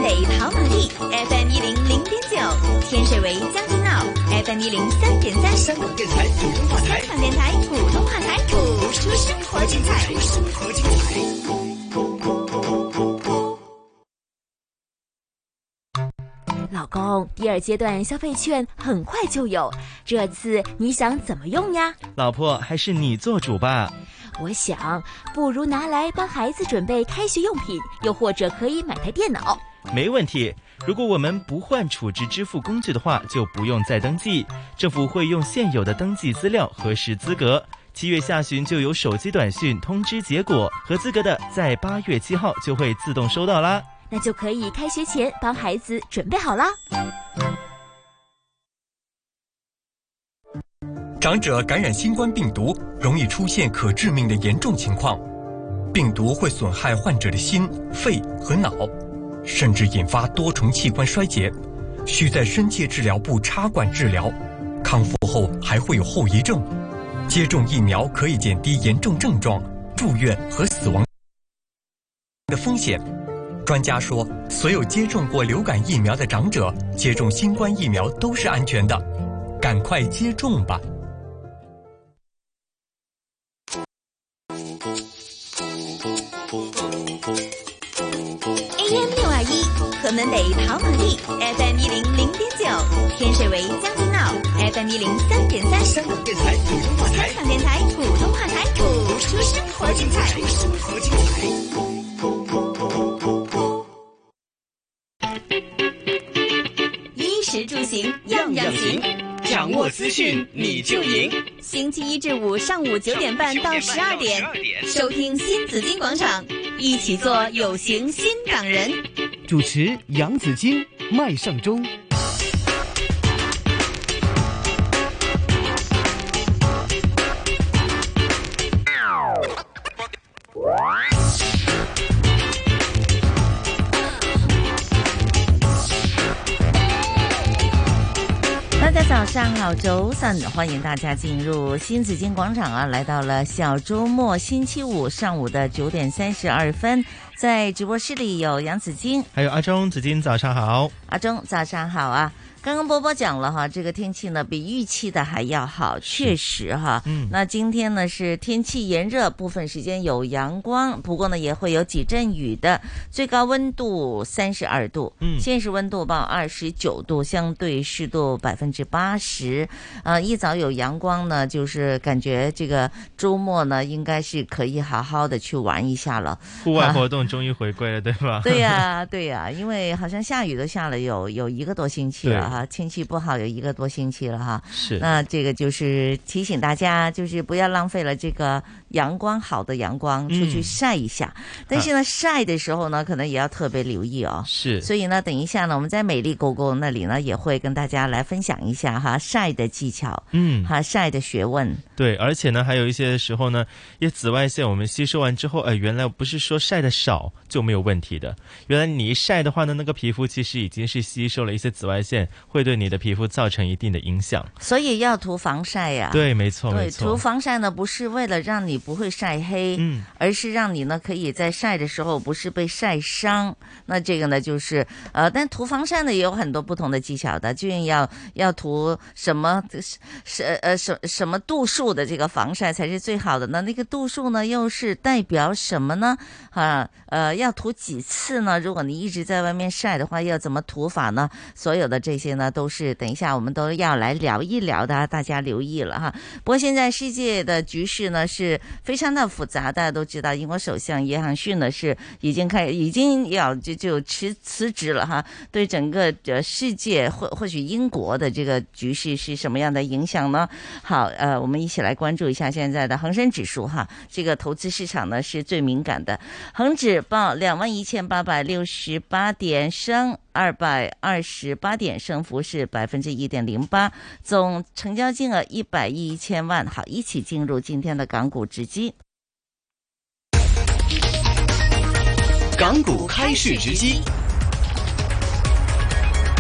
门北跑马地 FM100.9，天水围将军澳 FM103.3， 香港电台普通话台， 香港电台普通话台，谱出生活精彩， 生活精彩。 老公，第二阶段消费券很快就有，这次你想怎么用呀？ 老婆，还是你做主吧。 我想，不如拿来帮孩子准备开学用品，又或者可以买台电脑。 没问题，如果我们不换储值支付工具的话，就不用再登记，政府会用现有的登记资料核实资格。7月下旬就有手机短讯通知结果，合资格的在8月7号就会自动收到啦。 那就可以开学前帮孩子准备好啦。 长者感染新冠病毒容易出现可致命的严重情况，病毒会损害患者的心、肺和脑，甚至引发多重器官衰竭，需在深切治疗部插管治疗，康复后还会有后遗症。接种疫苗可以减低严重症状、住院和死亡的风险。专家说，所有接种过流感疫苗的长者接种新冠疫苗都是安全的，赶快接种吧。 AM621，河门北跑马地 FM100.9，天水围将军澳 FM103.3， 香港电台普通话台， 香港电台普通话台，谱出生活精彩， 生活精彩。 衣食住行样样行， 掌握资讯你就赢。 星期一至五上午9点半到12点，收听新紫金广场，一起做有型新港人。 主持杨紫金、麦尚中。 大家早上好，周三，欢迎大家进入新紫金广场啊！来到了小周末星期五上午的9点32分，在直播室里有杨紫金， 还有阿忠。紫金早上好。 阿忠早上好啊！刚刚波波讲了哈，这个天气呢比预期的还要好，确实哈。那今天呢是天气炎热，部分时间有阳光，不过呢也会有几阵雨的。最高温度32度，现实温度报29度，相对湿度80%。一早有阳光呢，就是感觉这个周末呢应该是可以好好的去玩一下了。 户外活动终于回归了，对吧？ 对呀，对呀，因为好像下雨都下了有1个多星期了。天气不好有1个多星期了哈， 是。 那这个就是提醒大家，就是不要浪费了这个阳光，好的阳光出去晒一下。但是呢，晒的时候呢，可能也要特别留意哦。 是。 所以呢，等一下呢，我们在美丽狗狗那里呢，也会跟大家来分享一下哈晒的技巧，晒的学问。 对，而且呢，还有一些时候呢，因为紫外线我们吸收完之后，原来不是说晒的少就没有问题的。原来你一晒的话呢，那个皮肤其实已经是吸收了一些紫外线。会对你的皮肤造成一定的影响， 所以要涂防晒呀。 对，没错， 对，涂防晒呢不是为了让你不会晒黑，而是让你呢可以在晒的时候不是被晒伤。那这个呢就是但涂防晒呢也有很多不同的技巧的，究竟要涂什么什么度数的这个防晒才是最好的呢？那个度数呢又是代表什么呢？要涂几次呢？如果你一直在外面晒的话，要怎么涂法呢？所有的这些呢都是等一下我们都要来聊一聊的，大家留意了哈。不过现在世界的局势呢是非常的复杂，大家都知道英国首相约翰逊呢是已经要就辞职了哈。对整个世界或许英国的这个局势是什么样的影响呢？好，我们一起来关注一下现在的恒生指数哈。这个投资市场呢是最敏感的，恒指报21,868点，升228点，升幅是1.08%，总成交金额100亿1000万。好，一起进入今天的港股直击。 港股开市直击。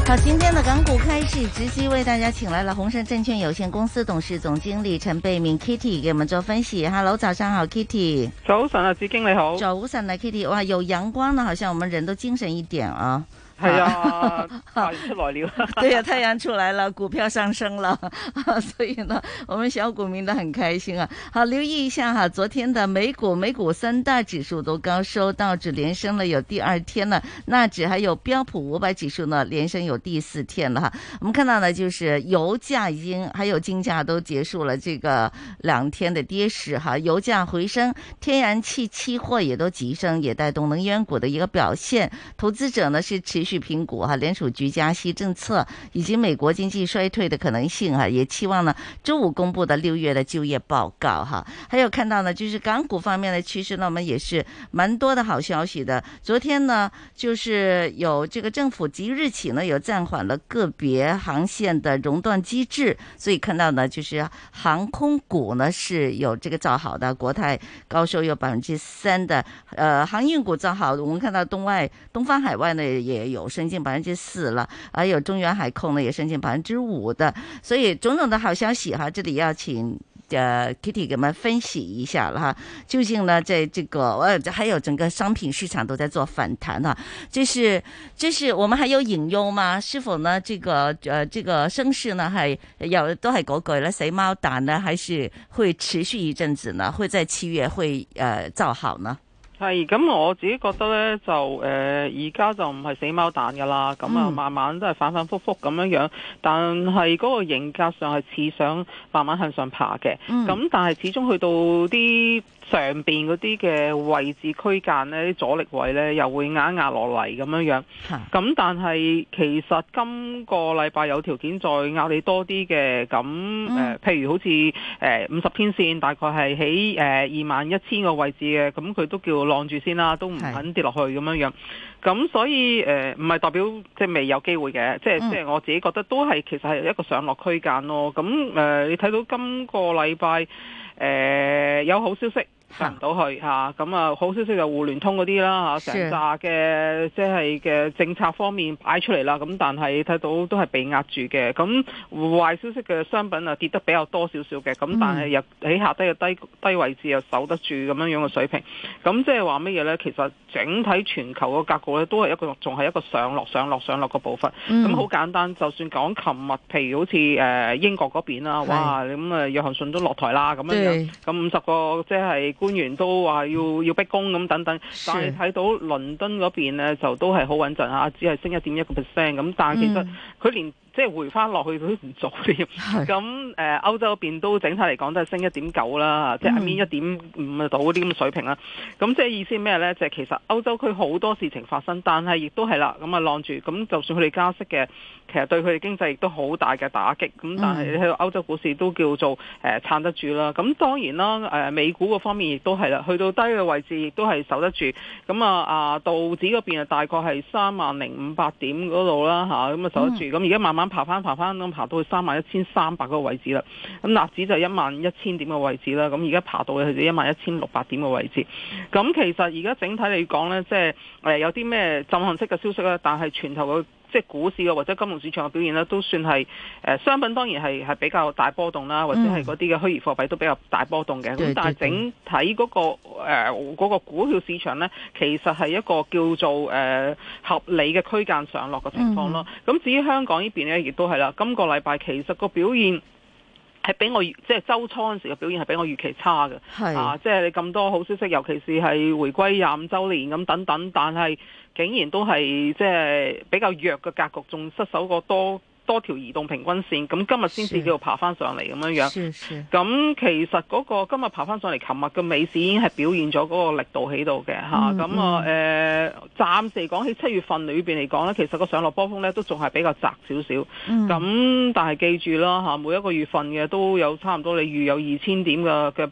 好，今天的港股开市直击为大家请来了宏盛证券有限公司董事總經理陳貝明 Kitty 給我們做分析。Hello， 早上好 Kitty。 早晨啊，子矜你好。 早晨啊 Kitty， 哇，有陽光呢，好像我們人都精神一點啊。 係啊，太陽出來了。 對呀、啊，太陽出來了，股票上升了，所以呢，我們小股民都很開心啊。好，留意一下哈，昨天的美股三大指數都高收，道指連升了有第二天了，納指還有標普500指數呢連升有第4天了哈。我們看到呢，就是油價已經還有金價都結束了這個2天的跌勢哈，油價回升，天然氣期貨也都急升，也帶動能源股的一個表現。投資者呢是持續評估哈聯儲局加息政策以及美國經濟衰退的可能性哈，也期望呢周五公布的6月的就業報告哈。還有看到呢，就是港股方面的趨勢呢，我們也是蠻多的好消息的。昨天呢，就是有這個政府即日起呢有暫緩了個別航線的熔斷機制，所以看到呢，就是航空股呢是有這個造好的，國泰高收有3%的，航運股造好，我們看到東方海外呢也有升近4%了，還有中遠海控呢也升近5%的，所以種種的好消息哈，這裡要請Kitty 給我們分析一下了哈，究竟呢在這個還有整個商品市場都在做反彈哈，這是我們還有隱憂嗎？是否呢這個升勢呢還有都係嗰句咧死貓彈呢，還是會持續一陣子呢？會在7月會造好呢？ 係咁，我自己覺得咧就而家就唔係死貓彈噶啦，咁啊慢慢都係反反覆覆咁樣，但係嗰個型格上係似想慢慢向上爬嘅，咁但係始終去到啲上邊嗰啲嘅位置區間呢，啲阻力位呢又會壓落嚟咁樣，咁但係其實今個禮拜有條件再壓你多啲嘅，咁譬如好似50天線大概係喺21,000個位置嘅，咁佢都叫晾住先啦，都唔肯跌落去咁樣。咁所以唔係代表即係未有機會嘅，即係我自己覺得都係其實係一個上落區間咯。咁你睇到今個禮拜有好消息上唔到去嚇，咁好消息就互聯通嗰啲啦嚇，成扎嘅即係嘅政策方面擺出嚟啦，咁但係睇到都係被壓住嘅。咁壞消息嘅商品啊跌得比較多少少嘅，咁但係又喺下低嘅低位置又守得住咁樣嘅水平。咁即係話乜嘢呢？其實整體全球個格局咧都係仲係一個上落嘅步伐。咁好簡單，就算講琴日，譬如好似英國嗰邊啦，哇咁約翰遜都落台啦咁樣，咁50個即係官員都話要逼宮咁等等，但係睇到倫敦嗰邊呢，就都係好穩陣嚇，只係升1.1%咁，但係其實佢連即係回翻落去佢都唔做添。咁歐洲嗰邊都整體嚟講都係升1.9啦，即係1.5到嗰啲咁嘅水平啦。咁即係意思咩呢？就係其實歐洲區好多事情發生，但係亦都係啦，咁晾住，咁就算佢哋加息嘅，其實對佢哋經濟亦都好大嘅打擊。咁但係你睇到歐洲股市都叫做撐得住啦。咁當然啦，美股嗰方面亦都係啦，去到低嘅位置亦都係守得住。咁道指嗰邊大概係30,500點嗰度啦嚇，咁守得住。咁而家慢慢爬翻咁爬到去31,300嗰個位置啦。咁納指就11,000點嘅位置啦。咁而家爬到去11,600點嘅位置。咁其實而家整體嚟講呢，即係有啲咩震撼式嘅消息咧，但係全球嘅即係股市嘅或者金融市場嘅表現呢，都算係商品當然係比較大波動啦，或者係嗰啲嘅虛擬貨幣都比較大波動嘅。咁但係整體嗰個股票市場呢，其實係一個叫做合理嘅區間上落嘅情況咯。咁至於香港呢邊呢，亦都係啦。今個禮拜其實個表現係比我即係週初嗰陣時嘅表現係比我預期差嘅，即係你咁多好消息，尤其是係回歸25週年咁等等，但係竟然都係即係比較弱嘅格局，仲失守過多條移動平均線，咁今日先至叫做爬翻上嚟咁樣樣。咁其實嗰個今日爬翻上嚟，琴日嘅尾市已經係表現咗嗰個力度喺度嘅嚇。咁暫時講喺7月份裏邊嚟講呢，其實個上落波峰呢都仲係比較窄少少。咁但係記住啦嚇，每一個月份嘅都有差唔多你預有2000點嘅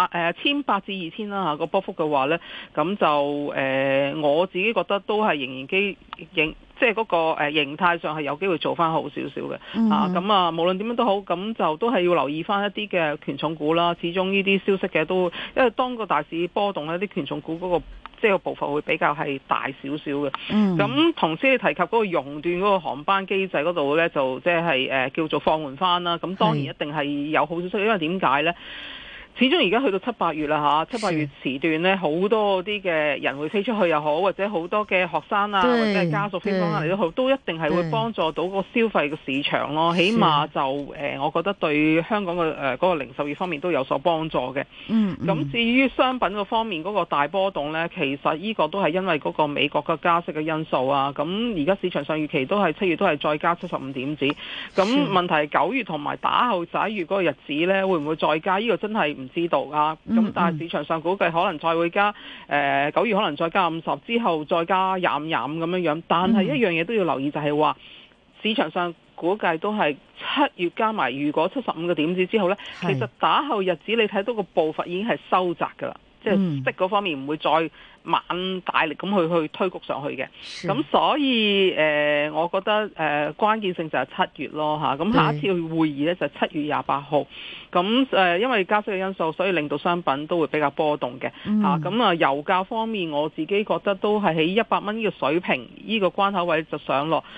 1,800至2,000啦嚇個波幅嘅話呢，咁就我自己覺得都係仍然即係嗰個形態上係有機會做翻好少少嘅。咁啊，無論點樣都好，咁就都係要留意翻一啲嘅權重股啦。始終呢啲消息嘅都，因為當個大市波動呢，啲權重股嗰個即係個步伐會比較係大少少嘅。咁同時你提及嗰個熔斷嗰個航班機制嗰度呢，就即係叫做放緩翻啦。咁當然一定係有好消息，因為點解呢？始終而家去到7、8月啦嚇，7、8月時段呢，好多啲嘅人會飛出去又好，或者好多嘅學生啊，或者係家屬飛翻嚟都好，都一定係會幫助到個消費嘅市場咯。起碼就我覺得對香港嘅嗰個零售業方面都有所幫助嘅。咁至於商品嗰方面嗰個大波動呢，其實呢個都係因為嗰個美國嘅加息嘅因素啊。咁而家市場上預期都係7月都係再加75點子。咁問題係9月同埋打後11月嗰個日子呢，會唔會再加？呢個真係唔知道啊，咁但係市場上估計可能再會加，9月可能再加50，之後再加25咁樣樣。但係一樣嘢都要留意，就係話市場上估計都係7月加埋，如果75個點子之後呢，其實打後日子你睇到個步伐已經係收窄㗎啦，即係息嗰方面唔會再猛大力咁去推谷上去嘅。咁所以我覺得關鍵性就係7月咯嚇。咁下一次會議呢，就係7月28號。咁因為加息嘅因素，所以令到商品都會比較波動嘅嚇。咁油價方面，我自己覺得都係喺100蚊呢個水平，呢個關口位就上落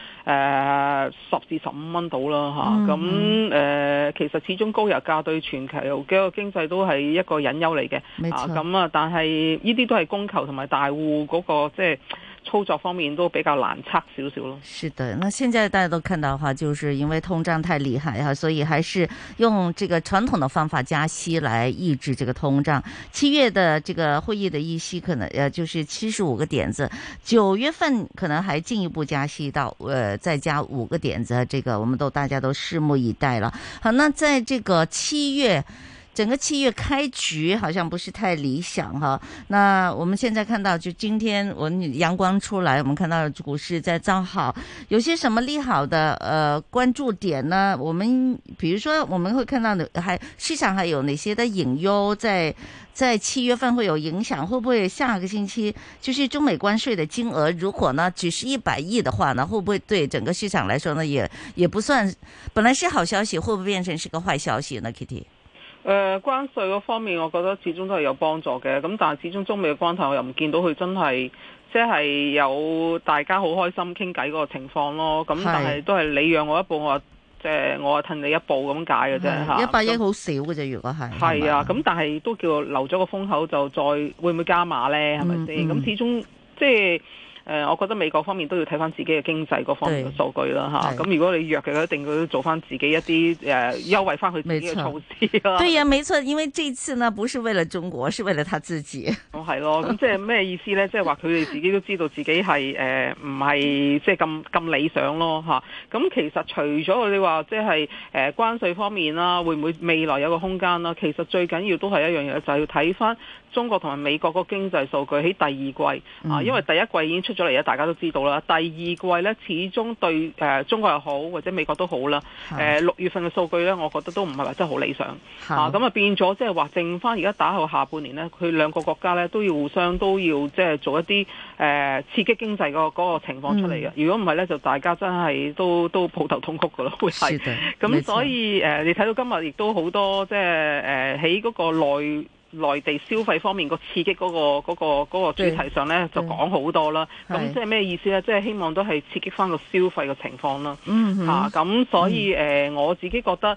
10至15蚊到啦嚇。咁其實始終高油價對全球嘅個經濟都係一個隱憂嚟嘅。咁但係呢啲都係供求同埋大戶嗰個即係操作方面都比較難測少少咯。 是的，那現在大家都看到哈，就是因為通脹太厲害哈，所以還是用這個傳統的方法加息來抑制這個通脹。7月的這個會議的議息可能就是75個點子，9月份可能還進一步加息到再加5個點子，這個我們大家都拭目以待了。好，那在這個7月。整個7月開局好像不是太理想哈，那我們現在看到就今天我們陽光出來，我們看到股市在造好，有些什麼利好的關注點呢？我們比如說我們會看到市場還有哪些的隱憂在7月份會有影響？會不會下個星期就是中美關稅的金額如果呢只是100億的話呢，會不會對整個市場來說呢也不算，本來是好消息，會不會變成是個壞消息呢 Kitty？ 關稅嗰方面，我覺得始終都係有幫助嘅。咁但係始終中美嘅關係，我又唔見到佢真係即係有大家好開心傾偈嗰個情況咯。咁但係都係你讓我一步，我即係我褪你一步咁解嘅啫嚇。100億好少嘅啫，如果係。係啊，咁但係都叫留咗個風口，就再會唔會加碼咧？係咪先？咁始終即係。我覺得美國方面都要睇翻自己嘅經濟嗰方面嘅數據啦嚇。咁如果你弱嘅，一定要做翻自己一啲優惠翻佢自己嘅措施啦。 對呀，沒錯，因為這次呢，不是為了中國，是為了他自己。 係咯，咁即係咩意思呢？即係話佢哋自己都知道自己係唔係即係咁理想咯嚇。咁其實除咗你話即係關稅方面啦，會唔會未來有個空間啦？其實最緊要都係一樣嘢，就係要睇翻中國同埋美國個經濟數據喺第二季啊，因為第一季已經出咗嚟，大家都知道啦。第二季呢，始終對中國又好或者美國都好啦。6月份嘅數據呢，我覺得都唔係話真係好理想啊。咁啊變咗即係話剩翻而家打後下半年呢，佢兩個國家呢都要互相都要即係做一啲刺激經濟嗰個情況出嚟嘅。如果唔係呢，就大家真係都抱頭痛哭噶咯，會係。咁所以你睇到今日亦都好多即係喺嗰個內地消費方面個刺激嗰個主題上呢，就講好多啦。咁即係咩意思呢？即係希望都係刺激翻個消費嘅情況啦。咁所以我自己覺得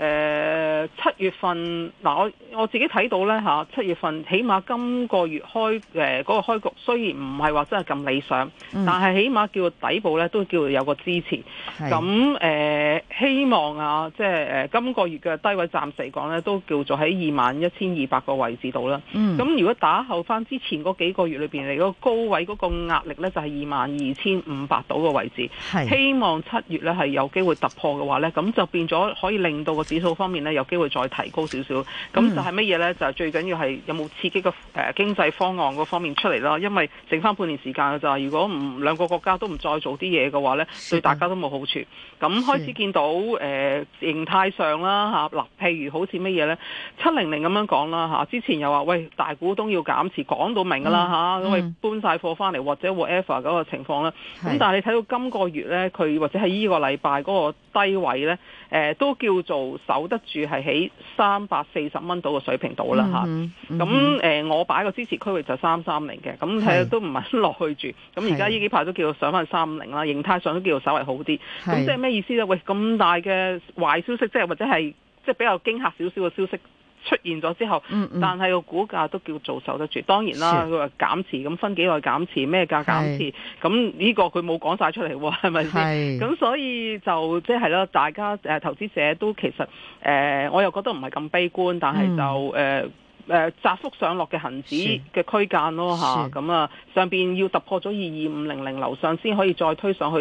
7月份嗱，我自己睇到呢7月份起碼今個月嗰個開局雖然唔係話真係咁理想，但係起碼叫底部呢都叫有個支持。咁希望即係今個月嘅低位暫時嚟講呢，都叫做喺21,200個位置度啦。咁如果打後翻之前嗰幾個月裏邊嚟，嗰個高位嗰個壓力呢，就係22,500度個位置。希望7月呢係有機會突破嘅話呢，咁就變咗可以令到個指數方面呢有機會再提高少少。咁就係乜嘢呢？就係最緊要係有冇刺激嘅經濟方案嗰方面出嚟啦。因為剩翻半年時間嘅咋，如果兩個國家都唔再做啲嘢嘅話呢，對大家都冇好處。咁開始見到形態上啦嚇，嗱，譬如好似乜嘢呢？700咁樣講啦嚇， 之前又話喂大股東要減持，講到明㗎啦嚇，因為搬晒貨翻嚟或者 whatever 嗰個情況啦。咁但係你睇到今個月咧，佢或者係呢個禮拜嗰個低位咧，都叫做守得住係喺340蚊度嘅水平度啦嚇。咁我擺個支持區域就330嘅，咁睇都唔係落去住。咁而家呢幾排都叫做上翻350啦，形態上都叫做稍為好啲。咁即係咩意思咧？喂，咁大嘅壞消息，即係或者係即係比較驚嚇少少嘅消息出現咗之後，但係個股價都叫做守得住。當然啦，佢話減持，咁分幾耐減持，咩價減持，咁呢個佢冇講晒出嚟喎，係咪先？咁所以就即係啦，大家投資者都其實我又覺得唔係咁悲觀，但係就窄幅上落嘅恒指嘅區間咯嚇，咁啊上邊要突破咗22500樓上先可以再推上去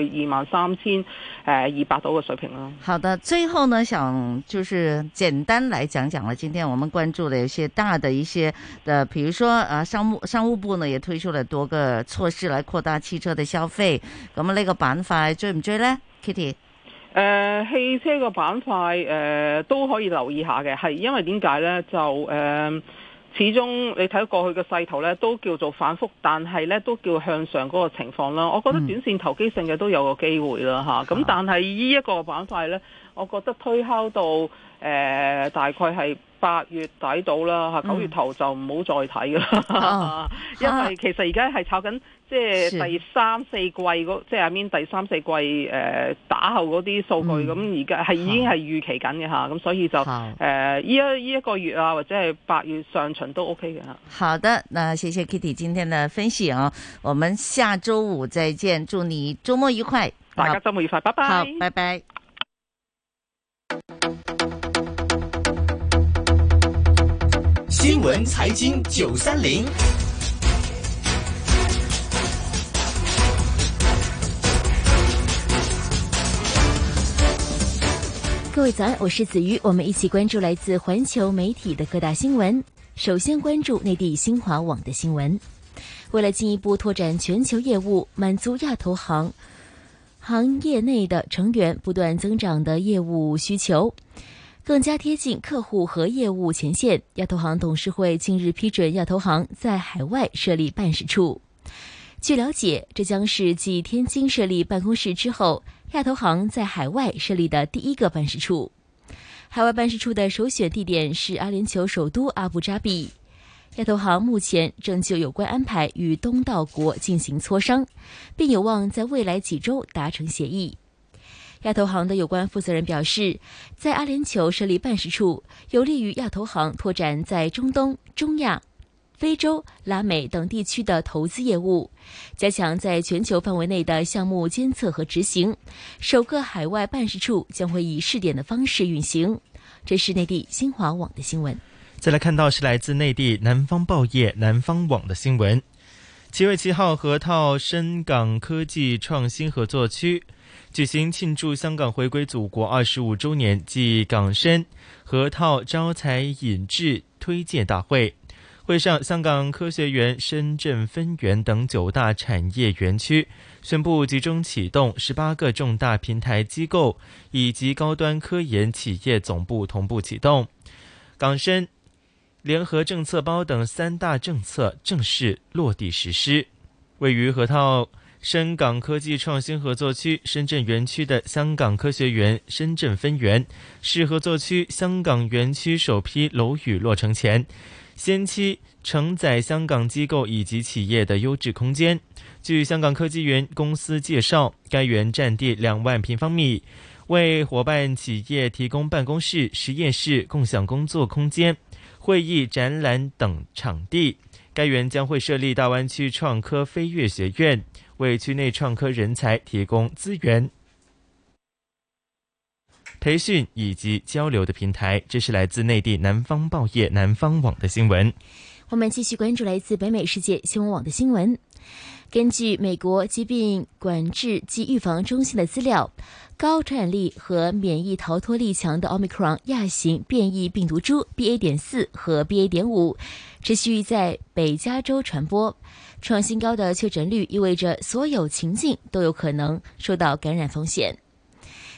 23200度嘅水平啦。 好的，最後呢，想就是簡單來講講了，今天我們關注的有些大的一些的，比如說商務部呢也推出了多個措施來擴大汽車的消費，咁呢個板塊追唔追呢 Kitty？ 汽車個板塊都可以留意下嘅，係因為點解呢？就始終你睇過去嘅勢頭呢，都叫做反覆，但係呢都叫向上嗰個情況啦。我覺得短線投機性嘅都有個機會啦嚇。咁但係呢一個板塊呢，我覺得推敲到大概係8月底到啦嚇，9月頭就唔好再睇㗎啦，因為其實而家係炒緊即係第3、4季即係第3、4季打後嗰啲數據，咁而家係已經係預期緊嘅嚇，咁所以就呢一個月啊，或者係8月上旬都 OK 嘅嚇。 好的，那謝謝 Kitty 今天的分析啊，我們下周五再見，祝你周末愉快， 大家周末愉快，拜拜。 好，拜拜。 新聞財經930， 各位早安，我是子瑜，我們一起關注來自環球媒體的各大新聞。首先關注內地新華網的新聞。為了進一步拓展全球業務，滿足亞投行業內的成員不斷增長的業務需求，更加貼近客戶和業務前線，亞投行董事會近日批准亞投行在海外設立辦事處。據了解，這將是繼天津設立辦公室之後，亞投行在海外設立的第一個辦事處。海外辦事處的首選地點是阿聯酋首都阿布扎比。亞投行目前正就有關安排與東道國進行磋商，並有望在未來幾週達成協議。亞投行的有關負責人表示，在阿聯酋設立辦事處，有利於亞投行拓展在中東、中亞、非洲、拉美等地區的投資業務，加強在全球範圍內的項目監測和執行。首個海外辦事處將會以試點的方式運行。這是內地新華網的新聞。 再來看到是來自內地南方報業南方網的新聞。7月7號，河套深港科技創新合作區舉行慶祝香港回歸祖國25週年暨港深河套招才引智推介大會。會上，香港科學園、深圳分園等9大產業園區宣布集中啟動18個重大平台機構以及高端科研企業總部同步啟動，港深聯合政策包等3大政策正式落地實施。位於河套深港科技創新合作區深圳園區的香港科學園深圳分園，是合作區香港園區首批樓宇落成前先期承載香港機構以及企業的優質空間。據香港科技園公司介紹，該園佔地2萬平方米，為夥伴企業提供辦公室、實驗室、共享工作空間、會議、展覽等場地。該園將會設立大灣區創科飛躍學院，為區內創科人才提供資源、培訓以及交流的平台。這是來自內地南方報業南方網的新聞。 我們繼續關注來自北美世界新聞網的新聞。根據美國疾病管制及預防中心的資料，高傳染力和免疫逃脫力強的 Omicron 亞型變異病毒株 BA.4 和 BA.5 持續在北加州傳播，創新高的確診率意味着所有情境都有可能受到感染風險。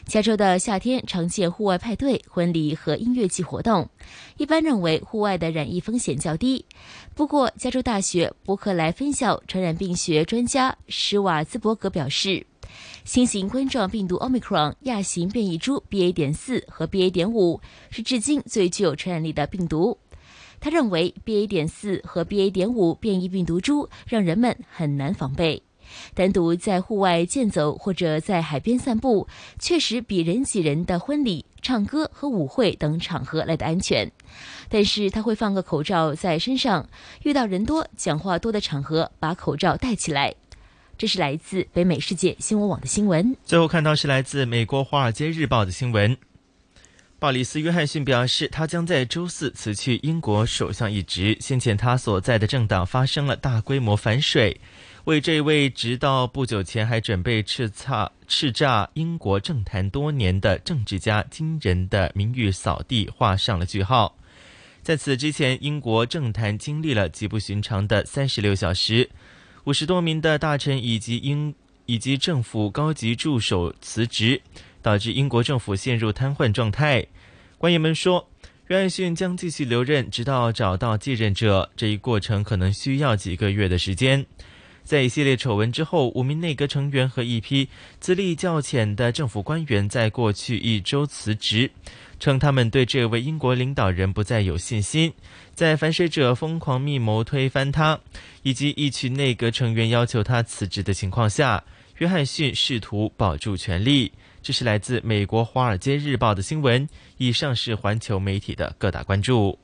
加州的夏天常见户外派对、婚礼和音乐季活动，一般认为户外的染疫风险较低。不过，加州大学伯克莱分校传染病学专家史瓦兹伯格表示，新型冠状病毒 Omicron 亚型变异株 BA.4 和 BA.5 是至今最具有传染力的病毒。他认为 BA.4 和 BA.5 变异病毒株让人们很难防备。单独在户外健走或者在海边散步，确实比人挤人的婚礼、唱歌和舞会等场合来得安全。但是他会放个口罩在身上，遇到人多、讲话多的场合，把口罩戴起来。这是来自北美世界新闻网的新闻。 最后看到是来自美国《华尔街日报》的新闻。鲍里斯·约翰逊表示，他将在周四辞去英国首相一职。先前他所在的政党发生了大规模反水，为这位直到不久前还准备叱咤英国政坛多年的政治家惊人的名誉扫地画上了句号。在此之前，英国政坛经历了极不寻常的36小时，50多名的大臣以及政府高级助手辞职，导致英国政府陷入瘫痪状态。官员们说，约翰逊将继续留任，直到找到继任者，这一过程可能需要几个月的时间。在一系列丑闻之后，5名内阁成员和一批资历较浅的政府官员在过去1周辞职，称他们对这位英国领导人不再有信心。在反水者疯狂密谋推翻他，以及一群内阁成员要求他辞职的情况下，约翰逊试图保住权力。这是来自美国《华尔街日报》的新闻。以上是环球媒体的各大关注。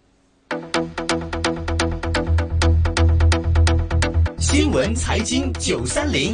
新闻财经930，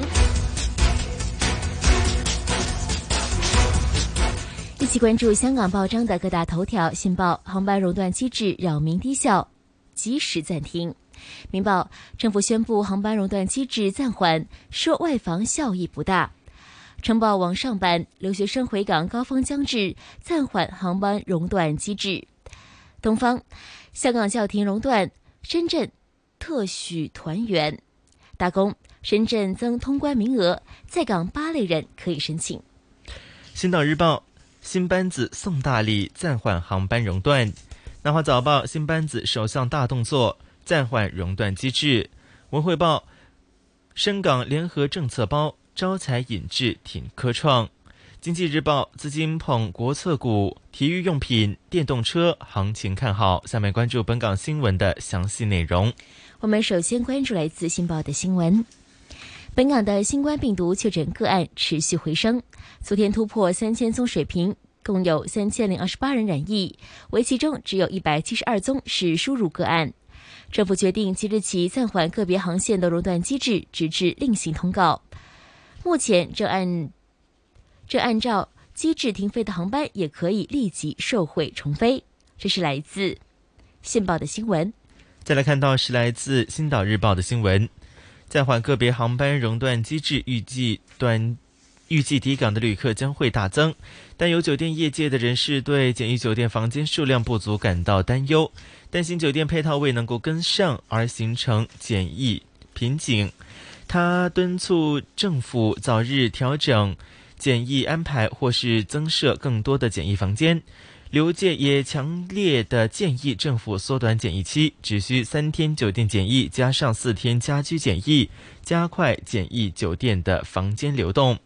一起关注香港报章的各大头条。信报：航班熔断机制扰民低效，及时暂停。明报：政府宣布航班熔断机制暂缓，说外防效益不大。晨报网上版：留学生回港高峰将至，暂缓航班熔断机制。东方：香港叫停熔断，深圳特许团圆。大公：深圳增通关名额，在港8类人可以申请。 星岛日报：新班子送大礼，暂缓航班熔断。南华早报：新班子首项大动作，暂缓熔断机制。文汇报：深港联合政策包，招才引智挺科创。经济日报：资金捧国策股，体育用品、电动车行情看好。下面关注本港新闻的详细内容。 我们首先关注来自信报的新闻。本港的新冠病毒确诊个案持续回升，昨天突破3000宗水平，共有3028人染疫，为其中只有172宗是输入个案。政府决定即日起暂缓个别航线的熔断机制，直至另行通告。目前正按照机制停飞的航班也可以立即受惠重飞。这是来自信报的新闻。 再来看到是来自星岛日报的新闻，暂缓个别航班熔断机制，预计抵港的旅客将会大增，但有酒店业界的人士对检疫酒店房间数量不足感到担忧，担心酒店配套未能够跟上而形成检疫瓶颈。他敦促政府早日调整检疫安排，或是增设更多的检疫房间。旅游界也强烈的建议政府缩短检疫期，只需3天酒店检疫加上4天家居检疫，加快检疫酒店的房间流动。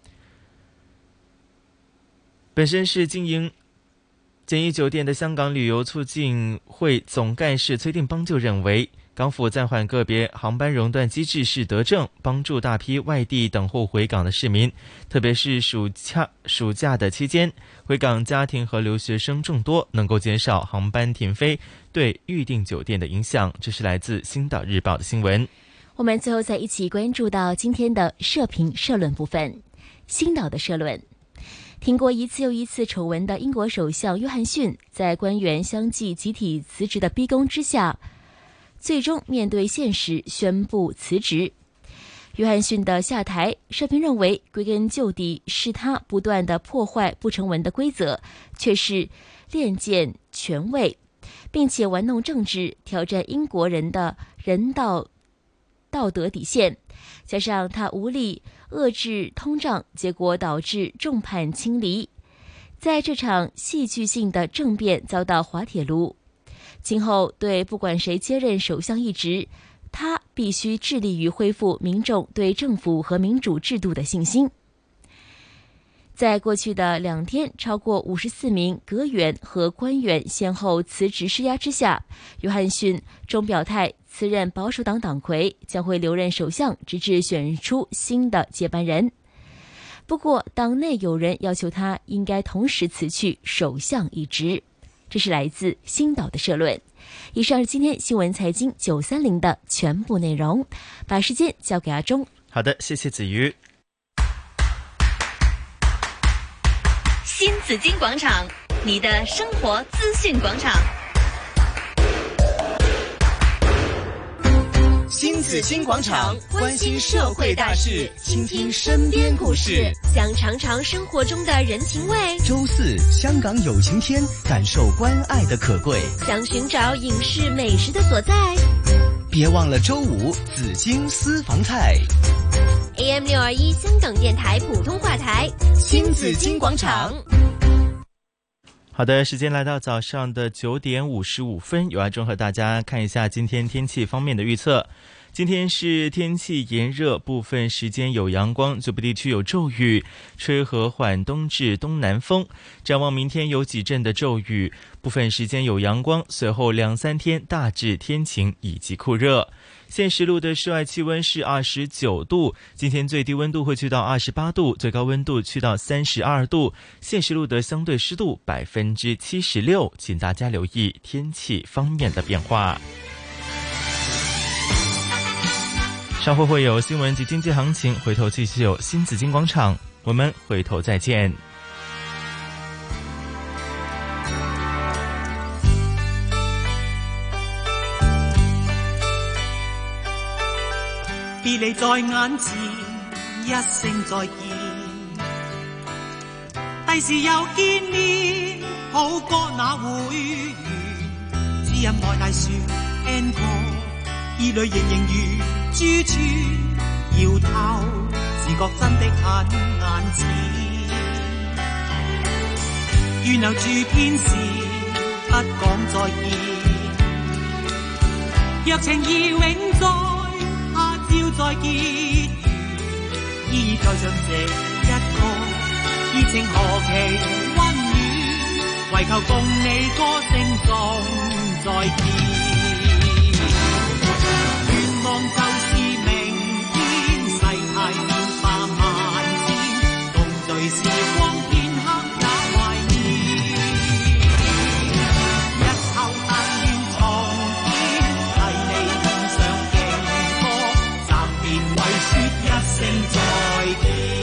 本身是经营检疫酒店的香港旅游促进会总干事崔定邦就认为，港府暂缓个别航班熔断机制是德政，帮助大批外地等候回港的市民，特别是暑假的期间，回港家庭和留学生众多，能够减少航班停飞对预订酒店的影响。这是来自星岛日报的新闻。 我们最后再一起关注到今天的社评社论部分。星岛的社论：挺过一次又一次丑闻的英国首相约翰逊，在官员相继集体辞职的逼宫之下，最终面对现实宣布辞职。约翰逊的下台，社评认为归根究底是他不断的破坏不成文的规则，却是练剑权位，并且玩弄政治，挑战英国人的人道德底线。加上他无力遏制通胀，结果导致众叛亲离， 在这场戏剧性的政变遭到滑铁卢。今后对不管谁接任首相一职，他必须致力于恢复民众对政府和民主制度的信心。在过去的2天，超过54名阁员和官员先后辞职施压之下，约翰逊终表态辞任保守党党魁，将会留任首相，直至选出新的接班人。不过，党内有人要求他应该同时辞去首相一职。这是来自星岛的社论。以上是今天新闻财经930的全部内容，把时间交给阿忠。 好的，谢谢子瑜。 新紫金广场，你的生活资讯广场。 新紫金广场，关心社会大事，倾听身边故事， 想尝尝生活中的人情味。 周四，香港有晴天，感受关爱的可贵。 想寻找影视美食的所在， 别忘了周五紫金私房菜。 AM 621香港电台普通话台， 新紫金广场。 好的，时间来到早上的9点55分，有阿忠和大家看一下今天天气方面的预测。今天是天气炎热，部分时间有阳光，局部地区有骤雨，吹和缓东至东南风。展望明天有几阵的骤雨，部分时间有阳光，随后2-3天大致天晴以及酷热。现时路的室外气温是29度，今天最低温度会去到28度，最高温度去到32度。现时路的相对湿度76%，请大家留意天气方面的变化。稍后会有新闻及经济行情，回头继续有新紫金广场，我们回头再见。 別離在眼前，一聲再見。第時又見面，好過那會完。只因愛大樹 N 個，意裏仍然如珠串，搖頭，自覺真的很眼淺。願留住片時，不講再見。若情意永在，他朝再結緣，依在像這一個，熱情何其溫暖，唯求共你歌聲中再見。願望就是明天，世態變化萬千，共聚時光片刻也懷念。日後但願重見，替你獻上勁歌，暫別為說一聲再見。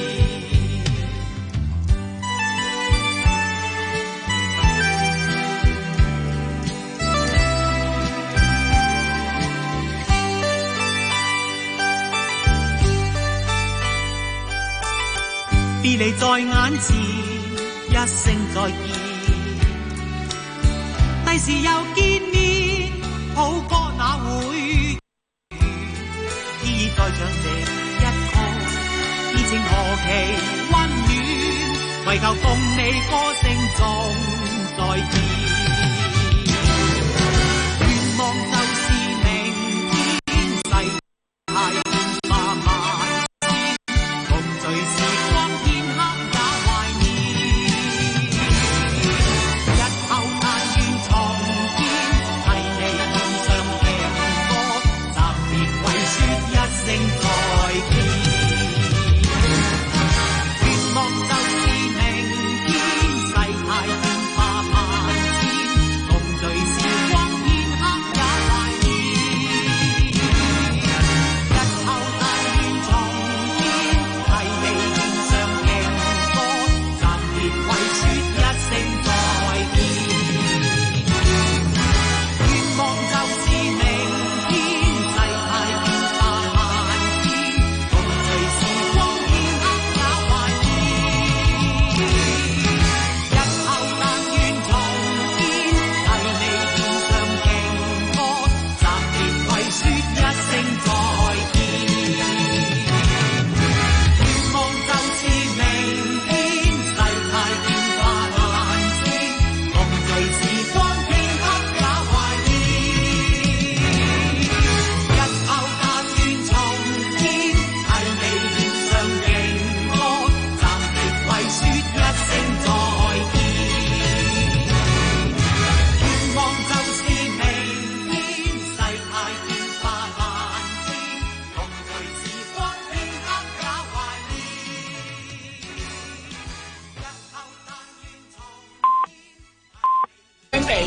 別離在眼前，一聲再見。第時又見面，好過那會完。依在像這一個，熱情何其溫暖，唯求共你歌聲中再見。願望就是明天，世態變化萬千，共聚時光片刻也懷念。日後但願重見，替你獻上勁歌，暫別為說一聲再見。願望就是明天，世態變化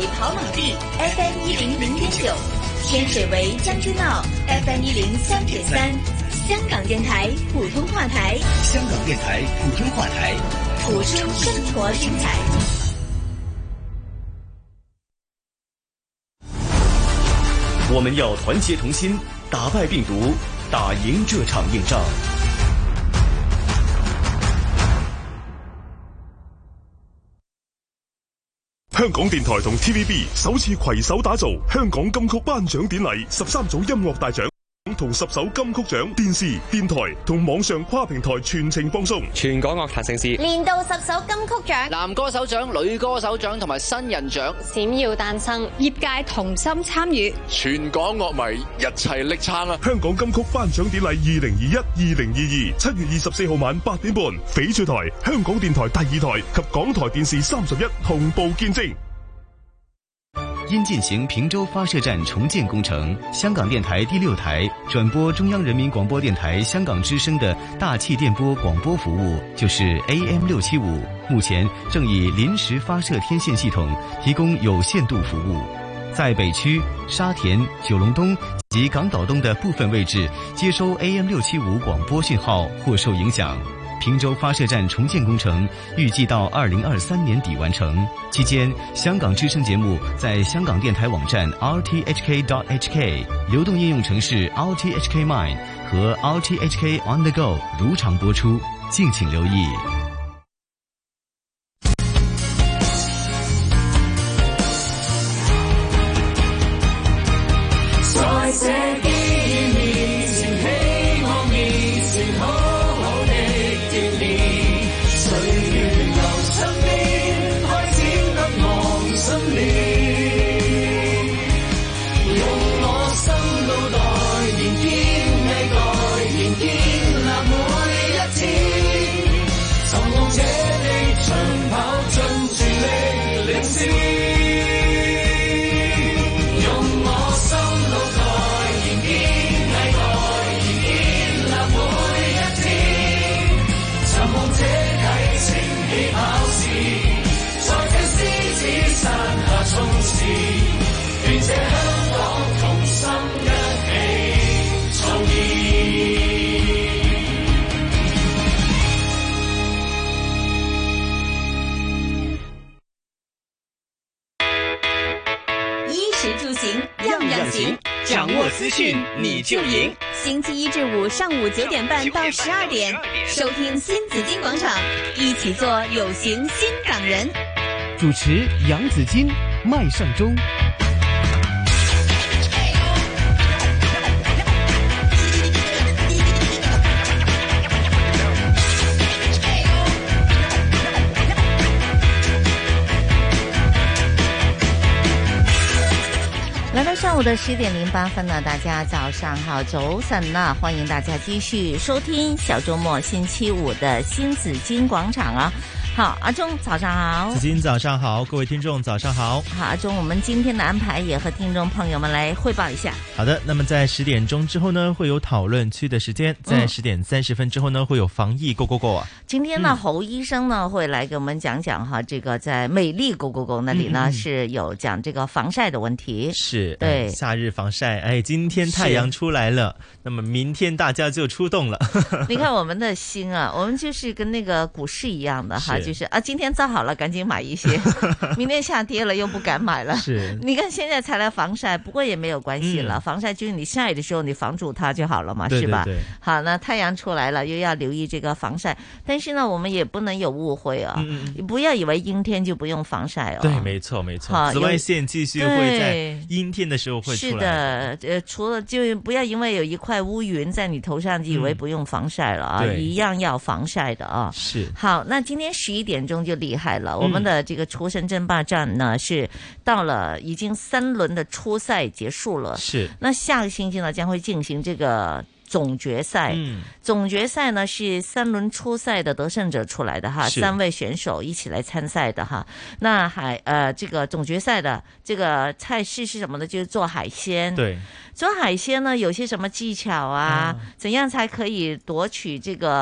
跑马地 FM100.9，天水围将军澳 FM103.3，香港电台普通话台， 香港电台普通话台， 谱出生活精彩。 我们要团结同心，打败病毒，打赢这场硬仗。 香港電台同 TVB 首次攜手打造香港金曲頒獎典禮13組音樂大獎同10首金曲獎，電視、電台同網上跨平台全程放送。 全港樂壇盛事， 年度10首金曲獎、 男歌手獎、女歌手獎同埋新人獎閃耀誕生，業界同心參與， 全港樂迷一齊力撐啊！ 香港金曲頒獎典禮2021-2022 7月24號晚8點半，翡翠台、香港電台第2台及港台電視31同步見證。 因進行平洲發射站重建工程，香港電台第6台轉播中央人民廣播電台香港之聲的大氣電波廣播服務，就是 AM675，目前正以臨時發射天線系統提供有限度服務。在北區、沙田、九龍東及港島東的部分位置接收 AM675 廣播訊號或受影響。平洲發射站重建工程預計到2023年底完成，期間香港之聲節目在香港電台網站 rthk.hk、 流動應用程式 rthk Mine 和 rthk On The Go 如常播出，敬請留意。 掌握资讯你就赢。 星期一至5上午9点半到12点，收听新紫金广场，一起做有型新港人。 主持杨紫金、麦尚中。 来到上午的10點08分呢，大家早上好，早晨呢，歡迎大家繼續收聽小周末星期5的新紫金廣場啊。好，阿忠早上好。 紫金早上好，各位聽眾早上好。 好，阿忠，我們今天的安排也和聽眾朋友們來匯報一下。 好的，那麼在10點鐘之後呢，會有討論區的時間，在10點30分之後呢，會有防疫 Go Go Go 啊。 今天呢，侯醫生呢會來給我們講講哈，這個在美麗 Go Go Go 那裡呢是有講這個防曬的問題。 是， 對， 夏日防曬，哎，今天太陽出來了，那麼明天大家就出動了。 你看我們的心啊，我們就是跟那個股市一樣的哈，就是啊，今天造好了，趕緊買一些，明天下跌了又不敢買了。 是， 你看現在才來防曬，不過也沒有關係了，防曬就是你曬的時候你防住它就好了嘛，是吧？ 對。 好，那太陽出來了，又要留意這個防曬，但是呢，我們也不能有誤會啊，你不要以為陰天就不用防曬哦。 對，沒錯沒錯，紫外線繼續會在陰天的時候會出來。 是的，除了就不要因為有一塊烏雲在你頭上就以為不用防曬了啊，一樣要防曬的啊。 是。 好，那今天11點鐘就厲害了，我們的這個廚神爭霸戰呢是到了已經3輪的初賽結束了。 是。 那下個星期呢將會進行這個總決賽，總決賽呢是3輪初賽的得勝者出來的哈，3位選手一起來參賽的哈。那這個總決賽的這個菜式是什麼呢？就是做海鮮。 對， 做海鮮呢有些什麼技巧啊？怎樣才可以奪取這個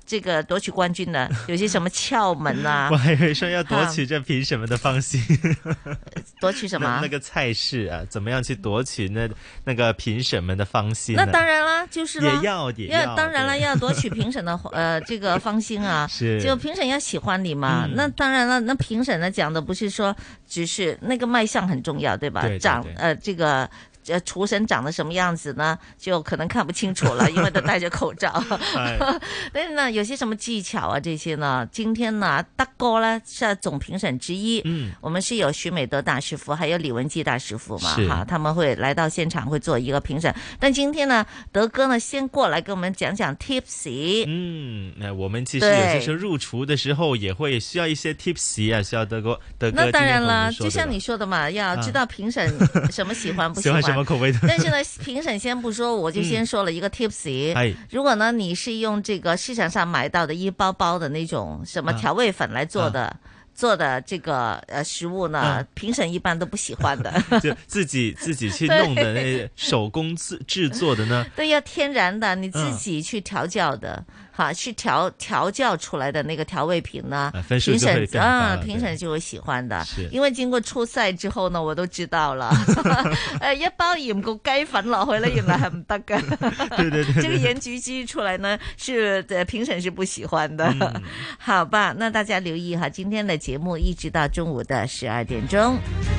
这个夺取冠军的有些什么窍门啊？ 我还以为说要夺取这评审们的芳心， 夺取什么？ 那个菜式啊，怎么样去夺取那个评审们的芳心？ 那当然啦，就是也要， 当然了，要夺取评审的这个芳心啊， 是， 就评审要喜欢你嘛。那当然了，那评审呢讲的不是说只是那个卖相很重要，对吧？ 对， 这个。厨神长得什么样子呢？就可能看不清楚了，因为都戴着口罩。但是呢，有些什么技巧啊，这些呢？今天呢，德哥呢是总评审之一。我们是有徐美德大师傅，还有李文基大师傅嘛，哈，他们会来到现场会做一个评审。但今天呢，德哥呢先过来跟我们讲讲 tips。 那我们其实有些时候入厨的时候也会需要一些 tips 啊，需要德哥。 那当然了，就像你说的嘛，要知道评审什么喜欢不喜欢。 什么口味的？ 但是呢，评审先不说，我就先说了一个 tips。如果呢，你是用这个市场上买到的一包包的那种什么调味粉来做的。做的这个食物呢，评审一般都不喜欢的。 就自己去弄的那手工制作的呢？ 对，要天然的，你自己去调教的，去调教出来的那个调味品呢，评审就会喜欢的。因为经过初赛之後呢，我都知道了。一包鹽焗雞粉落去呢，原來係唔得噶。 對， 這個鹽焗雞出來呢，是評審是不喜歡的。好吧，那大家留意哈，今天的節目一直到中午的12點鐘。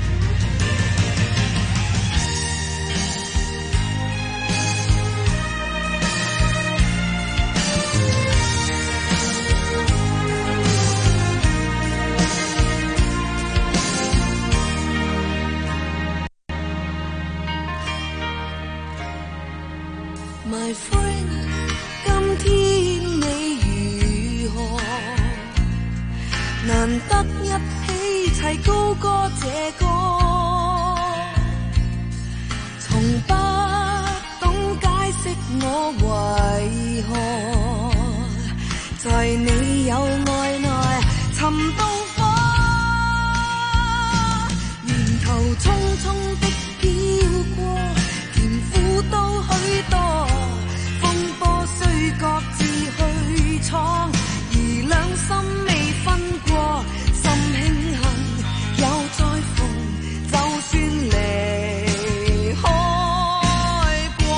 My friend， 今天你如何？難得一起齊高歌這歌，從不懂解釋我為何，在你有愛內尋到火，沿途匆匆的飄過，甜苦都許多。各自去闖，而兩心未分過，心慶幸又再逢，就算離開過。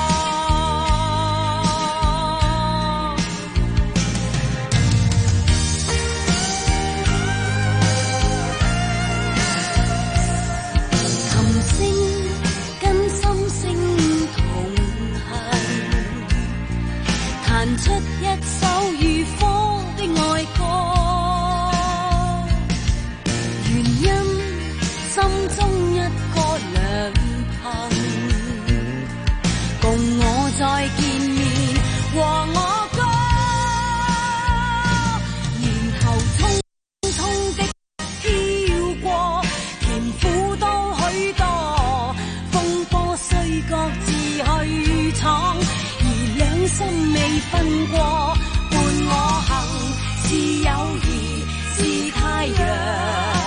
琴聲跟心聲同行，彈出一首如風的愛歌，原因心中一個良朋，共我再見面和我歌，然後匆匆的飄過，甜苦都許多，風波雖各自去闖，心未分過，伴我行是友誼，是太陽。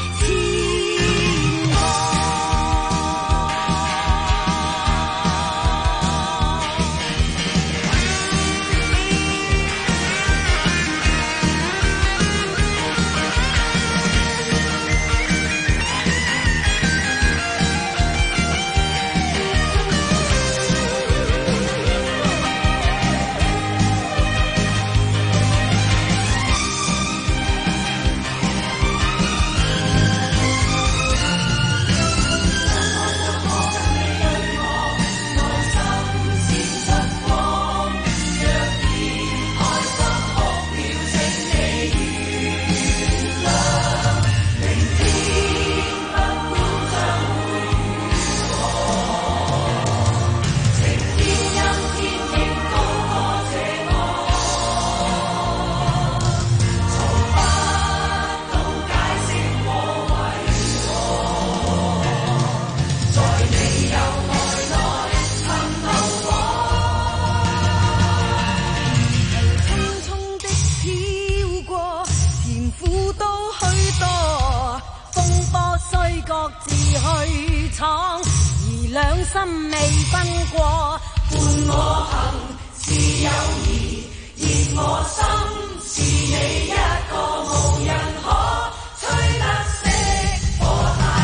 各自去闖，而兩心未分過，伴我行是友誼， 而我心是你一個無人可吹得熄火太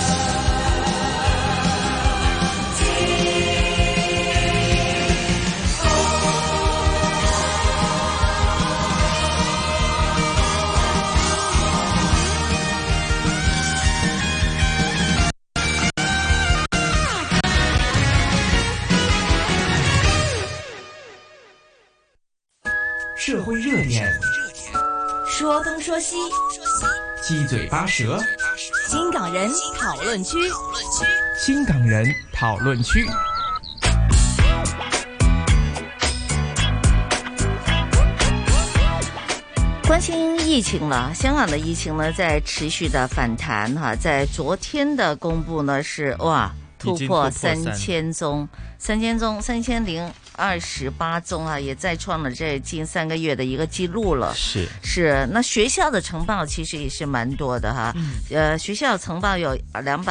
社会热点， 说东说西， 七嘴八舌， 新港人讨论区， 新港人讨论区。 关心疫情了，香港的疫情呢在持续的反弹哈，在昨天的公布呢是突破3000宗，3028宗啊，也再创了这近3个月的一个记录了。是，那学校的呈报其实也是蛮多的哈。学校呈报有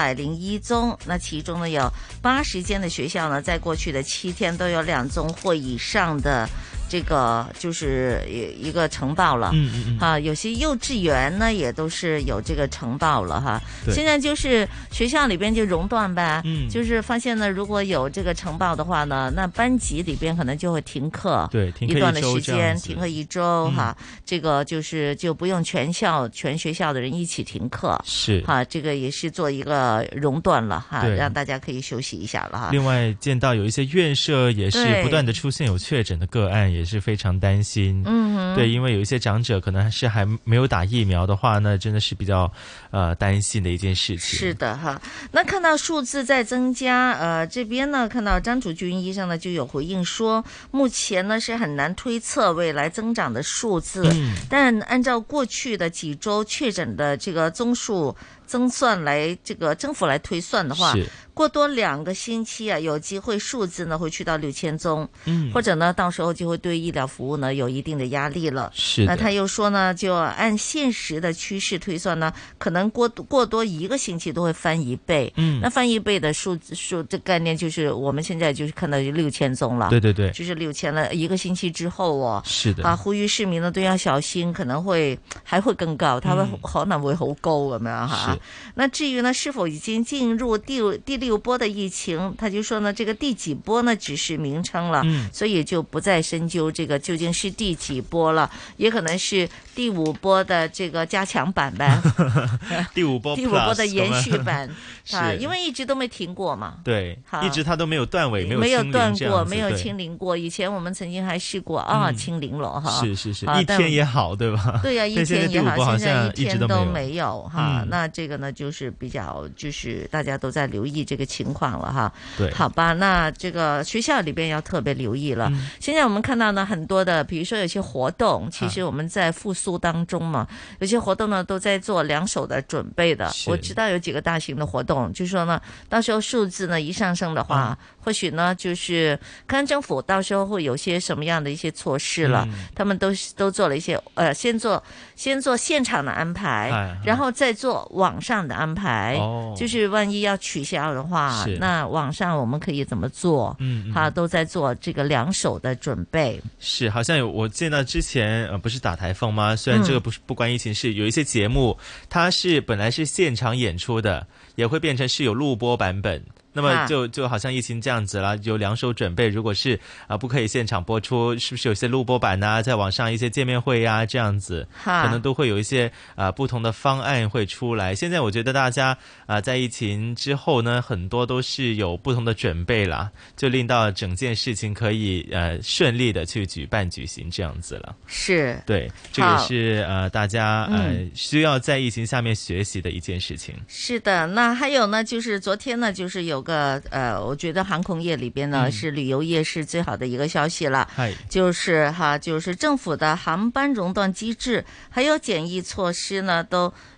201宗，那其中呢有80间的学校呢，在过去的7天都有2宗或以上的。这个就是一个呈报了，有些幼稚园呢也都是有这个呈报了哈。现在就是学校里边就熔断呗，就是发现呢，如果有这个呈报的话呢，那班级里边可能就会停课， 停课一段的时间，停课1周哈。这个就不用全学校的人一起停课，这个也是做一个熔断了哈，让大家可以休息一下了哈。 另外见到有一些院舍也是不断的出现有确诊的个案。也是非常担心，对，因为有一些长者可能是还没有打疫苗的话呢，真的是比较担心的一件事情。 是的哈，那看到数字在增加，这边呢看到张竹君医生呢就有回应说，目前呢是很难推测未来增长的数字，但按照过去的几周确诊的这个宗数增算来，这个政府来推算的话，过多2个星期啊，有机会数字呢会去到6000宗，或者呢到时候就会对医疗服务呢有一定的压力了。 是的， 那他又说呢，就按现实的趋势推算呢，可能过多1个星期都会翻1倍。那翻1倍的数这概念就是我们现在就是看到6000宗了。 对对对， 就是6000了，1个星期之后哦。 是的， 呼吁市民呢都要小心，可能还会更高，它可能會好高咁樣哈。那至於呢是否已經進入第6波的疫情，他就說呢，這個第幾波呢只是名稱了，所以就不再深究這個究竟是第幾波了，也可能是第5波的這個加強版呗。 第5波的延續版因為一直都沒停過嘛。 對，一直它都沒有斷尾，沒有斷過， 沒有清零過。以前我們曾經還試過清零了哈。 是，一天也好，對吧？ 對呀，一天也好，現在一天都沒有哈。那這個呢就是比較就是大家都在留意這個情況了哈。 對， 好吧，那這個學校裏邊要特別留意了。現在我們看到呢很多的，比如說有些活動，其實我們在復甦當中嘛，有些活動呢都在做兩手的準備的。我知道有幾個大型的活動，就是說呢，到時候數字呢一上升的話，或許呢就是看政府到時候會有些什麼樣的一些措施了。他們都做了一些先做現場的安排，然後再做網上的安排。就是萬一要取消的話，那網上我們可以怎麼做？都在做這個兩手的準備。 是，好像我見到之前不是打台風嗎？雖然這個不關疫情，是有一些節目，它是本來是現場演出的，也會變成是有錄播版本。那麼就好像疫情這樣子啦，有兩手準備。如果是不可以現場播出，是不是有些錄播版啊，在網上一些見面會啊，這樣子可能都會有一些不同的方案會出來。現在我覺得大家在疫情之後呢，很多都是有不同的準備啦，就令到整件事情可以順利的去舉行這樣子了。 是， 對，這也是大家需要在疫情下面學習的一件事情。 是的，那還有呢，就是昨天呢，就是有個我覺得航空業裏邊呢，是旅遊業是最好的一個消息了。就是政府的航班熔斷機制還有檢疫措施呢，都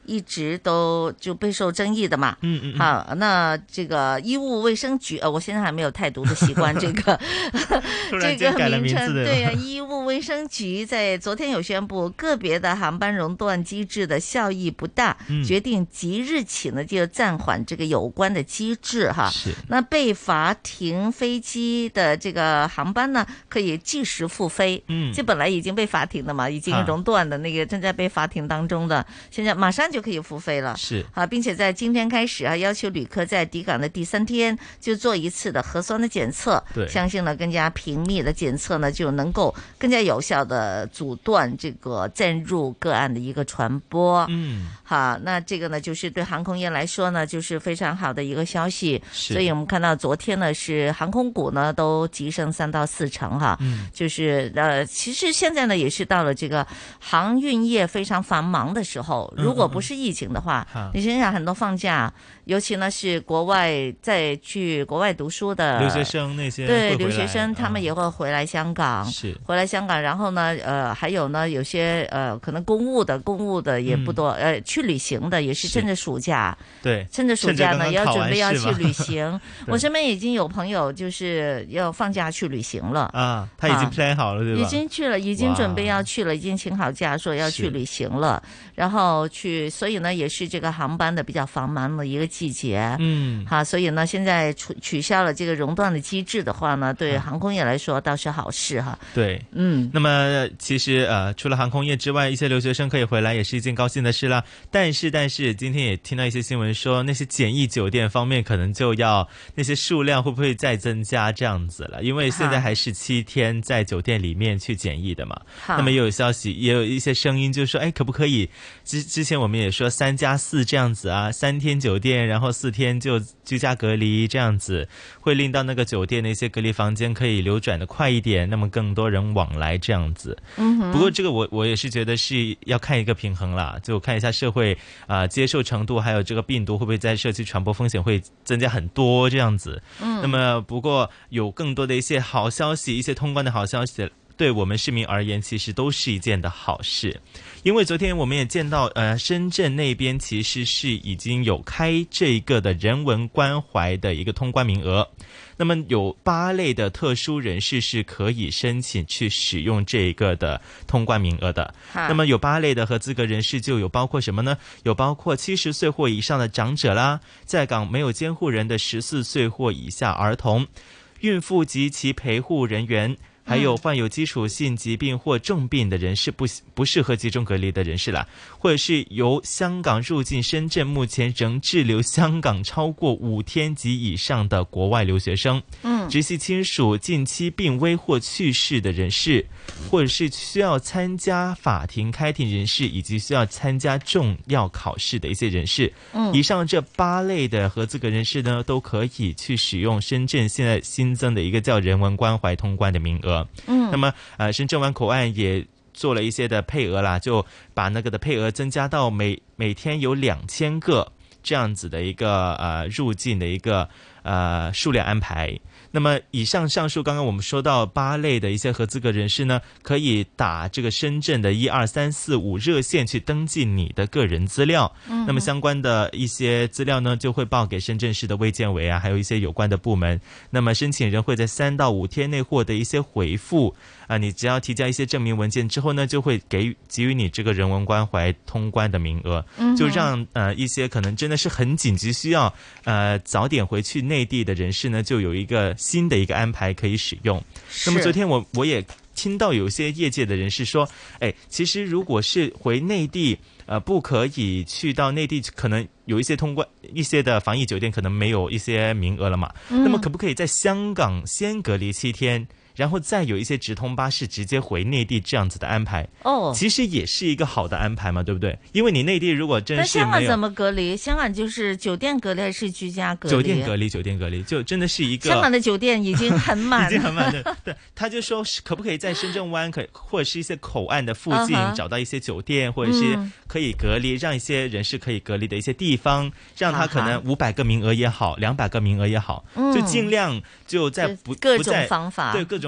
一直都就备受争议的嘛。好，那这个医务卫生局，我现在还没有太读的习惯这个这个名称。对呀，医务卫生局在昨天有宣布，个别的航班熔断机制的效益不大，决定即日起呢就暂缓这个有关的机制哈。是。那被罚停飞机的这个航班呢，可以计时复飞。这本来已经被罚停的嘛，已经熔断的那个正在被罚停当中的，现在马上就可以复飞了。是啊，并且在今天开始啊，要求旅客在抵港的第3天就做一次的核酸的检测。对，相信呢更加频密的检测呢，就能够更加有效的阻断这个暂入个案的一个传播。好，那这个呢就是对航空业来说呢，就是非常好的一个消息。所以我们看到昨天呢是航空股呢都急升3到4成哈。就是其实现在呢也是到了这个航运业非常繁忙的时候，如果不是疫情的话，你想想很多放假，尤其呢是国外在去国外读书的留学生那些， 对留学生他们也会回来香港，是回来香港，然后呢还有呢有些可能公务的也不多，去旅行的也是趁着暑假，对，趁着暑假呢也要准备要去旅行。我身边已经有朋友就是要放假去旅行了啊， 他已经 plan 好了对吧？ 已经去了，已经准备要去了，已经请好假说要去旅行了，然后去，所以呢也是这个航班的比较繁忙的一个季节。好，所以呢现在取消了这个熔断的机制的话呢，对航空业来说倒是好事哈。对，那么其实除了航空业之外，一些留学生可以回来也是一件高兴的事啦。但是今天也听到一些新闻说，那些检疫酒店方面可能就要那些数量会不会再增加这样子了？因为现在还是7天在酒店里面去检疫的嘛。那么也有消息，也有一些声音就说，可不可以之前我们也说3+4这样子啊，3天酒店，然后4天就居家隔离这样子，会令到那个酒店的一些隔离房间可以流转的快一点，那么更多人往来这样子。不过这个我也是觉得是要看一个平衡啦，就看一下社会接受程度，还有这个病毒会不会在社区传播风险会增加很多这样子。那么不过有更多的一些好消息，一些通关的好消息，对我们市民而言其实都是一件的好事。因为昨天我们也见到深圳那边其实是已经有开这个的人文关怀的一个通关名额，那么有8类的特殊人士是可以申请去使用这个的通关名额的。那么有8类的合资格人士就有包括什么呢？有包括70岁或以上的长者啦，在港没有监护人的14岁或以下儿童，孕妇及其陪护人员，还有患有基础性疾病或重病的人士，不适合集中隔离的人士啦，或者是由香港入境深圳目前仍滞留香港超过5天及以上的国外留学生，直系亲属近期病危或去世的人士，或者是需要参加法庭开庭人士，以及需要参加重要考试的一些人士。以上这8类的合资格人士呢，都可以去使用深圳现在新增的一个叫人文关怀通关的名额。那么深圳湾口岸也做了一些的配额啦，就把那个的配额增加到每天有2000个这样子的一个入境的一个数量安排。那么以上述刚刚我们说到8类的一些合资格人士呢，可以打这个深圳的12345热线去登记你的个人资料。那么相关的一些资料呢，就会报给深圳市的卫健委啊，还有一些有关的部门。那么申请人会在3到5天内获得一些回复你只要提交一些证明文件之后呢，就会给予你这个人文关怀通关的名额，就让一些可能真的是很紧急需要早点回去内地的人士呢，就有一个新的一个安排可以使用。那么昨天我也听到有些业界的人士说，其实如果是回内地不可以去到内地，可能有一些通关一些的防疫酒店可能没有一些名额了嘛，那么可不可以在香港先隔离7天，然后再有一些直通巴士直接回内地这样子的安排？其实也是一个好的安排嘛，对不对？因为你内地如果真是没有， 香港怎么隔离？香港就是酒店隔离还是居家隔离？ 酒店隔离就真的是一个， 香港的酒店已经很满已经很满的。对，他就说可不可以在深圳湾或者是一些口岸的附近找到一些酒店，或者是可以隔离，让一些人士可以隔离的一些地方，让他可能500个名额也好，200个名额也好，就尽量就在各种方法， 对各种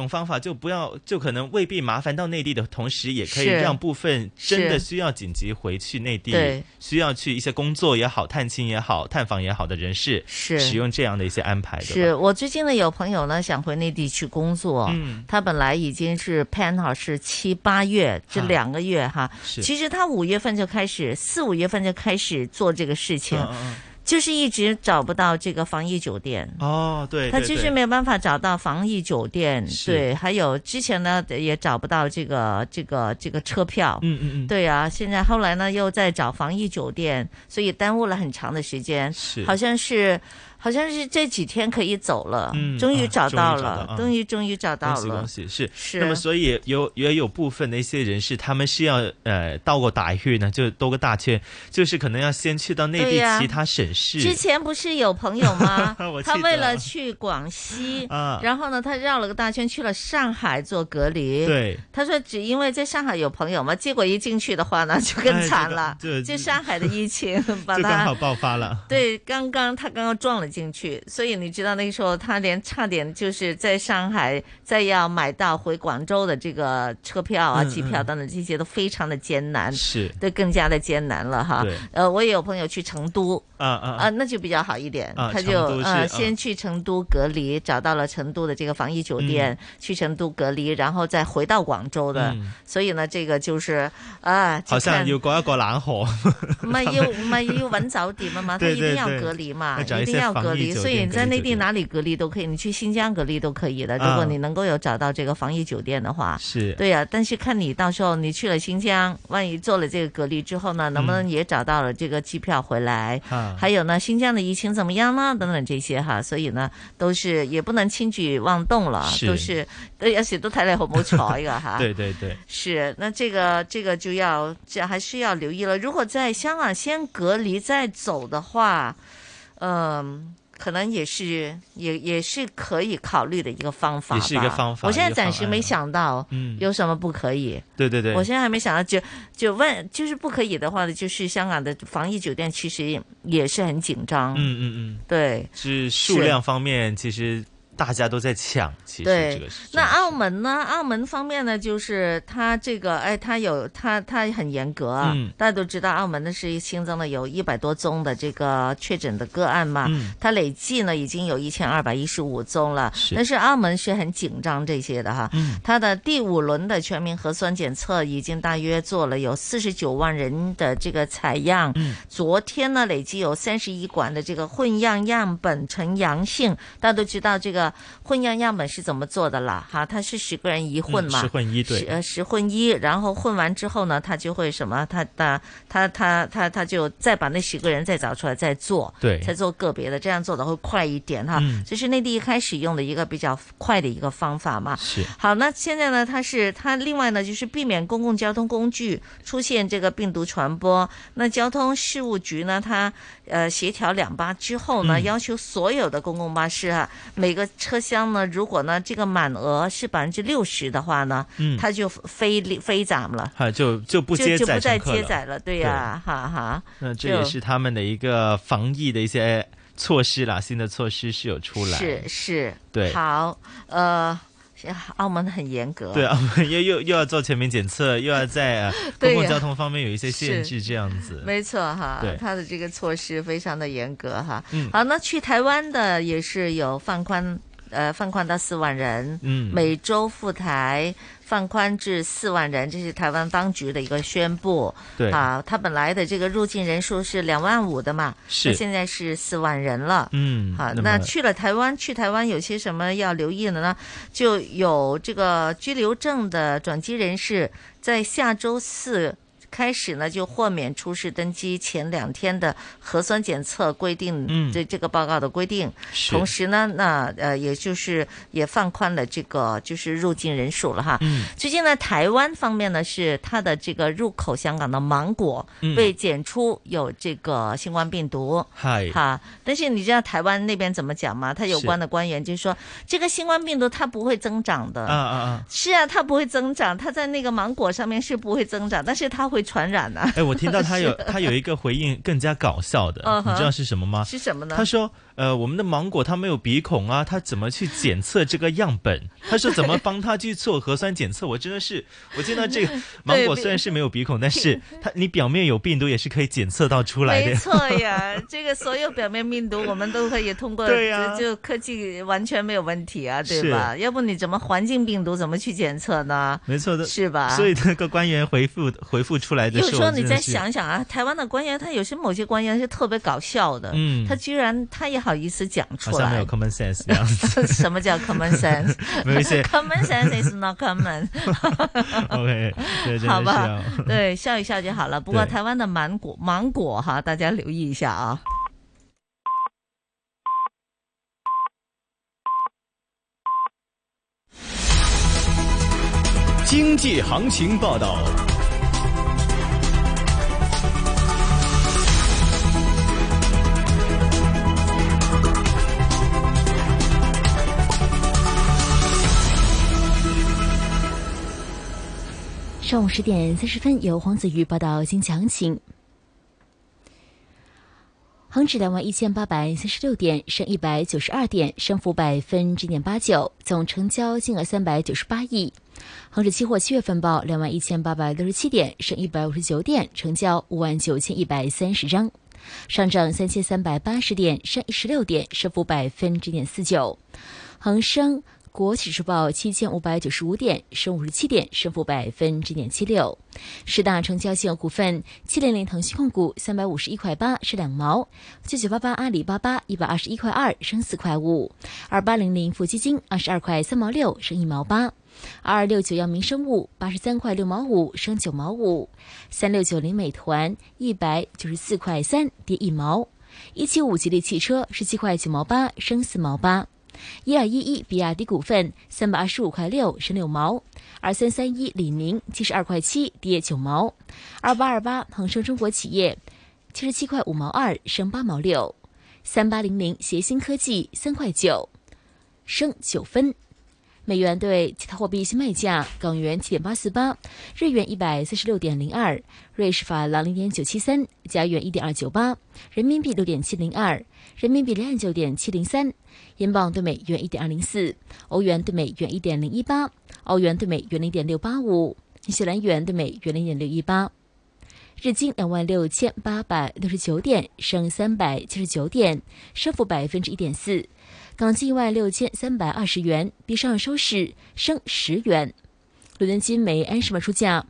种方法就不要，就可能未必麻烦到内地的同时，也可以让部分真的需要紧急回去内地，需要去一些工作也好、探亲也好、探访也好的人士，使用这样的一些安排。 是我最近呢有朋友呢想回内地去工作，他本来已经是 plan 好是7、8月这2个月哈，其实他5月份就开始，4、5月份就开始做这个事情。就是一直找不到这个防疫酒店对， 他其实没有办法找到防疫酒店，对，还有之前呢也找不到这个车票，对啊，现在后来呢又在找防疫酒店，所以耽误了很长的时间，好像是这几天可以走了，终于找到了，终于找到了， 恭喜是。那么所以也有部分的一些人士，他们是要到过大运呢，就兜个大圈，就是可能要先去到内地其他省市。 之前不是有朋友吗？他为了去广西，然后呢，他绕了个大圈去了上海做隔离。 对， 他说只因为在上海有朋友嘛，结果一进去的话呢，就更惨了，就上海的疫情把他就刚好爆发了。 对，他刚刚撞了进去，所以你知道那个时候他差点就是在上海再要买到回广州的这个车票啊、机票等等这些都非常的艰难，对，更加的艰难了哈。我也有朋友去成都，那就比较好一点，他就先去成都隔离，找到了成都的这个防疫酒店，去成都隔离，然后再回到广州的。所以呢，這個就是好像要過一個冷河， 唔係要揾酒店啊嘛，他一定要隔離嘛，一定要隔離。所以你在內地哪裡隔離都可以，你去新疆隔離都可以的。如果你能夠有找到這個防疫酒店的話，對啊。但是看你到時候你去了新疆，萬一做了這個隔離之後呢，能不能也找到了這個機票回來？還有呢，新疆的疫情怎麼樣呢？等等這些哈，所以呢，都是也不能輕舉妄動了，都是有時都睇你好唔好彩噶哈。 對， 是。那這個就要還是要留意了。如果在香港先隔離再走的話，可能也是可以考慮的一個方法吧。 也是一個方法。 我現在暫時沒想到有什麼不可以。 對。 我現在還沒想到，就問，就是不可以的話呢，就是香港的防疫酒店其實也是很緊張。對。 是數量方面，其實大家都在搶，其實這個是。 那澳門呢？澳門方面呢，就是它這個，它很嚴格啊。大家都知道，澳門呢是新增了有100多宗的這個確診的個案嘛。它累計呢已經有1215宗了。但是澳門是很緊張這些的哈。它的第5輪的全民核酸檢測已經大約做了有49萬人的這個採樣。昨天呢累計有31管的這個混樣樣本呈陽性。大家都知道這個混樣樣本是怎麼做的啦？哈，它是10個人一混嘛， 十混一，對 ，10混1，然後混完之後呢，他就會什麼？他就再把那10個人再找出來再做， 對， 再做個別的，這樣做的會快一點哈。這是內地一開始用的一個比較快的一個方法嘛。 是。 好，那現在呢，它另外呢，就是避免公共交通工具出現這個病毒傳播。那交通事務局呢，它協調兩巴之後呢，要求所有的公共巴士啊，每個車廂呢，如果呢這個滿額是60%的話呢，它就非giảm了， 就不接載乘客了， 就不再接載了，對呀，哈。 那這也是他們的一個防疫的一些措施啦，新的措施是有出來， 是， 對， 好，澳門很嚴格， 對，澳門又要做全民檢測，又要在公共交通方面有一些限制，這樣子， 沒錯哈，它的這個措施非常的嚴格哈。好，那去台灣的也是有放寬到4萬人，每週赴台放寬至4萬人，這是台灣當局的一個宣布。 對啊，它本來的這個入境人數是25000的嘛，那現在是4萬人了。好，那去台灣有些什麼要留意的呢？就有這個居留證的轉機人士，在下週4開始呢，就豁免出示登機前2天的核酸檢測規定，這個報告的規定。同時呢，那也就是也放寬了這個就是入境人數了哈。最近呢，台灣方面呢是它的這個入口香港的芒果被檢出有這個新冠病毒，哈。但是你知道台灣那邊怎麼講嗎？它有關的官員就說，這個新冠病毒它不會增長的。是啊，它不會增長，它在那個芒果上面是不會增長，但是它會传染呢？ 哎，我听到他有一个回应更加搞笑的，你知道是什么吗？ 是什么呢？ 他说，我们的芒果它没有鼻孔啊，他怎么去检测这个样本？他说怎么帮他去做核酸检测？我真的是，我见到这个芒果虽然是没有鼻孔，但是你表面有病毒也是可以检测到出来的。 没错呀，这个所有表面病毒我们都可以通过， 对呀， 就科技完全没有问题啊，对吧？要不你怎么环境病毒怎么去检测呢？ 没错的， 是吧？ 所以那个官员回复出来的时候， 有时候你再想想啊，台湾的官员他有些某些官员是特别搞笑的，他居然他也好意思讲出来， 好像没有 common sense 这样子。 什么叫 common sense？ 没有一些 common sense is not common 。 OK， 对， 好吧，对，笑一笑就好了。不过台湾的芒果哈，大家留意一下啊。 经济行情报道。 上午10点30分，由黄子瑜报道经济行情。恒指21836点，升192点，升幅0.89%，总成交金额398亿。恒指期货7月份报21867点，升159点，成交59130张，上涨3380点，升16点，升幅0.49%。恒生国企指数报7595点，升57点，升幅0.76%。十大成交金额股份：700腾讯控股351块8，升2毛；9988阿里巴巴121块2，升4块5；2800富基金22块3毛6，升1毛8；2269阳明生物83块6毛5，升9毛5；3690美团194块3，跌1毛；175吉利汽车17块9毛8，升4毛8；1211比亚迪股份325块6，升6毛；2331李宁72块7，跌9毛；2828恒生中国企业77块5毛2，升8毛6；3800协鑫科技3块9，升9分。美元对其他货币一些卖价：港元7.848，日元146.02，瑞士法郎0.973，加元1.298，人民币6.702，人民币2.9.703，英镑对美元1.204，欧元对美元1.018，澳元对美元0.685，新西兰元对美元0.618。日经26869点，升379点，升幅1.4%。港金16320元，比上收市升10元。伦敦金每安士卖出价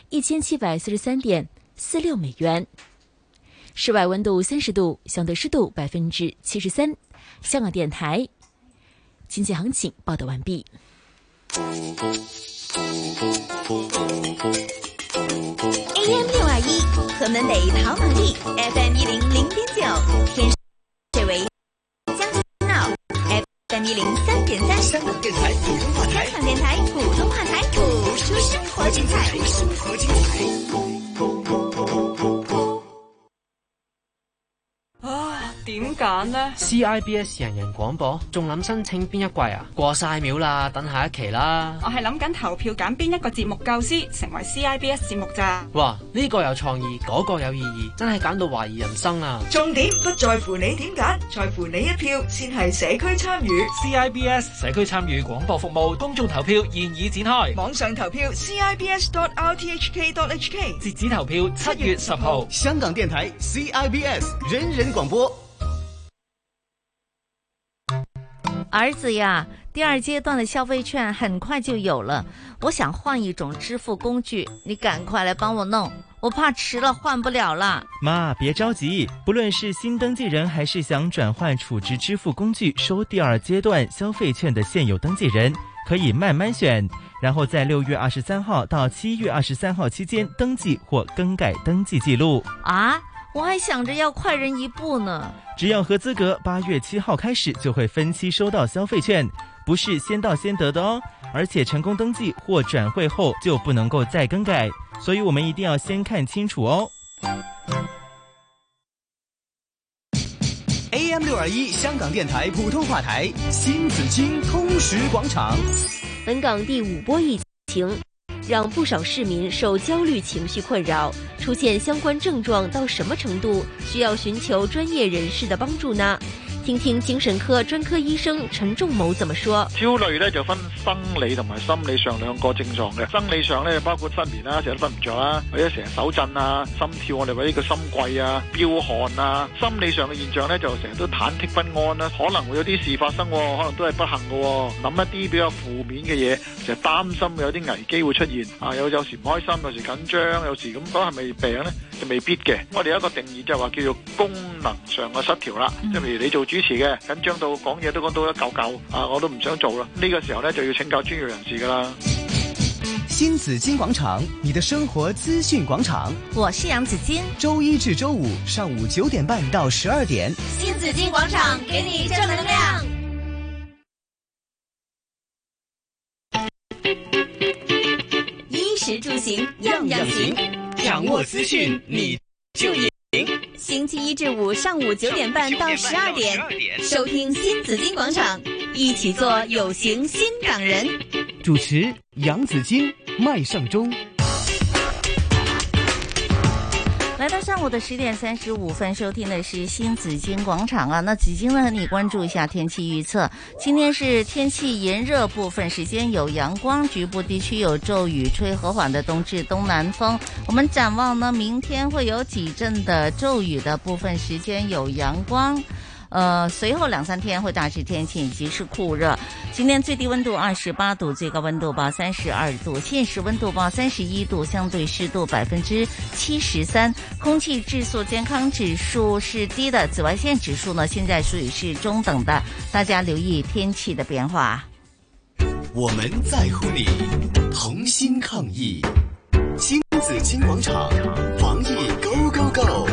1743.46美元。室外温度30度，相对湿度73%。香港电台经济行情报道完毕。 AM621，河门北陶猛地 FM100.9，天水围FM103.3， 香港电台普通话台， 香港电台普通话台，谱出生活精彩， 生活精彩。 點揀呢？ CIBS 人人廣播，仲諗申請邊一季啊？過晒秒啦，等下一期啦。 我係諗緊投票揀邊一個節目教師成為 CIBS 節目咋。 哇，呢個有創意，嗰個有意義，真係揀到懷疑人生啊！ 重點不在乎你點揀，在乎你一票先係社區參與。 CIBS 社區參與廣播服務公眾投票現已展開， 網上投票 CIBS.RTHK.HK， 截止投票7月10號。 香港電台 CIBS 人人廣播。 兒子呀，第二階段的消費券很快就有了，我想換一種支付工具，你趕快來幫我弄，我怕遲了換不了了。 媽，別着急，不論是新登記人還是想轉換儲值支付工具收第二階段消費券的現有登記人，可以慢慢選，然後在6月23號到7月23號期間登記或更改登記記錄。 啊，我還想着要快人一步呢。 只要合資格，8月7號開始就會分期收到消費券，不是先到先得的哦。而且成功登記或轉會後就不能夠再更改，所以我們一定要先看清楚哦。 AM621 香港電台普通話台，新紫荊通識廣場。 本港第5波疫情让不少市民受焦虑情绪困扰。出现相关症状到什么程度，需要寻求专业人士的帮助呢？听聽精神科專科醫生陳仲謀怎麼說。 焦慮咧就分生理同埋心理上兩個症狀嘅。生理上咧包括失眠啦，成日都瞓唔着啦，或者成日手震啊、心跳我哋話呢個心悸啊、飆汗啊。心理上嘅現象咧就成日都忐忑不安啦，可能會有啲事發生，可能都係不幸嘅。諗一啲比較負面嘅嘢，成日擔心有啲危機會出現啊，有時唔開心，有時緊張，有時咁講係咪病咧？就未必嘅。我哋有一個定義就係話叫做功能上嘅失調啦，即係譬如你做主持嘅緊張到講嘢都講到一嚿嚿啊，我都唔想做啦。呢個時候咧就要請教專業人士噶啦。 新紫荊廣場，你的生活資訊廣場， 我是楊子矜。 周一至周五上午9點半到12點， 新紫荊廣場給你正能量。衣食住行樣樣行， 掌握資訊你就贏。 星期一至五上午9點半到12點，收聽新紫荊廣場，一起做有型新港人。 主持楊子矜、麥尚中。 來到上午的10點35分，收聽的是新紫荊廣場啊。那紫荊呢，和你關注一下天氣預測。今天是天氣炎熱，部分時間有陽光，局部地區有驟雨，吹和緩的東至東南風。我們展望呢，明天會有幾陣的驟雨的，部分時間有陽光。隨後2-3天會大致天氣以及是酷熱。今天最低溫度28度，最高溫度報32度，現時溫度報31度，相對濕度73%，空氣質素健康指數是低的，紫外線指數呢現在屬於是中等的，大家留意天氣的變化。 我們在乎你，同心抗疫，新紫荊廣場，防疫 Go Go Go。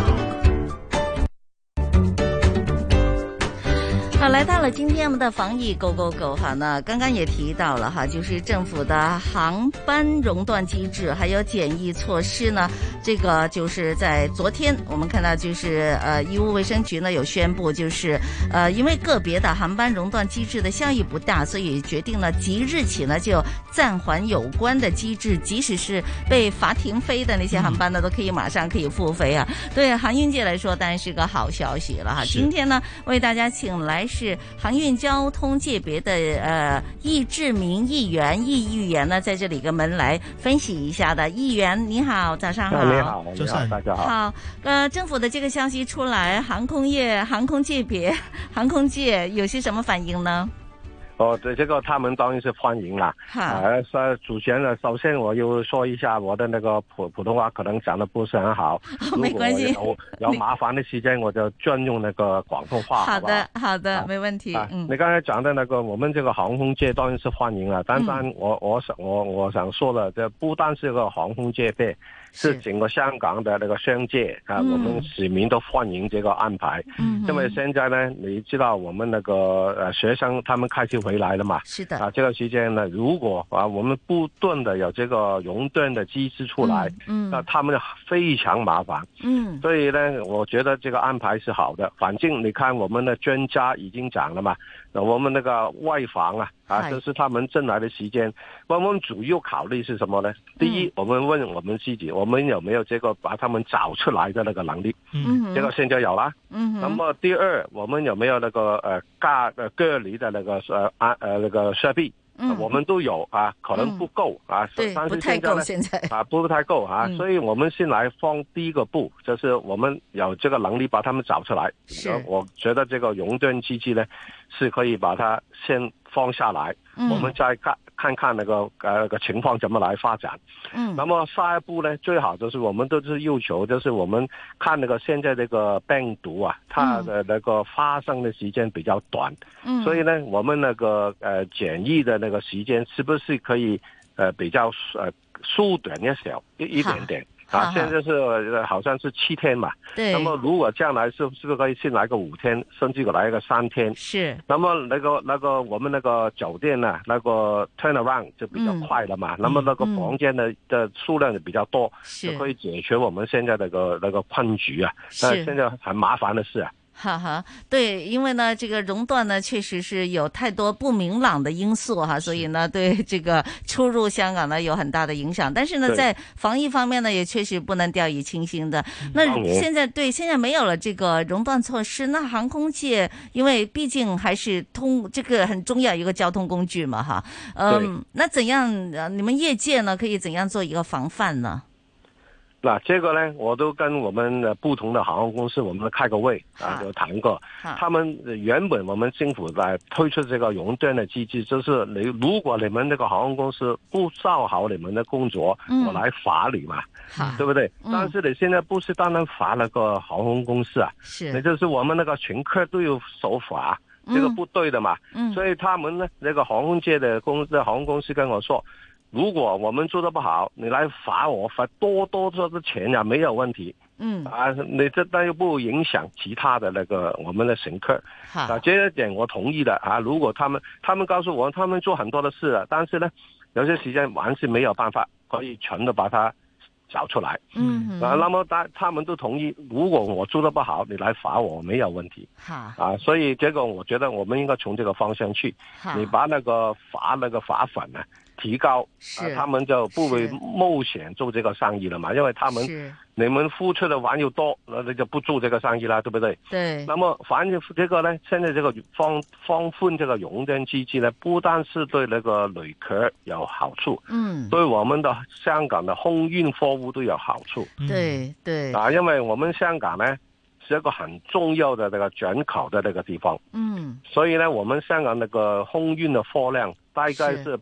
好，來到了今天我們的防疫 Go Go Go 哈，那剛剛也提到了哈，就是政府的航班熔斷機制還有檢疫措施呢，這個就是在昨天我們看到就是醫務衛生局呢有宣布，就是因為個別的航班熔斷機制的效益不大，所以決定了即日起呢就暫緩有關的機制，即使是被罰停飛的那些航班呢都可以馬上可以復飛啊。對航運界來說當然是個好消息了哈。今天呢為大家請來是航運交通界別的易志明議員呢，在這裏跟我們來分析一下的。議員你好，早上好。 你好，早上大家好。 好，政府的這個消息出來，航空界有些什麼反應呢？ 對這個他們當然是歡迎啦。主持人呢，首先我要說一下我的那個普通話可能講得不是很好， 沒關係。 如果有麻煩的時間，我就轉用那個廣東話。 好的，沒問題。 你剛才講的那個，我們這個航空界當然是歡迎了，但我想說的，這不單是個航空界別，是整個香港的那個商界啊，我們市民都歡迎這個安排。因為現在呢，你知道我們那個學生他們開始回來了嘛？是的。這個時間呢，如果我們不斷的有這個熔斷的機制出來，那他們非常麻煩。所以呢，我覺得這個安排是好的。反正你看我們的專家已經講了嘛，我們那個外防這是他們進來的時間。我們主要考慮是什麼呢？第一，我們問我們自己，我們有沒有這個把他們找出來的那個能力？這個現在有啦。那麼第二，我們有沒有那個隔離的那個那個設備？我們都有可能不夠對，不太夠現在不太夠所以我們先來放第一個步，就是我們有這個能力把他們找出來。我覺得這個熔斷機制呢，是可以把它先放下來，我們再看看那個情況怎麼來發展。那麼下一步呢，最好就是我們都是要求，就是我們看那個現在這個病毒它的那個發生的時間比較短，所以呢，我們那個檢疫的那個時間是不是可以比較縮短一點點？現在是好像是7天嘛。對。那麼如果將來是不是可以先來個5天，甚至來個3天？是。那麼那個我們那個酒店呢，那個 turnaround 就比較快了嘛。那麼那個房間的數量就比較多，就可以解決我們現在那個困局是。但現在很麻煩的事哈哈，对，因为呢，这个熔断呢，确实是有太多不明朗的因素哈，所以呢，对这个出入香港呢有很大的影响。但是呢，在防疫方面呢，也确实不能掉以轻心的。那现在没有了这个熔断措施，那航空界因为毕竟还是这个很重要一个交通工具嘛哈，那怎样你们业界呢可以怎样做一个防范呢？ 那这个呢，我都跟我们不同的航空公司，我们开个会啊，有谈过。他们原本我们政府来推出这个熔断的机制，就是如果你们这个航空公司不做好你们的工作，我来罚你嘛，对不对？但是你现在不是单单罚那个航空公司啊，那就是我们那个乘客都有守法，这个不对的嘛。所以他们呢，那个航空界的航空公司跟我说，如果我们做得不好，你来罚我，罚多的钱呀，没有问题。你但又不影响其他的那个我们的乘客。这一点我同意的啊。如果他们告诉我，他们做很多的事了，但是呢，有些时间还是没有办法可以全的把它找出来。那么他们都同意，如果我做得不好，你来罚我没有问题。所以这个我觉得我们应该从这个方向去，你把那个罚款呢提高，他们就不会冒险做这个生意了嘛，因为你们付出的玩又多，那你就不做这个生意了，对不对？ 对。 那么反正这个呢，现在这个放宽这个熔断机制呢，不但是对那个旅客有好处，对我们的香港的空运货物都有好处。 对对。 因为我们香港呢是一个很重要的那个转口的那个地方，所以呢，我们香港那个空运的货量大概是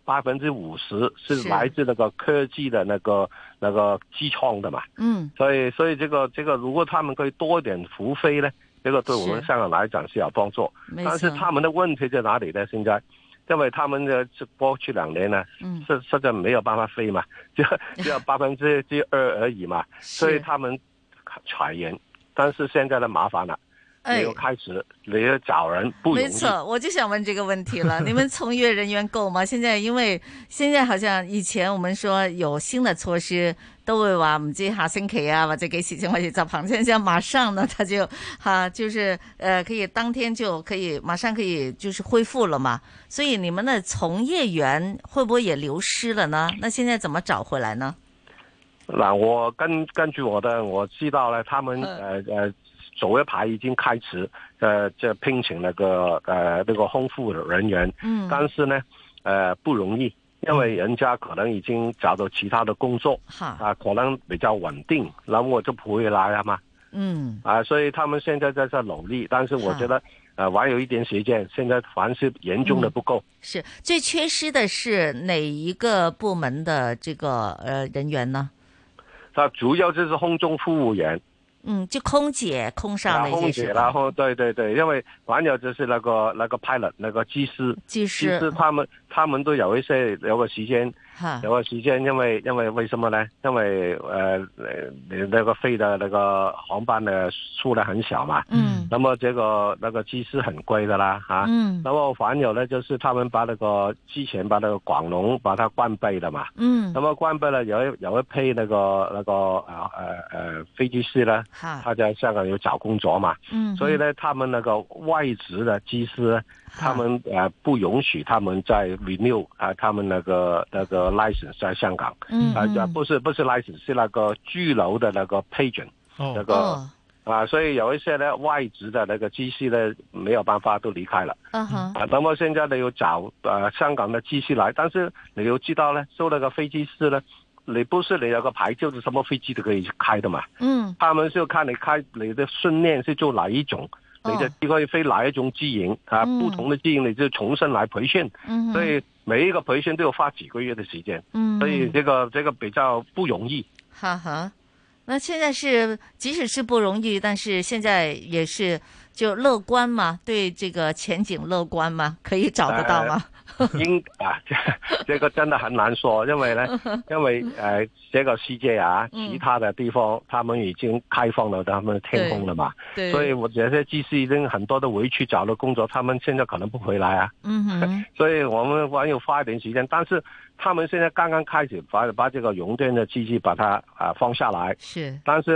50%是来自那个科技的那个机舱的嘛，所以这个如果他们可以多一点服务费呢，这个对我们香港来讲是有帮助。但是他们的问题在哪里呢？现在因为他们的过去2年呢，实在没有办法飞嘛，只有2%而已嘛，所以他们裁员。但是现在的麻烦了，你又开始你要找人不容易。 没错，我就想问这个问题了。你们从业人员够吗？因为现在好像以前我们说有新的措施，都會話唔知下星期啊，或者幾時先可以執行。現在馬上呢，他就就是可以當天就可以馬上可以就是恢復了嘛。所以你們的從業員會不會也流失了呢？那現在怎麼找回來呢？ 嗱，我根據我知道呢，他們早一排已經開始這聘請那個空服人員，但是呢不容易，因為人家可能已經找到其他的工作，可能比較穩定，然後我就不會來了嘛。所以他們現在在這努力，但是我覺得還有一點時間，現在還是嚴重的不夠。 是最缺失的是哪一個部門的這個人員呢？ 它主要就是空中服務員。 就空姐、空上的一些。空姐啦，對，因為還有就是那個 pilot 那個機師，他們都有個時間，因為為什麼呢？因為你那個飛的那個航班的數量很小嘛，那麼那個機師很貴的啦，那麼還有呢，就是他們把之前把那個廣龍把它關閉了嘛，那麼關閉了有一批那個飛機師呢，他在香港有找工作嘛，所以呢，他們那個外籍的機師呢，他們不允許他們在 renew 他們那個 license 在香港，不是 license 是那個居留的那個 pagent，所以有一些呢外籍的那個機師呢沒有辦法都離開了，那麼現在你要找香港的機師來，但是你要知道呢，做那個飛機師呢，你不是你有個牌就是什麼飛機都可以開的嘛，他們就看你開你的訓練是做哪一種，你就可以飛哪一種機型不同的機型你就重新來培訓，所以每一個培訓都要花幾個月的時間，所以這個比較不容易。 那現在是即使是不容易，但是現在也是就樂觀嘛，對這個前景樂觀嘛，可以找得到嗎？ 這個真的很難說，因為這個世界其他的地方他們已經開放了他們的天空了嘛，所以我這些機師已經很多都回去找了工作，他們現在可能不回來所以我們還要花一點時間，但是他們現在剛剛開始把這個熔斷的機制把它放下來，但是呢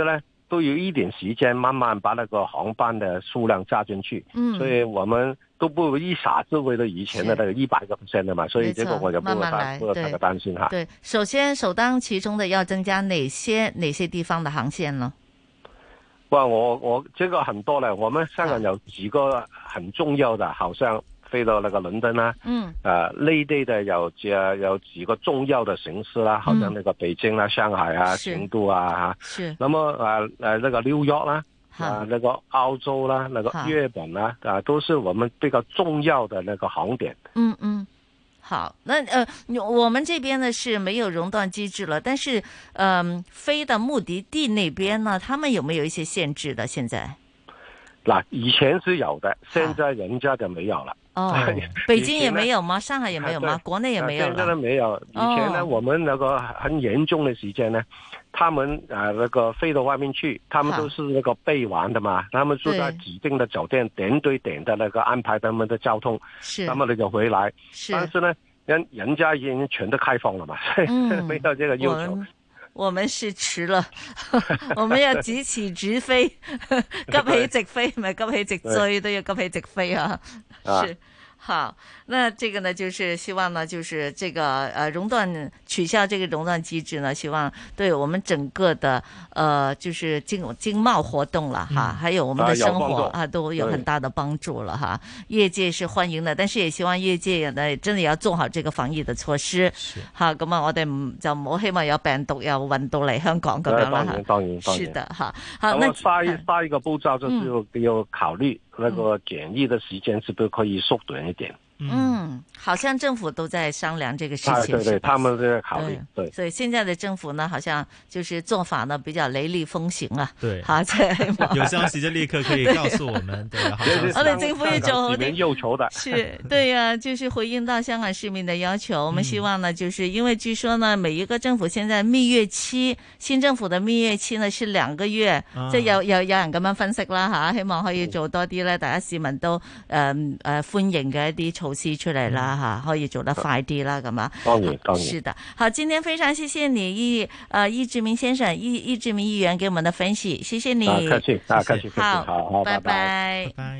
都有一点时间慢慢把那个航班的数量加进去，所以我们都不一下子为了以前的那个100%的嘛，所以这个我就不太担心哈。 对，首先首当其冲的要增加哪些地方的航线呢？ 哇，我这个很多了，我们香港有几个很重要的，好像飞到那个伦敦啦，内地的有几个重要的城市啦，好像那个北京啦、上海啊、成都啊，是。那么那个纽约啦，那个澳洲啦，那个日本啦，都是我们比较重要的那个航点。 好，那我们这边呢是没有熔断机制了，但是飞的目的地那边呢，他们有没有一些限制的？现在？ 以前是有的，现在人家就没有了。 北京也没有吗？上海也没有吗？国内也没有了。 现在都没有。以前呢，我们那个很严重的时间呢，他们那个飞到外面去，他们都是那个备完的嘛，他们住在指定的酒店，点对点的那个安排他们的交通，那么你就回来。但是呢，人家已经全都开放了嘛，没有这个要求。 我们是遲了，我們要急起直飛，急起直飛，唔係急起直追，都要急起直飛啊！是。好，那這個呢，就是希望呢，就是這個取消這個熔斷機制呢，希望對我們整個的就是經貿活動了哈，還有我們的生活都有很大的幫助了哈。業界是歡迎的，但是也希望業界呢真的要做好這個防疫的措施。好，咁啊，我哋就唔好希望有病毒又運到嚟香港咁樣啦。當然，是的哈。好，那下一個步驟就是要考慮那個檢疫的時間是不是可以縮短一點？ 好像政府都在商量這個事情， 對，他們都在考慮。對， 所以現在的政府呢，好像就是做法呢比較雷厲風行啊。 對， 好， 有消息就立刻可以告訴我們。對， 我哋政府要做好啲要求的。 是，對呀，就是回應到香港市民的要求。我們希望呢，就是因為據說呢，每一個政府現在蜜月期，新政府的蜜月期呢是2個月，即係有人咁樣分析啦吓，希望可以做多啲咧，大家市民都歡迎嘅一啲措施出嚟啦吓，可以做得快啲啦咁啊。 當然， 是的。好，今天非常謝謝你易志明先生，易志明議員給我們的分析，謝謝你。 客氣，客氣， 好，拜拜， 拜拜。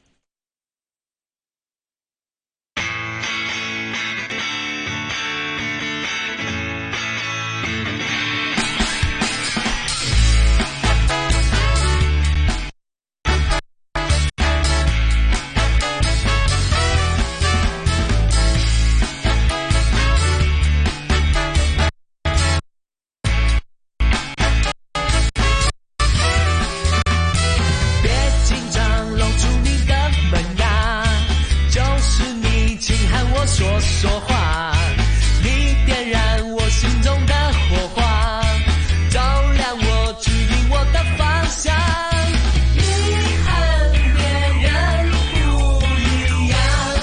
说话，你点燃我心中的火花，照亮我，指引我的方向。你和别人不一样，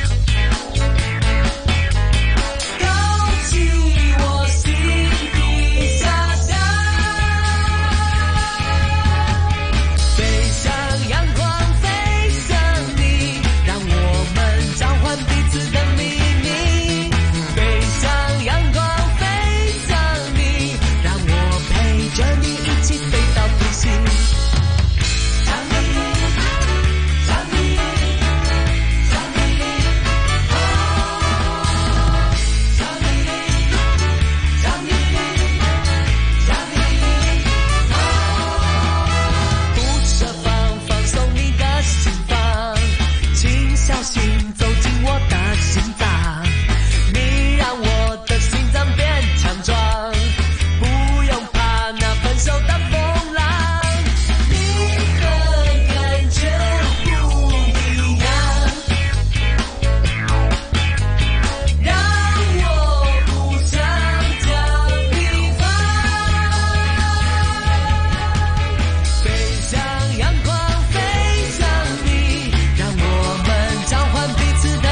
勾起我心底遐想，飞向阳光，飞向你，让我们交换彼此的秘密。彼此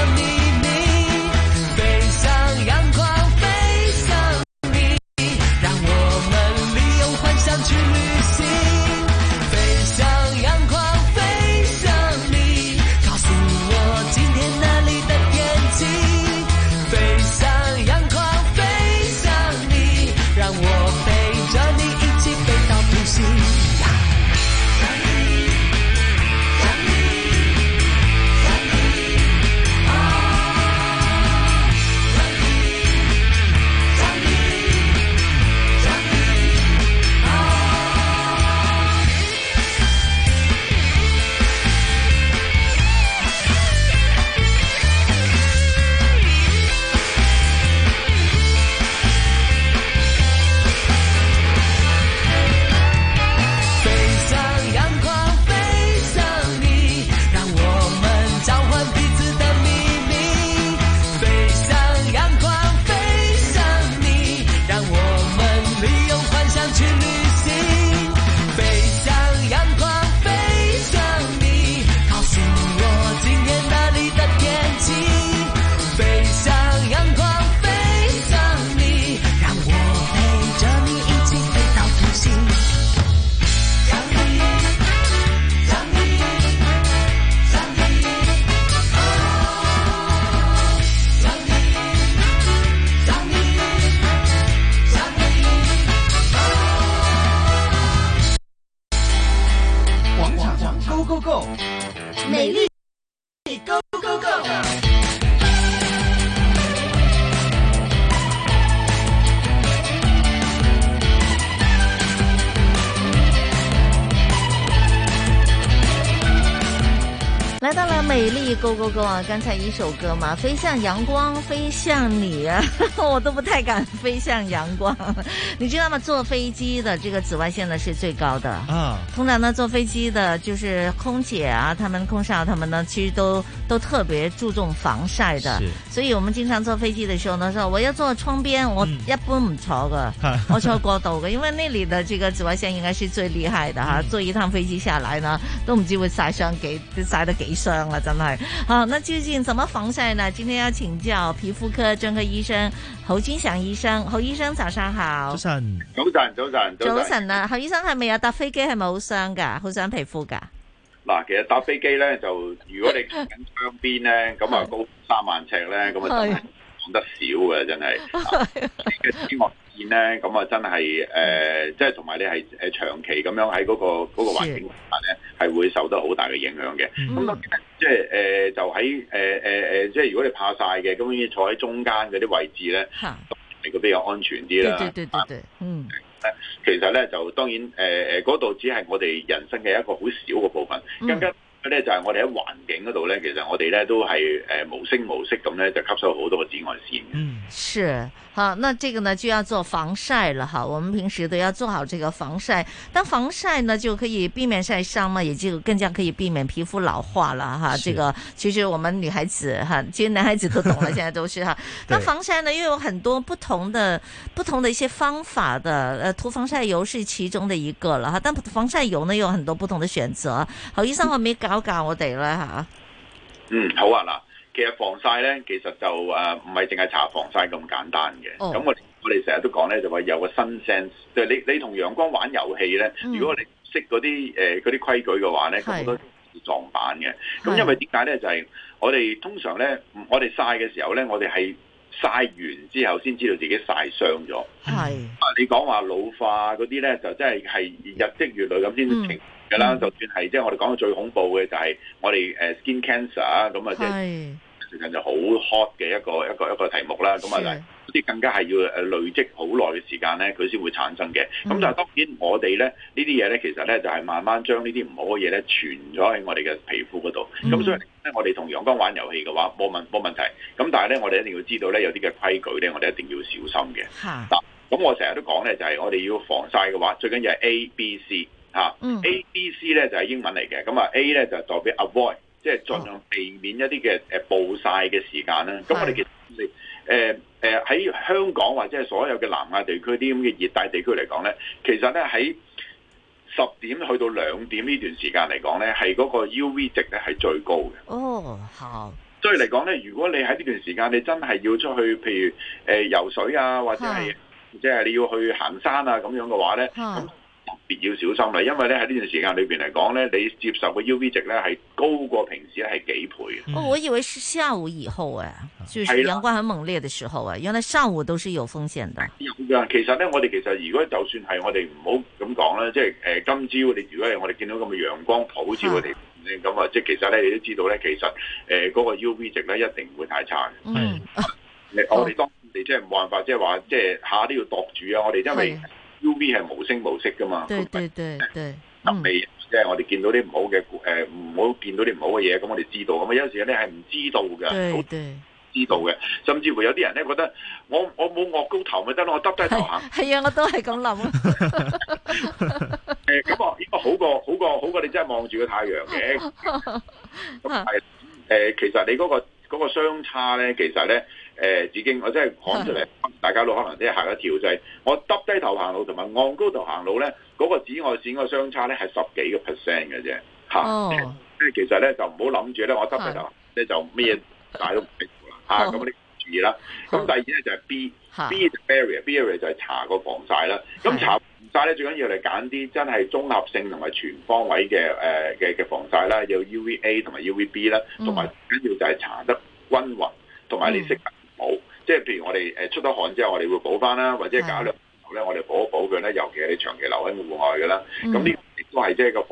Go Go！ 来到了美丽 Go Go Go 啊！刚才一首歌嘛，飞向阳光，飞向你啊！我都不太敢飞向阳光。你知道吗？坐飞机的这个紫外线呢是最高的啊。通常呢，坐飞机的就是空姐啊，他们空少他们呢，其实都特别注重防晒的。所以我們經常坐飛機的時候呢，說我要坐窗邊，我一般唔坐噶，我坐過道嘅，因為那裡的這個紫外線應該是最厲害的哈。坐一趟飛機下來呢，都唔知會曬得幾傷啦，真係。好，那究竟怎麼防曬呢？今天要請教皮膚科專科醫生侯君祥醫生。侯醫生早上好。 早晨。 早晨啊，侯醫生係咪有搭飛機係咪好傷㗎？好傷皮膚㗎？ 嗱，其實搭飛機咧，就如果你近窗邊咧，咁啊高3萬尺咧，咁啊真係講得少嘅，真係。嘅紫外線咧，咁啊真係即係同埋你係長期咁樣喺嗰個環境下咧，係會受得好大嘅影響嘅。咁當然即係就喺即係如果你怕曬嘅，咁要坐喺中間嗰啲位置咧，係會比較安全啲啦。對，嗯。其實咧就當然嗰度只係我哋人生嘅一個好少嘅部分，更加咧就係我哋喺環境嗰度咧，其實我哋咧都係無聲無息咁咧就吸收好多嘅紫外線嘅。嗯，是。好，那這個呢就要做防曬了哈。我們平時都要做好這個防曬，但防曬呢就可以避免曬傷嘛，也就更加可以避免皮膚老化了哈。這個其實我們女孩子哈，其實男孩子都懂了，現在都是哈。那防曬呢又有很多不同的一些方法的，塗防曬油是其中的一個了哈。但防曬油呢有很多不同的選擇。侯醫生可唔可以教我哋咧吓？嗯，好啊嗱。其實防曬咧，其實就唔係淨係搽防曬咁簡單嘅。咁我哋成日都講咧，就話有個新 sense， 就係你同陽光玩遊戲咧，如果你識嗰啲規矩嘅話咧，咁好多撞板嘅。咁因為點解咧？就係我哋通常咧，我哋曬嘅時候咧，我哋係曬完之後先知道自己曬傷咗。係。你講話老化嗰啲咧，就真係日積月累咁先情。嘅啦，就算係即係我哋講到最恐怖嘅就係我哋skin cancer 啊，咁啊即係最近就好 hot 嘅一個題目啦。咁啊嗰啲更加係要累積好耐嘅時間咧，佢先會產生嘅。咁但係當然我哋咧呢啲嘢咧，其實咧就係慢慢將呢啲唔好嘅嘢咧傳咗喺我哋嘅皮膚嗰度。咁所以咧我哋同陽光玩遊戲嘅話冇問題。咁但係咧我哋一定要知道咧有啲嘅規矩咧，我哋一定要小心嘅。嗱，咁我成日都講咧就係我哋要防曬嘅話，最緊要係 A、B、C。A、B、C 咧就係英文嚟嘅，咁啊 A 咧就代表 avoid， 即係盡量避免一啲嘅暴曬嘅時間啦。咁我哋其實喺香港或者係所有嘅南亞地區啲咁嘅熱帶地區嚟講咧，其實咧喺10點去到2點呢段時間嚟講咧，係嗰個 UV 值咧係最高嘅。哦，好。所以嚟講咧，如果你喺呢段時間你真係要出去，譬如游水啊，或者係即係你要去行山啊咁樣嘅話咧，咁特別要小心啦，因為咧喺呢段時間裏邊嚟講咧，你接受嘅 UV 值咧係高過平時係幾倍嘅。哦，我以為是下午以後就是陽光很猛烈的時候原來上午都是有風險的。有㗎，其實咧我哋如果就算係我哋唔好咁講啦，即係今朝如果係我哋見到咁嘅陽光普照嘅地方咧，咁即係其實咧你都知道咧，其實嗰個 UV 值咧一定唔會太差嘅。我哋當你即係冇辦法，即係話即係下都要度住啊！我哋因為UV 係無聲無息噶嘛，對，即係我哋見到啲唔好嘅唔好見到啲唔好嘅嘢，咁我哋知道。咁有時咧係唔知道嘅，知道嘅，甚至乎有啲人咧覺得我冇惡高頭咪得咯，我耷低頭行。係啊，我都係咁諗。咁啊，應該好過你真係望住個太陽嘅。咁係其實你嗰個相差咧，其實咧。已經我真係講出嚟，大家都可能即係嚇一跳，就係我耷低頭行路同埋昂高頭行路咧，嗰個紫外線個相差咧係10幾個%嘅啫，嚇！即係其實咧就唔好諗住咧，我耷低頭咧就咩嘢都唔識啦，嚇！咁你注意啦。咁第二咧就係 B 就 barrier 就係搽個防曬啦。咁搽防曬咧最緊要嚟揀啲真係綜合性同埋全方位嘅防曬啦，有 UVA 同埋 UVB 啦，同埋緊要就係搽得均勻，同埋你識得補，即係譬如我哋出咗汗之後，我哋會補翻啦，或者搞兩咧，我哋補一補佢咧，尤其係你長期留喺戶外嘅啦。咁呢亦都係即係個防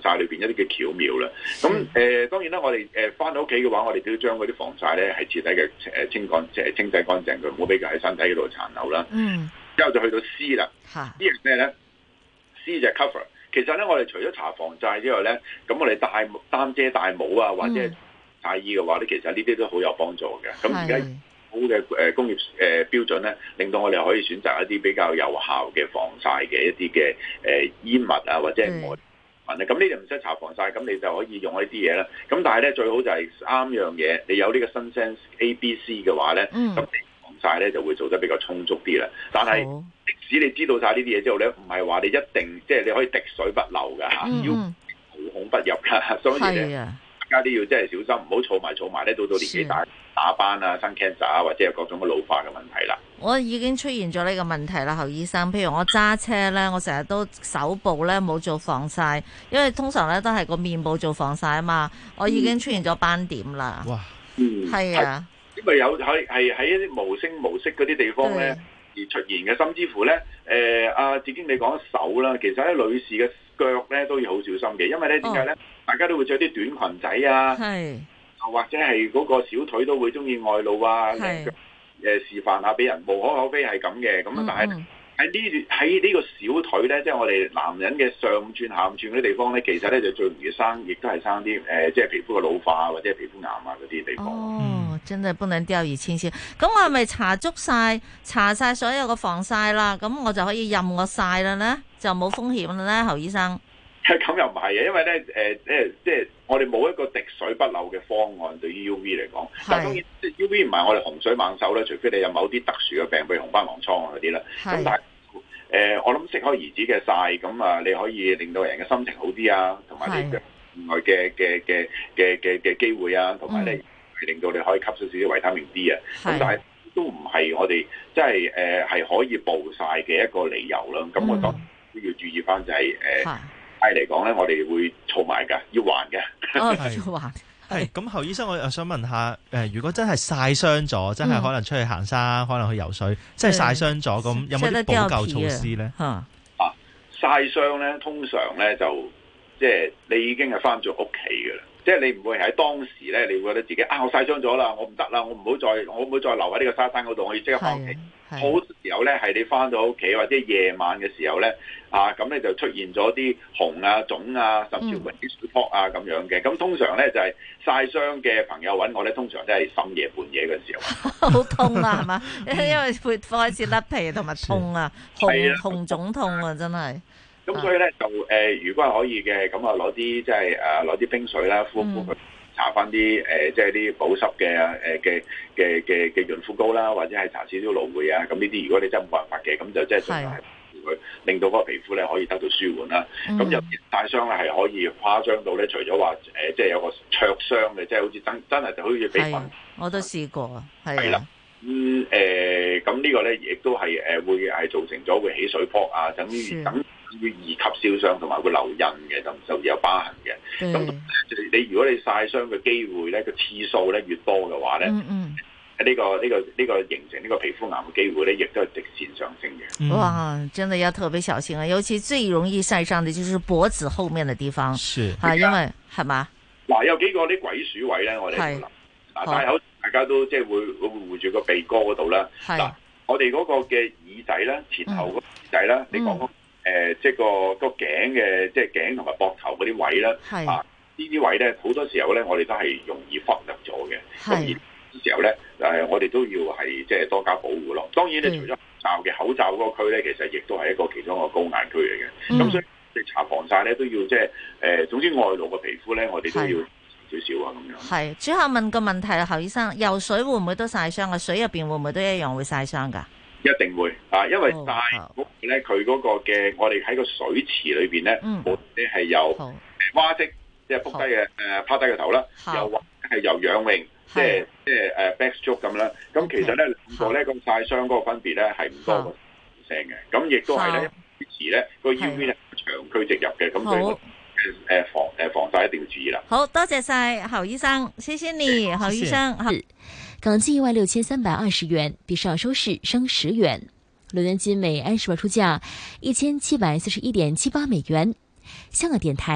曬裏邊一啲嘅巧妙啦。咁當然啦，我哋翻到屋企嘅話，我哋都要將嗰啲防曬咧係徹底嘅清洗乾淨佢，唔好俾佢喺身體嗰度殘留啦。之後就去到 C 啦。C 係咩咧 ？C 就係 cover。其實咧，我哋除咗搽防曬之外咧，咁我哋擔遮戴帽啊，或者曬衣嘅話咧，其實呢啲都好有幫助嘅。咁而家好嘅工業標準咧，令到我哋可以選擇一啲比較有效嘅防曬嘅一啲嘅衣物啊，或者外物咧。咁呢啲唔使搽防曬，咁你就可以用呢啲嘢啦。咁但係咧，最好就係3樣嘢，你有呢個新 sense ABC 嘅話咧，咁你防曬咧就會做得比較充足啲啦。但係即使你知道晒呢啲嘢之後咧，唔係話你一定即係你可以滴水不漏㗎嚇，要無孔不入㗎，所以咧。大家都要真係小心，唔好儲埋咧，到年紀大打斑啊、生 cancer 啊，或者有各種嘅老化嘅問題啦。 我已經出現咗呢個問題啦，侯醫生。譬如我揸車咧，我成日都手部咧冇做防曬，因為通常咧都係個面部做防曬啊嘛。我已經出現咗斑點啦。哇，係啊， 因為有係喺一啲無聲無息嗰啲地方咧而出現嘅，甚至乎咧阿志經你講手啦，其實咧女士嘅腳咧都要好小心嘅，因為咧點解咧？大家都會着啲短裙仔啊，或者係嗰個小腿都會中意外露啊，示範下俾人，無可厚非係咁嘅。咁但係喺呢個小腿咧，即係我哋男人嘅上轉下轉嗰啲地方咧，其實咧就最容易生，亦都係生啲即係皮膚嘅老化或者皮膚癌啊嗰啲地方。 哦，真係不能掉以輕心。咁我係咪搽晒所有嘅防曬啦？咁我就可以任我曬啦咧，就冇風險啦咧，侯醫生。 咁又唔係嘅，因為咧即係我哋冇一個滴水不漏嘅方案對於 UV 嚟講。但當然 UV 唔係我哋洪水猛獸啦，除非你有某啲特殊嘅病，譬如紅斑狼瘡嗰啲啦。咁但係我諗適可而止嘅曬，咁啊你可以令到人嘅心情好啲啊，同埋你另外嘅機會啊，同埋你令到你可以吸收少少維他命 D 啊。咁但係都唔係我哋即係係可以暴曬嘅一個理由啦。咁我當然都要注意翻就係嚟講咧，我哋會儲埋㗎，要還嘅。 要還。 係咁，侯醫生，我又想問下，如果真係曬傷咗，真係可能出去行山，可能去游水，真係曬傷咗，咁有冇啲補救措施咧？ 曬傷咧，通常咧就即係你已經係翻咗屋企㗎啦。即係你唔會喺當時咧，你會覺得自己我曬傷咗啦，我唔得啦，我唔好再留喺呢個沙灘嗰度，我要即刻翻屋企。好時候咧係你翻到屋企或者夜晚嘅時候咧，咁咧就出現咗啲紅啊、腫啊，甚至乎啲水泡啊咁樣嘅。咁通常咧就係曬傷嘅朋友揾我咧，通常都係深夜半夜嘅時候。 好痛啊，係嘛？因為會開始甩皮同埋痛啊，紅腫痛啊，真係。 咁所以咧就如果係可以嘅，咁啊攞啲即係攞啲冰水啦，敷佢，搽翻啲即係啲保濕嘅潤膚膏啦，或者係搽少少蘆薈啊。咁呢啲如果你真係冇辦法嘅，咁就即係盡量佢令到嗰個皮膚咧可以得到舒緩啦。咁有啲曬傷咧係可以誇張到咧，除咗話即係有個灼傷嘅，即係好似真係就好似俾粉。我都試過啊， 係啦。咁呢個咧亦都係會係造成咗會起水泡啊，等於二級燒傷同埋會留印嘅，就有疤痕嘅。咁你如果你曬傷嘅機會咧，個次數咧越多嘅話咧，呢個形成呢個皮膚癌嘅機會咧，亦都係直線上升嘅。 哇，真係要特別小心啊！尤其最容易曬傷嘅就是脖子後面嘅地方，因為係嘛？ 嗱，有幾個啲鬼鼠位咧，我哋戴口大家都即係會護住個鼻哥嗰度啦。嗱，我哋嗰個嘅耳仔啦，前後嗰個耳仔啦，你講即係個頸嘅，即係頸同埋膊頭嗰啲位啦，呢啲位咧好多時候咧，我哋都係容易忽略咗嘅。咁而時候咧，我哋都要係即係多加保護咯。當然，你除咗口罩嗰個區咧，其實亦都係一個其中一個高危區嚟嘅。咁所以你搽防曬咧都要即係總之外露嘅皮膚咧，我哋都要少少啊咁樣。係， 最後問個問題啦，侯醫生，游水會唔會都曬傷啊？水入邊會唔會都一樣會曬傷㗎？ 一定會因為曬咧，佢嗰個嘅我哋喺個水池裏邊咧，無論你係由蛙式即係撲低嘅趴低嘅頭啦，又或者係由仰泳即係backstroke 咁啦。咁其實咧兩個咧咁曬傷嗰個分別咧係唔多個聲嘅。咁亦都係咧水池咧個 UV 咧長驅直入嘅。咁所以防曬一定要注意啦。 好多謝晒侯醫生，謝謝你，侯醫生。 港金16320元，比上周市升10元。伦敦金每安士卖出价1741.78美元。香港電台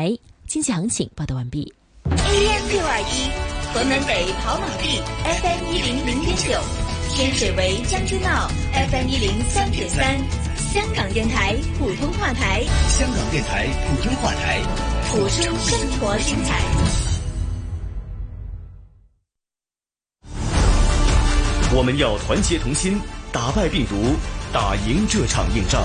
经济行情报道完毕。 AM621 河门北跑马地 FM100.9，天水围将军澳 FM103.3，香港电台普通话台， 香港电台普通话台， 谱出生活精彩。 我们要团结同心，打败病毒，打赢这场硬仗。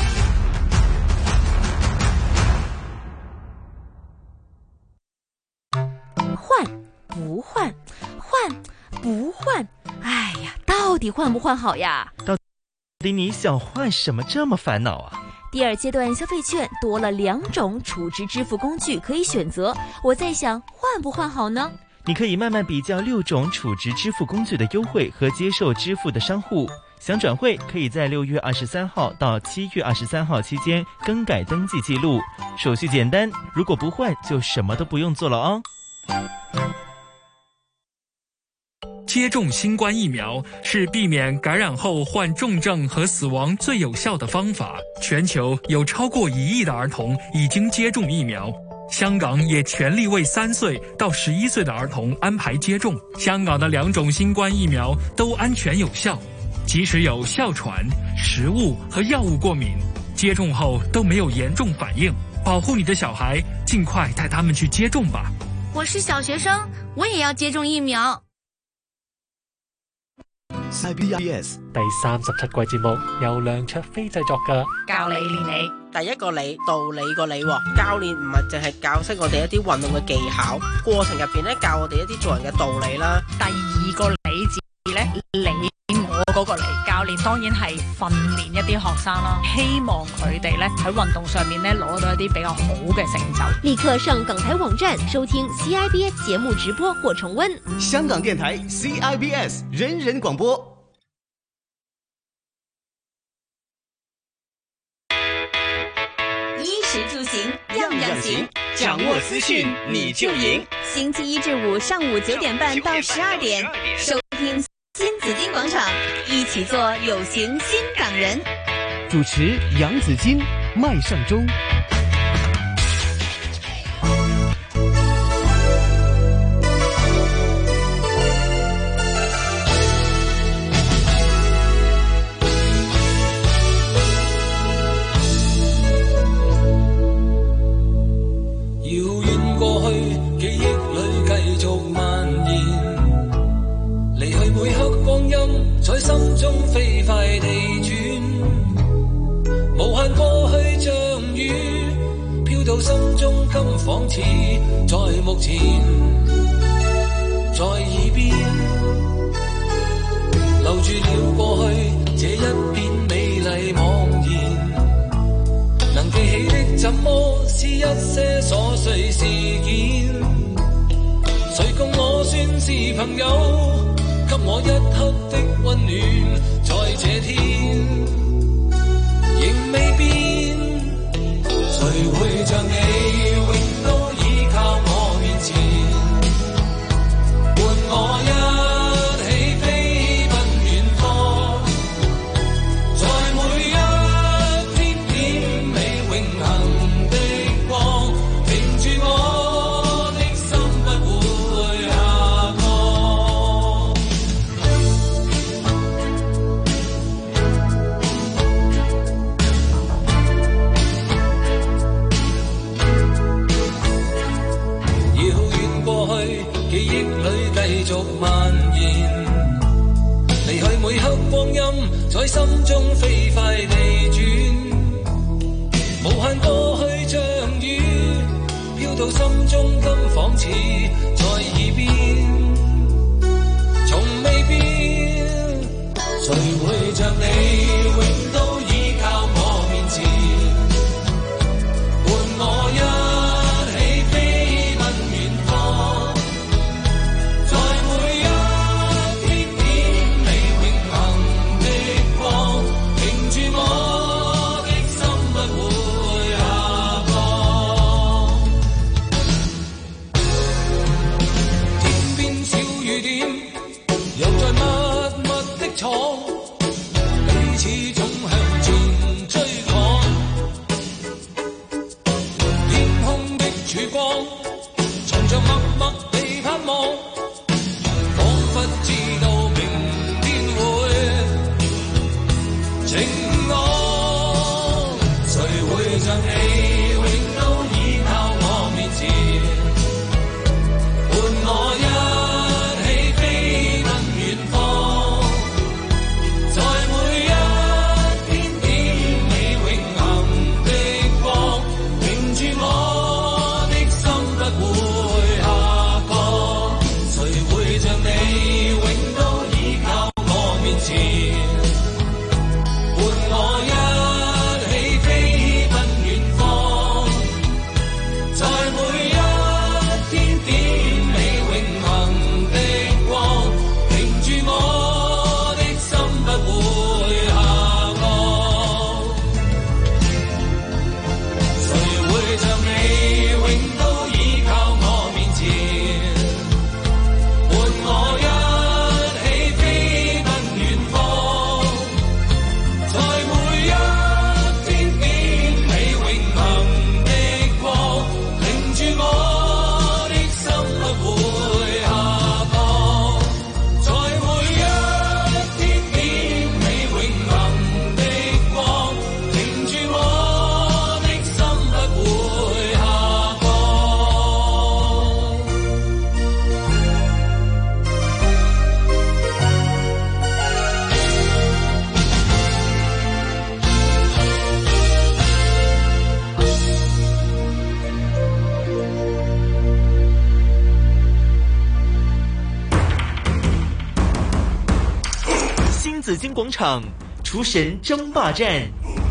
换不换，换不换，哎呀，到底换不换好呀？ 到底你想换什么这么烦恼啊？ 第二阶段消费券多了2种储值支付工具可以选择，我在想换不换好呢？ 你可以慢慢比较6种储值支付工具的优惠和接受支付的商户。想转会，可以在6月23号到7月23号期间更改登记记录，手续简单。如果不换，就什么都不用做了哦。 接种新冠疫苗是避免感染后患重症和死亡最有效的方法。全球有超过1亿的儿童已经接种疫苗，香港也全力为3岁到11岁的儿童安排接种。香港的2种新冠疫苗都安全有效，即使有哮喘、食物和药物过敏，接种后都没有严重反应。保护你的小孩，尽快带他们去接种吧。 我是小学生，我也要接種疫苗。 CIBS 第37季節目由梁卓飛製作嘅教你練你。 第一個理，道理個理，教練唔係淨係教識我哋一啲運動嘅技巧，過程入邊咧教我哋一啲做人嘅道理啦。 第2個理字咧，理我嗰個理，教練當然係訓練一啲學生啦，希望佢哋咧喺運動上面咧攞到一啲比較好嘅成就。 立刻上港台網站收聽 CIBS 節目直播或重溫。 香港電台 CIBS 人人廣播。 衣食住行樣樣行，掌握資訊你就贏。星期1至5上午9點半到12點，收聽新紫荊廣場，一起做有型新港人。 主持楊紫荊、麥尚中。 在心中飛快地轉，無限過去像雨，飄到心中今仿似在目前，在耳邊留住了過去這一片美麗茫然，能記起的怎麼是一些瑣碎事件，誰共我算是朋友，給我一刻的溫暖，在這天仍未變，誰會像你永都倚靠我面前，伴我一起飛奔遠方，在每一天點美永恆的光，停住我的心不會下降。記憶裏繼續蔓延，離去每刻光陰，在心中飛快地轉，無限過去像雨，飄到心中今仿似在耳邊，從未變，誰會像你永都倚靠我面前，伴我一天邊紫荊廣場廚神爭霸戰。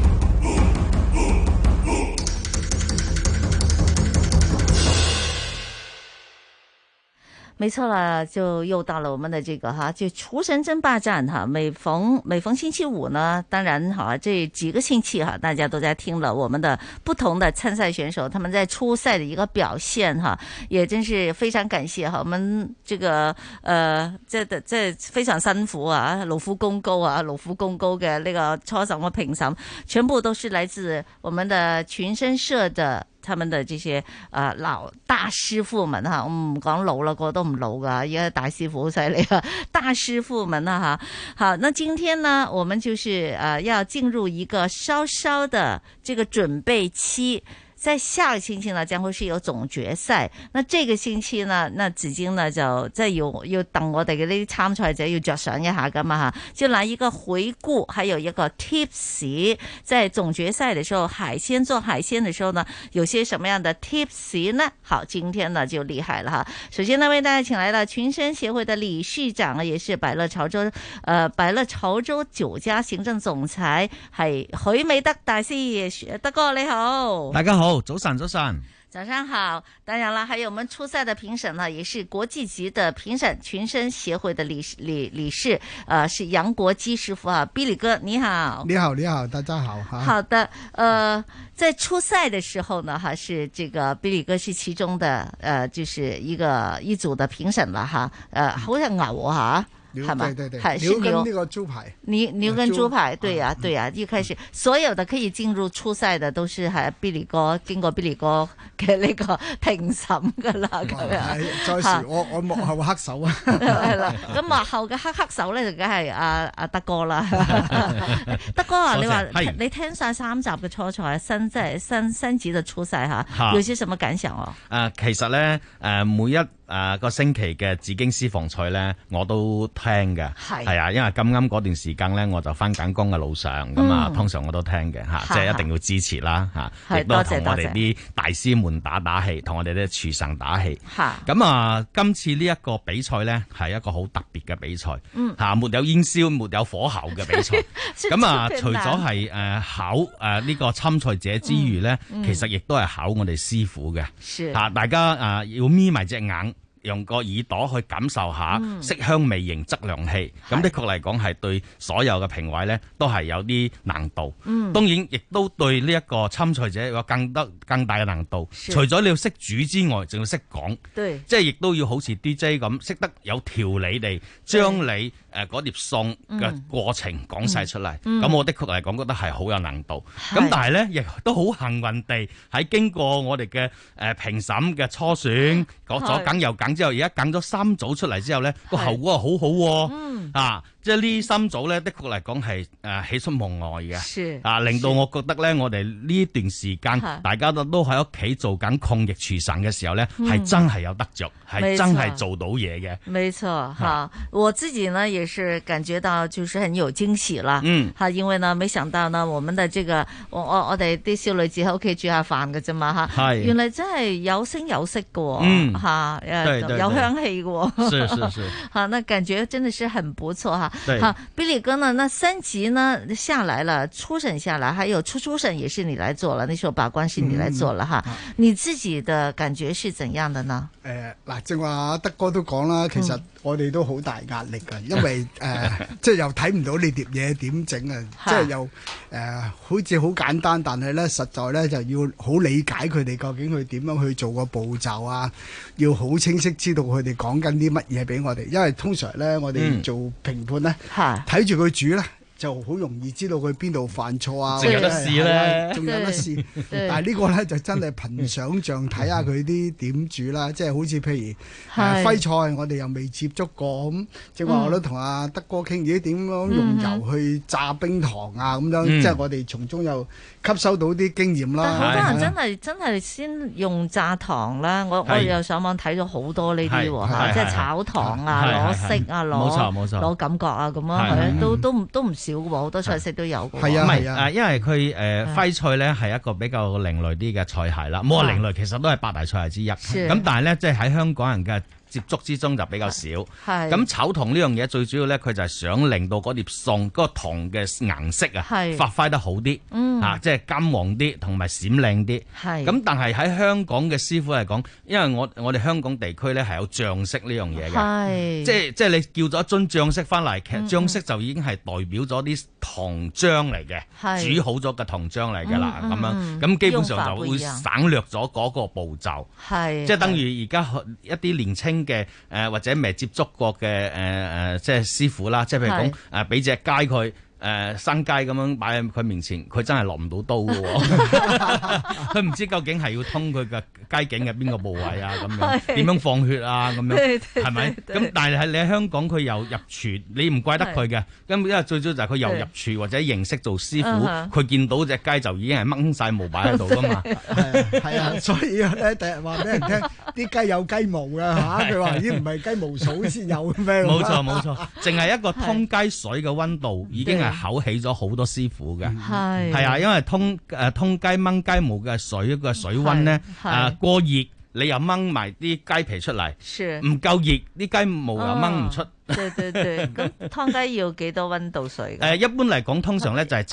没错了，就又到了我们的这个就厨神争霸战每逢星期五呢，当然这几个星期大家都在听了我们的不同的参赛选手他们在初赛的一个表现也真是非常感谢我们这个这非常辛苦勞苦功高嘅呢個初審嘅評審，全部都是來自我們的群生社的。他們的這些老大師傅們我唔講老了，個都唔老噶，而家大師傅好犀利啊！大師傅們好，那今天呢，我們就是要進入一個稍稍的這個準備期。在下個星期呢，將會是有總決賽。那這個星期呢，那紫荊呢就即係要等我哋嘅呢啲參賽者要着想一下噶嘛就來一個回顧，還有一個 tips。在總決賽的時候，做海鮮的時候呢，有些什麼樣的 tips 呢？好，今天呢就厲害了首先呢，為大家請來了群生協會的理事長，也是百樂潮州酒家行政總裁，係許美德大師。德哥你好。 大家好。早晨。 早上好，當然了，還有我們初賽的評審呢，也是國際級的評審，群生協會的理事，是楊國基師傅Billy 哥，你好。 你好，大家好。 好的，在初賽的時候呢，是這個 Billy 哥是其中的，就是一組的評審了好像牛係嘛？ 對， 牛跟呢個豬排， 牛跟豬排，對呀，一開始所有的可以進入初賽的都是係 Billy 哥經過 Billy 哥嘅呢個評審噶啦，咁樣。 再時我幕後黑手啊， 係啦，咁幕後嘅黑手咧就梗係阿德哥啦。德哥啊，你話你聽晒3集嘅初賽，新集嘅初賽有些什麼感想其實咧每一個星期嘅紫荊私房菜咧，我都聽嘅，係啊，因為咁啱嗰段時間咧，我就翻緊工嘅路上，咁通常我都聽嘅即係一定要支持啦亦都同我哋啲大師們打氣，同我哋啲廚神打氣。咁今次呢一個比賽咧係一個好特別嘅比賽，沒有煙燒，沒有火候嘅比賽。咁除咗係考呢個參賽者之餘咧，其實亦都係考我哋師傅嘅。大家要眯埋隻眼，用個耳朵去感受下色香味形質量器，咁的確嚟講係對所有嘅評委咧都係有啲難度。當然亦都對呢一個參賽者有更大嘅難度。除咗你要識煮之外，仲要識講，即係亦都要好似 DJ 咁識得有條理地將你嗰碟餸嘅過程講晒出嚟。咁我的確嚟講覺得係好有難度。咁但係咧亦都好幸運地喺經過我哋嘅評審嘅初選，左梗右梗之後，而家揀咗3組出嚟之後咧，個效果好好即係呢3組咧，的確嚟講係喜出望外嘅，令到我覺得咧，我哋呢段時間大家都喺屋企做緊抗疫廚神嘅時候咧，係真係有得着，係真係做到嘢嘅。 沒錯，我自己呢也是感覺到就是很有驚喜啦。因為呢，沒想到呢，我們的這個我哋啲小女子喺屋企煮下飯嘅啫嘛原來真係有聲有色嘅有香氣嘅是那感覺真的是很不錯好 Billy 哥呢，那3集呢下來了，初審下來，還有初審也是你來做了，那時候把關是你來做了你自己的感覺是怎樣的呢？ 嗱，正話德哥都講啦，其實我哋都好大壓力㗎，因為即係又睇唔到你碟嘢點整即係又好似好簡單，但係咧實在咧就要好理解佢哋究竟佢點樣去做個步驟要好清晰知道佢哋講緊啲乜嘢俾我哋，因為通常咧我哋做評判咧，睇住佢煮咧就好容易知道佢邊度犯錯仲有得試咧， 仲有得試。但係呢個咧就真係憑想像睇下佢啲點煮啦，即係好似譬如徽菜，我哋又未接觸過咁，正話我都同阿德哥傾點樣用油去炸冰糖咁樣，即係我哋從中又吸收到啲經驗啦。 好多人真係先用炸糖啦，我又上網睇咗好多呢啲喎，即係炒糖攞色攞感覺咁都唔少。好多菜式都有嘅， 因為佢徽菜咧係一個比較另類啲嘅菜系啦，冇話另類，其實都係8大菜系之一。咁但係咧，即係喺香港人嘅接觸之中就比較少。 係咁炒糖呢樣嘢最主要咧，佢就係想令到嗰碟餸嗰個糖嘅顏色啊，發揮得好啲，即係金黃啲同埋閃靚啲。 係咁，但係喺香港嘅師傅嚟講，因為我哋香港地區咧係有醬色呢樣嘢嘅，即係你叫咗一樽醬色翻嚟，其實醬色就已經係代表咗啲糖漿嚟嘅，煮好咗嘅糖漿嚟㗎啦，咁樣咁基本上就會省略咗嗰個步驟，即係等於而家一啲年青嘅或者未接觸過嘅即係師傅啦，即係譬如講俾隻雞佢。生雞咁樣擺喺佢面前，佢真係落唔到刀嘅喎，佢唔知究竟係要通佢嘅雞頸嘅邊個部位啊，咁樣點樣放血啊，咁樣係咪？咁但係你喺香港佢又入廚，你唔怪得佢嘅，咁因為最主要就係佢又入廚或者認識做師傅，佢見到隻雞就已經係掹晒毛擺喺度㗎嘛。 係啊，所以咧第日話俾人聽，啲雞有雞毛㗎嚇，佢話已經唔係雞毛掃先有咩？冇錯冇錯，淨係一個通雞水嘅溫度已經係考起咗好多師傅嘅，係啊，因為通雞掹雞毛嘅水個水溫咧，過熱你又掹埋啲雞皮出嚟，唔夠熱啲雞毛又掹唔出。 對對對，咁湯雞要幾多溫度水？ 一般嚟講，通常咧就係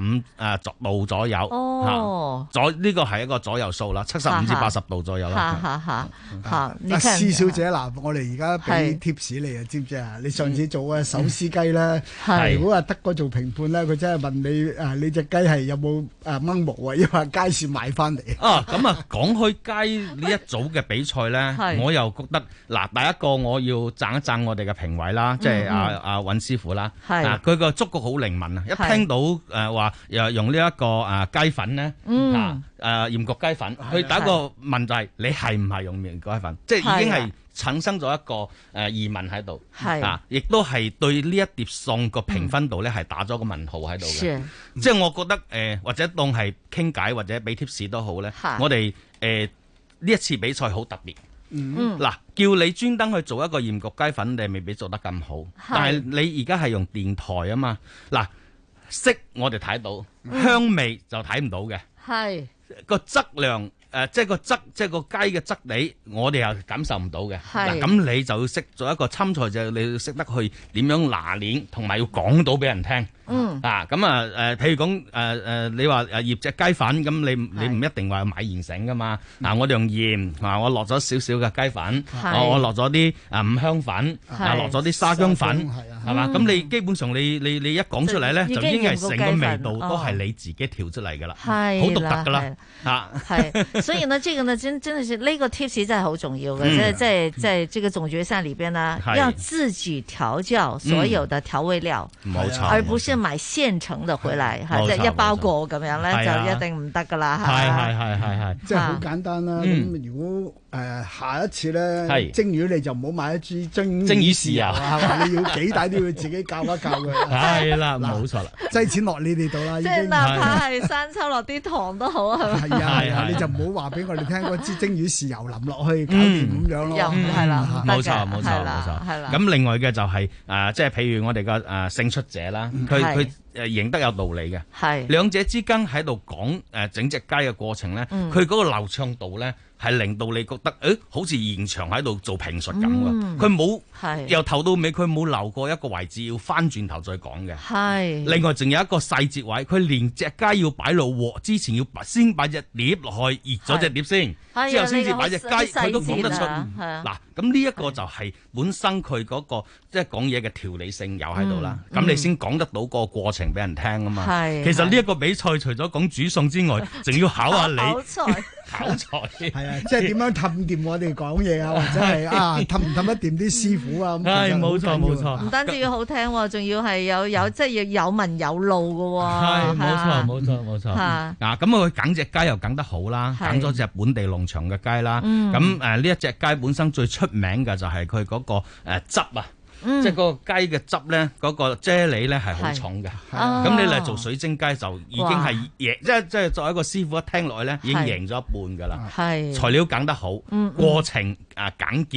75度左右。哦，呢個係一個左右數啦，75至80度左右啦。 嚇！ 施小姐嗱，我哋而家俾貼士你啊，知唔知啊？你上次做嘅手撕雞咧，如果話德哥做評判咧，佢真係問你隻雞係有冇掹毛啊？因為街市買翻嚟。 咁啊，講開雞呢一組嘅比賽咧，我又覺得嗱，第一個我要讚一讚我哋嘅評委啦，即係阿尹師傅啦，佢個觸覺好靈敏啊！一聽到話用呢一個雞粉咧，鹽焗雞粉，佢第一個問就係你係唔係用鹽焗雞粉？即係已經係產生咗一個疑問喺度，亦都係對呢一碟餸個評分度咧係打咗個問號喺度嘅。即係我覺得或者當係傾偈或者俾貼士都好咧，我哋呢一次比賽好特別。嗱，叫你專登去做一個鹽焗雞粉，你未必做得咁好。但係你而家係用電台啊嘛，嗱，色我哋睇到，香味就睇唔到嘅。係個質量，即係個質，即係個雞嘅質地，我哋又感受唔到嘅。嗱，咁你就要識做一個參賽者，你要識得去點樣拿捏，同埋要講到俾人聽。譬如講你話醃隻雞粉，咁你唔一定話買現成噶嘛。我哋用鹽，我落咗少少嘅雞粉，我落咗啲五香粉，落咗啲沙薑粉，係嘛？咁你基本上你一講出嚟咧，就已經係成個味道都係你自己調出嚟噶啦，好獨特噶啦。 係，所以呢，這個呢真的是呢個 tips 真係好重要嘅，在這個總決賽裏邊呢，要自己調教所有的調味料， 冇錯， 而不是買現成的回來，即係一包過咁樣咧，就一定唔得噶啦。 係， 即係好簡單啦。咁如果下一次咧蒸魚，你就唔好買一支蒸魚豉油啊，係嘛？你要幾大都要自己教一教佢。 係啦，冇錯啦， 擠錢落你哋度啦。 即係哪怕係生抽落啲糖都好，係咪？ 係啊，你就唔好話俾我哋聽嗰支蒸魚豉油淋落去搞掂咁樣咯。 係啦， 冇錯，係啦。咁另外嘅就係即係譬如我哋嘅勝出者啦，佢贏得有道理嘅，係兩者之間喺度講整隻雞嘅過程咧，佢嗰個流暢度咧係令到你覺得好似現場喺度做評述咁嘅，佢冇由頭到尾佢冇留過一個位置要翻轉頭再講嘅。係另外仲有一個細節位，佢連隻雞要擺落鑊之前要先擺隻碟落去熱咗隻碟先，之後先至擺隻雞，佢都講得出。嗱，咁呢一個就係本身佢嗰個即係講嘢嘅條理性有喺度啦，咁你先講得到個過程俾人聽啊嘛。其實呢一個比賽除咗講煮餸之外，仲要考下你考菜， 係啊，即係點樣氹掂我哋講嘢啊，或者係氹唔氹得掂啲師傅啊？ 係冇錯冇錯， 唔單止要好聽，仲要係有即係要有文有路嘅喎。 係冇錯。咁佢揀隻雞又揀得好啦，揀咗隻本地農場嘅雞啦。咁呢一隻雞本身最出名嘅就係佢嗰個汁啊。即係嗰個雞嘅汁咧，嗰個啫喱咧係好重嘅。咁你嚟做水晶雞就已經係贏，即係作為一個師傅一聽落去咧，已經贏咗一半噶啦。係材料揀得好，過程簡潔，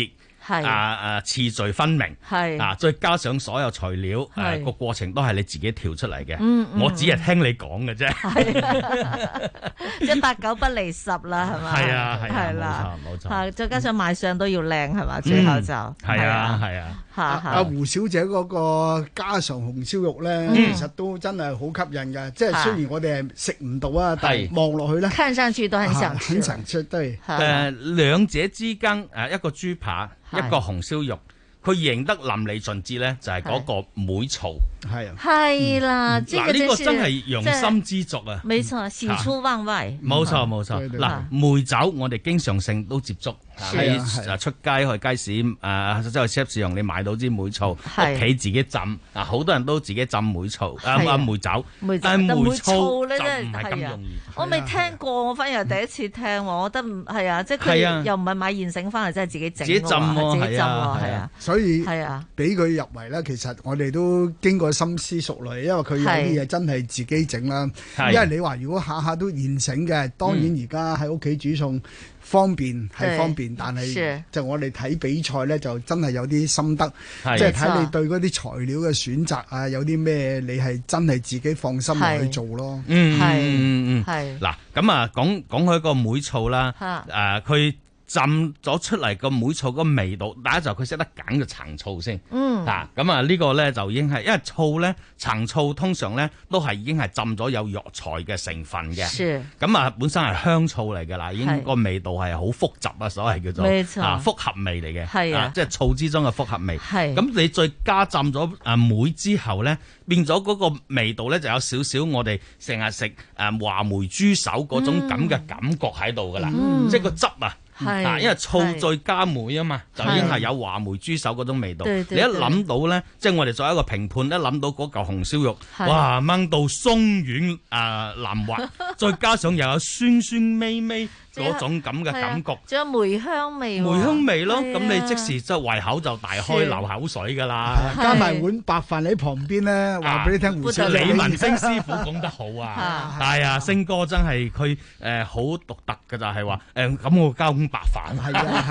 次序分明，再加上所有材料個過程都係你自己調出嚟嘅，我只係聽你講嘅啫， 即係8、9不離10啦，係嘛？ 係啊， 係啦， 冇錯， 再加上賣相都要靚，係嘛？最後就係啊。 阿胡小姐嗰個家常紅燒肉咧，其實都真係好吸引嘅。即係雖然我哋係食唔到啊，但係望落去咧， 看上去都很想吃。 很想吃，對。 兩者之間一個豬扒，一個紅燒肉，佢贏得淋漓盡致咧，就係嗰個梅醋。 係啦， 嗱呢個真係用心之作啊！ 冇錯，喜出望外。 冇錯。嗱，梅酒我哋經常性都接觸。你出街去街市即係超市用，你買到支梅醋，屋企自己浸好多人都自己浸梅醋梅酒，但係梅醋咧就唔係咁容易。 我未聽過，我反而係第一次聽，我覺得係啊，即係佢又唔係買現成翻嚟，即係自己整，自己浸喎，係啊， 所以俾佢入圍咧，其實我哋都經過深思熟慮，因為佢有啲嘢真係自己整啦。因為你話如果下下都現成嘅，當然而家喺屋企煮餸方便，但係就我哋睇比賽咧，就真係有啲心得，即係睇你對嗰啲材料嘅選擇啊，有啲咩你係真係自己放心落去做咯。 係嗱，咁啊講開個梅醋啦，佢浸咗出嚟個梅醋個味道，第一就佢識得揀個層醋先，咁啊呢個咧就已經係，因為醋咧層醋通常咧都係已經係浸咗有藥材嘅成分嘅，咁啊本身係香醋嚟㗎啦，已經個味道係好複雜啊，所謂叫做複合味嚟嘅，即係醋之中嘅複合味。咁你再加浸咗梅之後咧，變咗嗰個味道咧就有少少我哋成日食話梅豬手嗰種咁嘅感覺喺度㗎啦，即係個汁啊。因為醋再加梅啊嘛，就已經係有話梅豬手嗰種味道。你一諗到咧，即係我哋作為一個評判，一諗到嗰嚿紅燒肉，哇掹到鬆軟腍滑，再加上又有酸酸味味嗰種咁嘅感覺， 仲有梅香味。 梅香味咯，咁你即時即係胃口就大開流口水㗎啦。 加埋碗白飯喺旁邊咧，話俾你聽，胡小姐李文星師傅講得好啊！係啊，星哥真係佢好獨特嘅就係話咁我交碗白飯。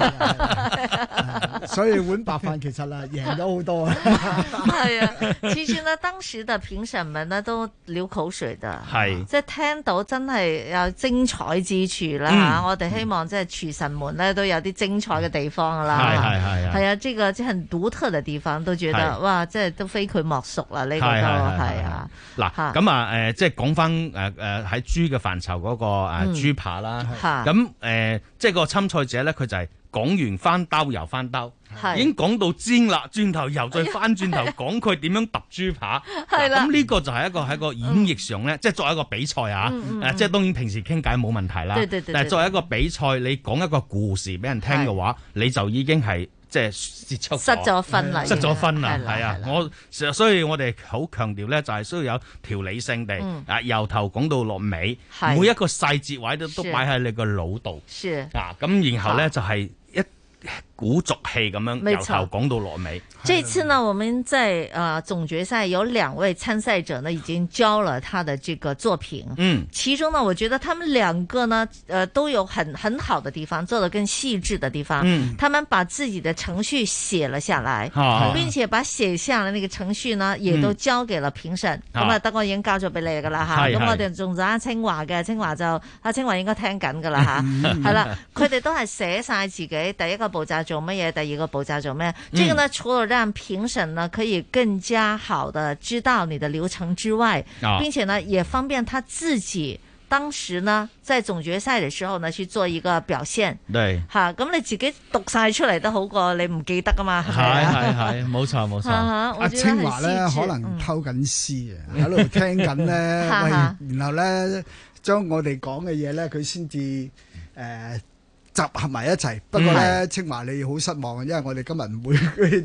係啊，所以碗白飯其實贏咗好多啊。 係啊，其實呢當時的評審們呢都流口水的，即係聽到真係有精彩之處啦。我哋希望即係廚神們咧都有啲精彩嘅地方啦，係啊，這個即係很獨特嘅地方，都覺得哇，即係都非佢莫屬啦，呢個都係啊。嗱， 咁啊即係講翻喺豬嘅範疇嗰個豬扒啦，咁即係個參賽者咧，佢就係講完翻兜又翻兜，已經講到煎啦，轉頭又再翻轉頭講佢點樣揼豬扒，咁呢個就係一個演繹上咧，即係作為一個比賽啊，即係當然平時傾偈冇問題啦，但係作為一個比賽，你講一個故事俾人聽嘅話，你就已經係即係失咗分啦，係啊，所以我哋好強調咧，就係需要有條理性地由頭講到落尾，每一個細節位都擺喺你個腦度，咁然後咧就係鼓足氣咁樣由頭講到落尾。 這次呢，我們在總決賽有2位參賽者呢，已經交了他的這個作品。其中呢，我覺得他們2個呢，都有很好的地方，做得更細緻的地方。他們把自己的程序寫了下來，並且把寫下來那個程序呢，也都交給了評審。咁啊，得我已經交咗俾你噶啦吓。咁我哋仲有阿清華嘅，清華應該聽緊噶啦吓。係啦，佢哋都係寫晒自己第一個步驟做乜嘢，第二個步驟做咩？這個呢，除了讓評審呢可以更加好的知道你的流程之外，並且呢也方便他自己當時呢在總決賽的時候呢去做一個表現。 對， 咁你自己讀晒出嚟都好過你唔記得噶嘛。 係，冇錯。 阿清華咧可能偷緊師啊，喺度聽緊咧，然後咧將我哋講嘅嘢咧，佢先至集合埋一齊。不過咧，清華你好失望，因為我哋今日唔會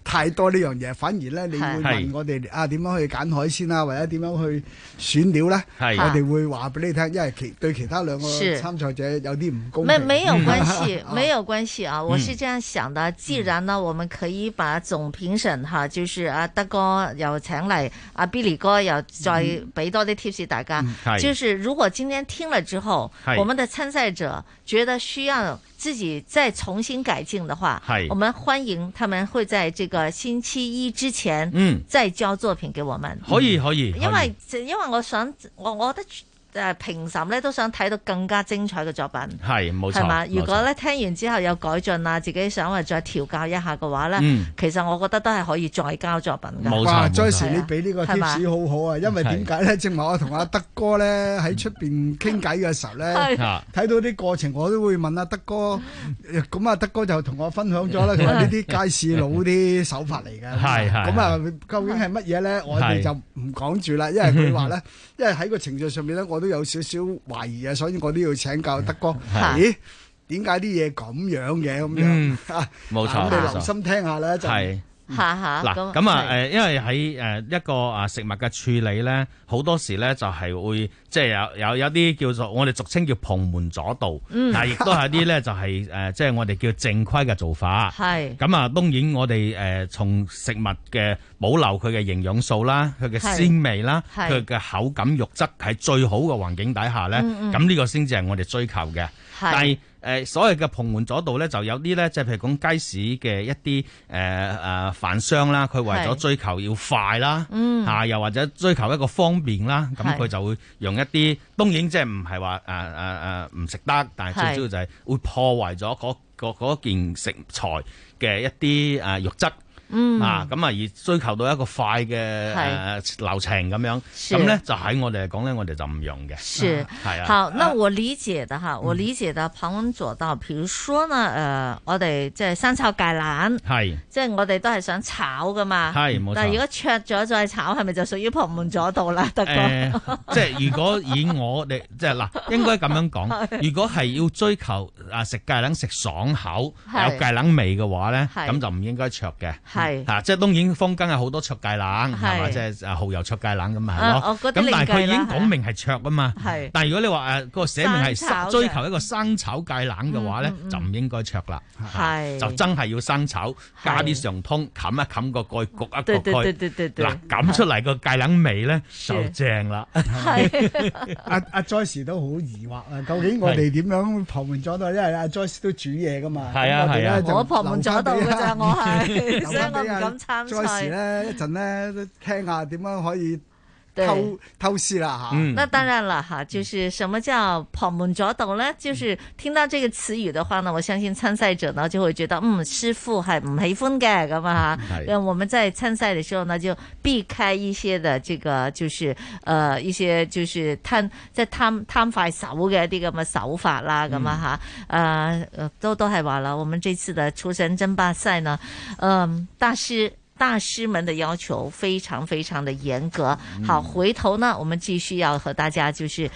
太多呢樣嘢，反而咧你會問我哋啊點樣去揀海鮮啊，或者點樣去選料咧？我哋會話俾你聽，因為對其他兩個參賽者有啲唔公平。 沒有關係，沒有關係啊！我是這樣想的，既然呢，我們可以把總評審哈，就是阿德哥又請嚟，阿 Billy 哥又再俾多啲 tips 大家，就是如果今天聽了之後，我們的參賽者覺得需要自己再重新改進的話，我們歡迎他們會在這個星期一之前，再交作品給我們。 可以， 因為我想，我覺得。評審咧都想睇到更加精彩嘅作品， 係冇錯， 係嘛？如果咧聽完之後有改進啊，自己想話再調教一下嘅話咧，其實我覺得都係可以再交作品嘅。 冇錯， 哇！Joyce你俾呢個 tips 好好啊，因為點解咧？正話我同阿德哥咧喺出邊傾偈嘅時候咧，睇到啲過程我都會問阿德哥，咁啊德哥就同我分享咗啦，佢話呢啲街市佬啲手法嚟嘅，咁啊究竟係乜嘢咧？我哋就唔講住啦，因為佢話咧，因為喺個程序上面咧，我都有少少懷疑啊，所以我都要請教德哥。咦，點解啲嘢咁樣嘅咁樣？ 冇錯， 咁你留心聽下咧就。 嗱咁啊因為喺一個食物嘅處理咧，好多時咧就係會即係有啲叫做我哋俗稱叫旁門左道，但亦都係啲咧就係即係我哋叫正規嘅做法。係咁啊，當然我哋從食物嘅保留佢嘅營養素啦，佢嘅鮮味啦，佢嘅口感肉質喺最好嘅環境底下咧，咁呢個先至係我哋追求嘅。但係所謂嘅旁門左道咧，就有啲咧，即係譬如講街市嘅一啲販商啦，佢為咗追求要快啦，又或者追求一個方便啦，咁佢就會用一啲，當然即係唔係話唔食得，但係最主要就係會破壞咗嗰件食材嘅一啲肉質。咁而追求到一個快嘅流程咁樣，咁咧就喺我哋嚟講咧，我哋就唔用嘅。 是，好，那我理解的哈，我理解的旁門左道，譬如說呢，我哋即係生炒芥蘭，即係我哋都係想炒噶嘛，冇錯。但係如果焯咗再炒，係咪就屬於旁門左道啦？德哥， 即係如果以我哋即係嗱，應該咁樣講，如果係要追求食芥蘭食爽口，有芥蘭味嘅話咧，咁就唔應該焯嘅。即係當然坊間有好多灼芥蘭，係嘛，即係蠔油灼芥蘭咁係咯。咁但係佢已經講明係灼啊嘛。但係如果你話嗰個寫明係追求一個生炒芥蘭嘅話咧，就唔應該灼啦。就真係要生炒，加啲上湯，冚一冚個蓋，焗一個蓋。嗱，咁出嚟個芥蘭味咧就正啦。 阿 Joyce 都好疑惑啊，究竟我哋點樣旁門左道？因為阿 Joyce 都煮嘢噶嘛。 我旁門左道嘅咋，我係。我唔敢參賽。 Joyce咧一陣咧都聽下點樣可以偷師啦嚇。 那當然了哈，就是什麼叫旁門左道呢？就是聽到這個詞語的話呢，我相信參賽者呢就會覺得師傅係唔喜歡嘅咁啊嚇。我們在參賽的時候呢，就避開一些的這個就是一些就是貪快手嘅一啲咁嘅手法啦咁啊嚇。都係話啦，我們這次的廚神爭霸賽呢，大師們的要求非常非常的嚴格。好，回頭呢，我們繼續要和大家就是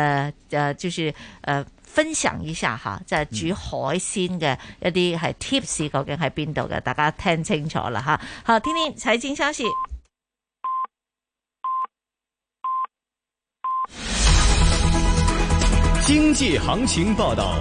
分享一下哈，即係煮海鮮嘅一啲係 tips 究竟喺邊度嘅，大家聽清楚啦哈。好，聽聽財經消息。 經濟行情報道。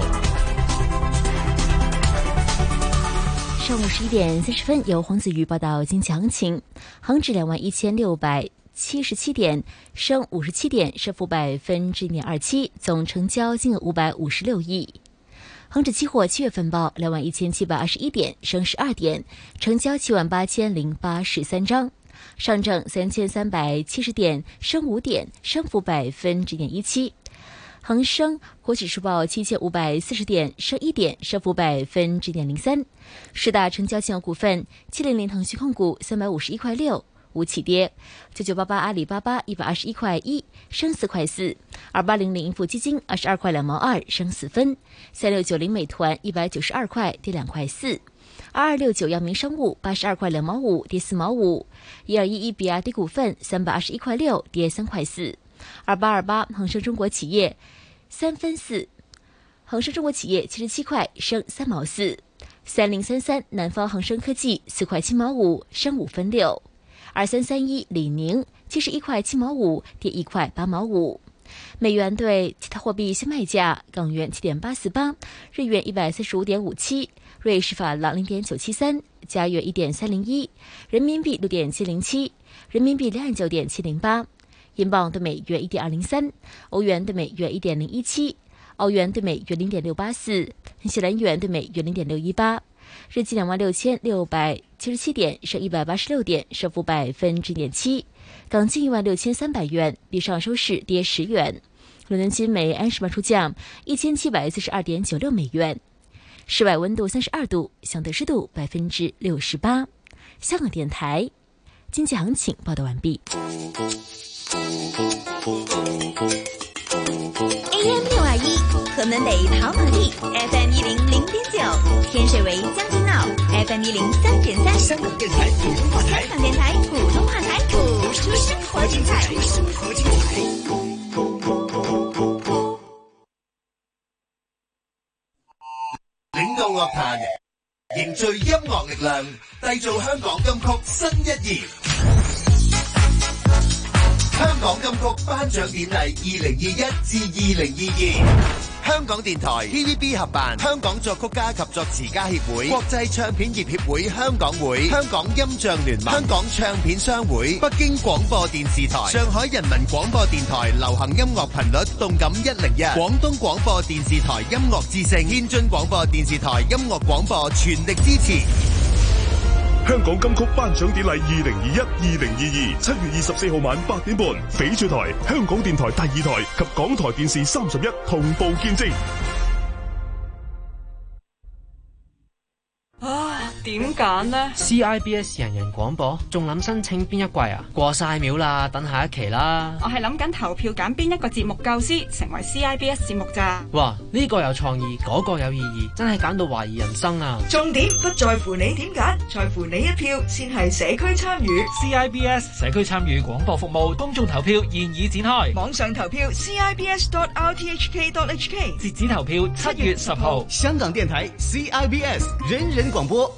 上午11點30分，由黃子瑜報道經濟行情。恒指21,677點，升57點，升幅1.27%，總成交金額556億。恒指期貨7月份報21,721點，升12點，成交78,083張。上證3,370點，升5點，升幅1.17%。恒生國指數報7,540點，升1點，升幅0.03%。十大成交金額股份：700騰訊控股351塊6，無起跌；9988阿里巴巴121塊1，升4塊4；2800盈富基金22塊2毛2，升4分；3690美團192塊，跌2塊4；2269陽明生物82塊2毛5，跌4毛5；1211比亞迪股份321塊6，跌3塊4；2828恒生中國企業3分4，恒生中國企業77塊，升3毛4。 3033南方恒生科技4块7毛5升5分6。2331李宁71块7毛5跌1块8毛5。美元对其他货币现卖价：港元7.848，日元145.57，瑞士法郎0.973，加元1.301，人民币6.707，人民币229.708，英镑对美元1.203，欧元对美元1.017，澳元对美元0.684，新西兰元对美元0.618。日经26,677点，升186点，升幅0.7%。港金16300元，比上收市跌10元。伦敦金每安士卖出价1742.96美元。室外温度32度，相对湿度68%。香港电台经济行情报道完毕。 AM621，河门北跑马地 FM100.9，天水围将军澳 FM103.3， 香港电台普通话台， 香港电台普通话台，谱出生活精彩。 領導樂壇，凝聚音樂力量，締造香港金曲新一頁。香港金曲頒獎典禮2021至2022，香港電台 TVB 合辦，香港作曲家及作詞家協會、國際唱片業協會香港會、香港音像聯盟、香港唱片商會、北京廣播電視台、上海人民廣播電台流行音樂頻率動感101、廣東廣播電視台音樂之聲、天津廣播電視台音樂廣播全力支持。 香港金曲頒獎典禮2021-2022 7月24號晚8點半，翡翠台、香港電台第2台及港台電視31同步見證。 點揀呢？ CIBS 人人廣播，仲諗申請邊一季啊？過晒秒啦，等下一期啦。 我係諗緊投票揀邊一個節目教師成為 CIBS 節目咋。 哇，呢個有創意，嗰個有意義，真係揀到懷疑人生啊！ 重點不在乎你點揀，在乎你一票先係社區參與。 CIBS 社區參與廣播服務公眾投票現已展開， 網上投票 CIBS.RTHK.HK， 截止投票7月10號。 香港電台 CIBS 人人廣播。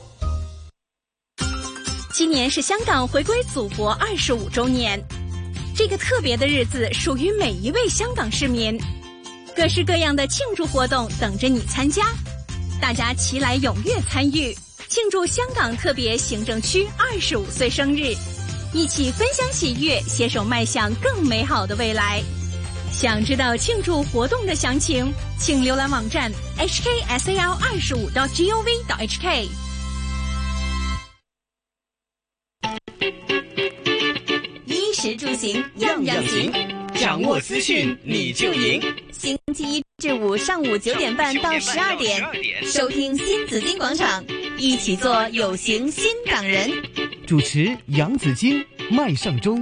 今年是香港回歸祖國25周年，這個特別的日子屬於每一位香港市民，各式各樣的慶祝活動等着你參加，大家齊來踴躍參與，慶祝香港特別行政區25歲生日，一起分享喜悅，攜手邁向更美好的未來。想知道慶祝活動的詳情，請瀏覽網站 hksal25.gov.hk。 衣食住行樣樣行，掌握資訊你就贏。星期一至五上午9點半到12點，收聽新紫荊廣場，一起做有型新港人。 主持楊紫荊、麥尚中。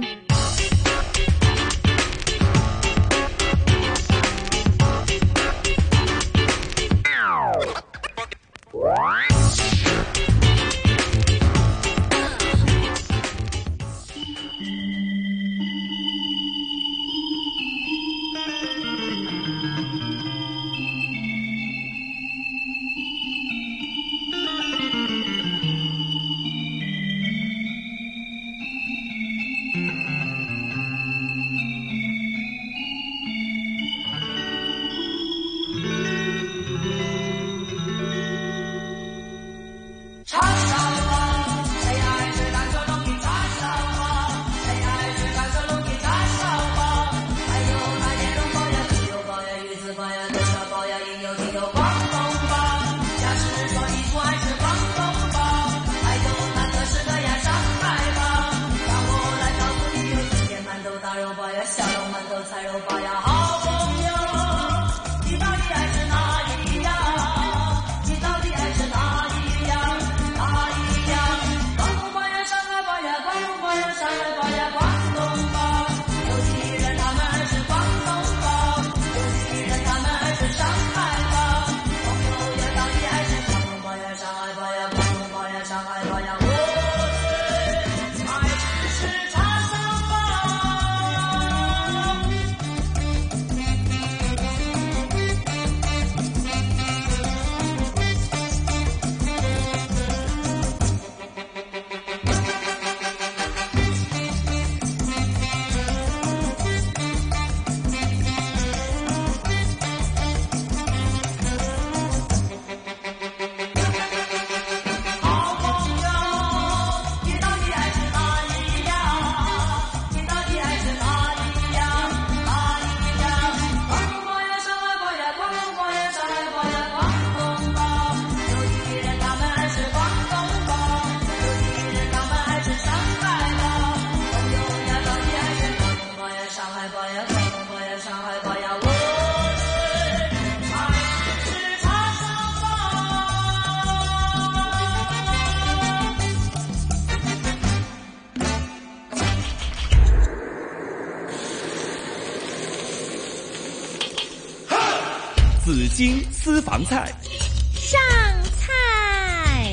紫荆私房菜上菜。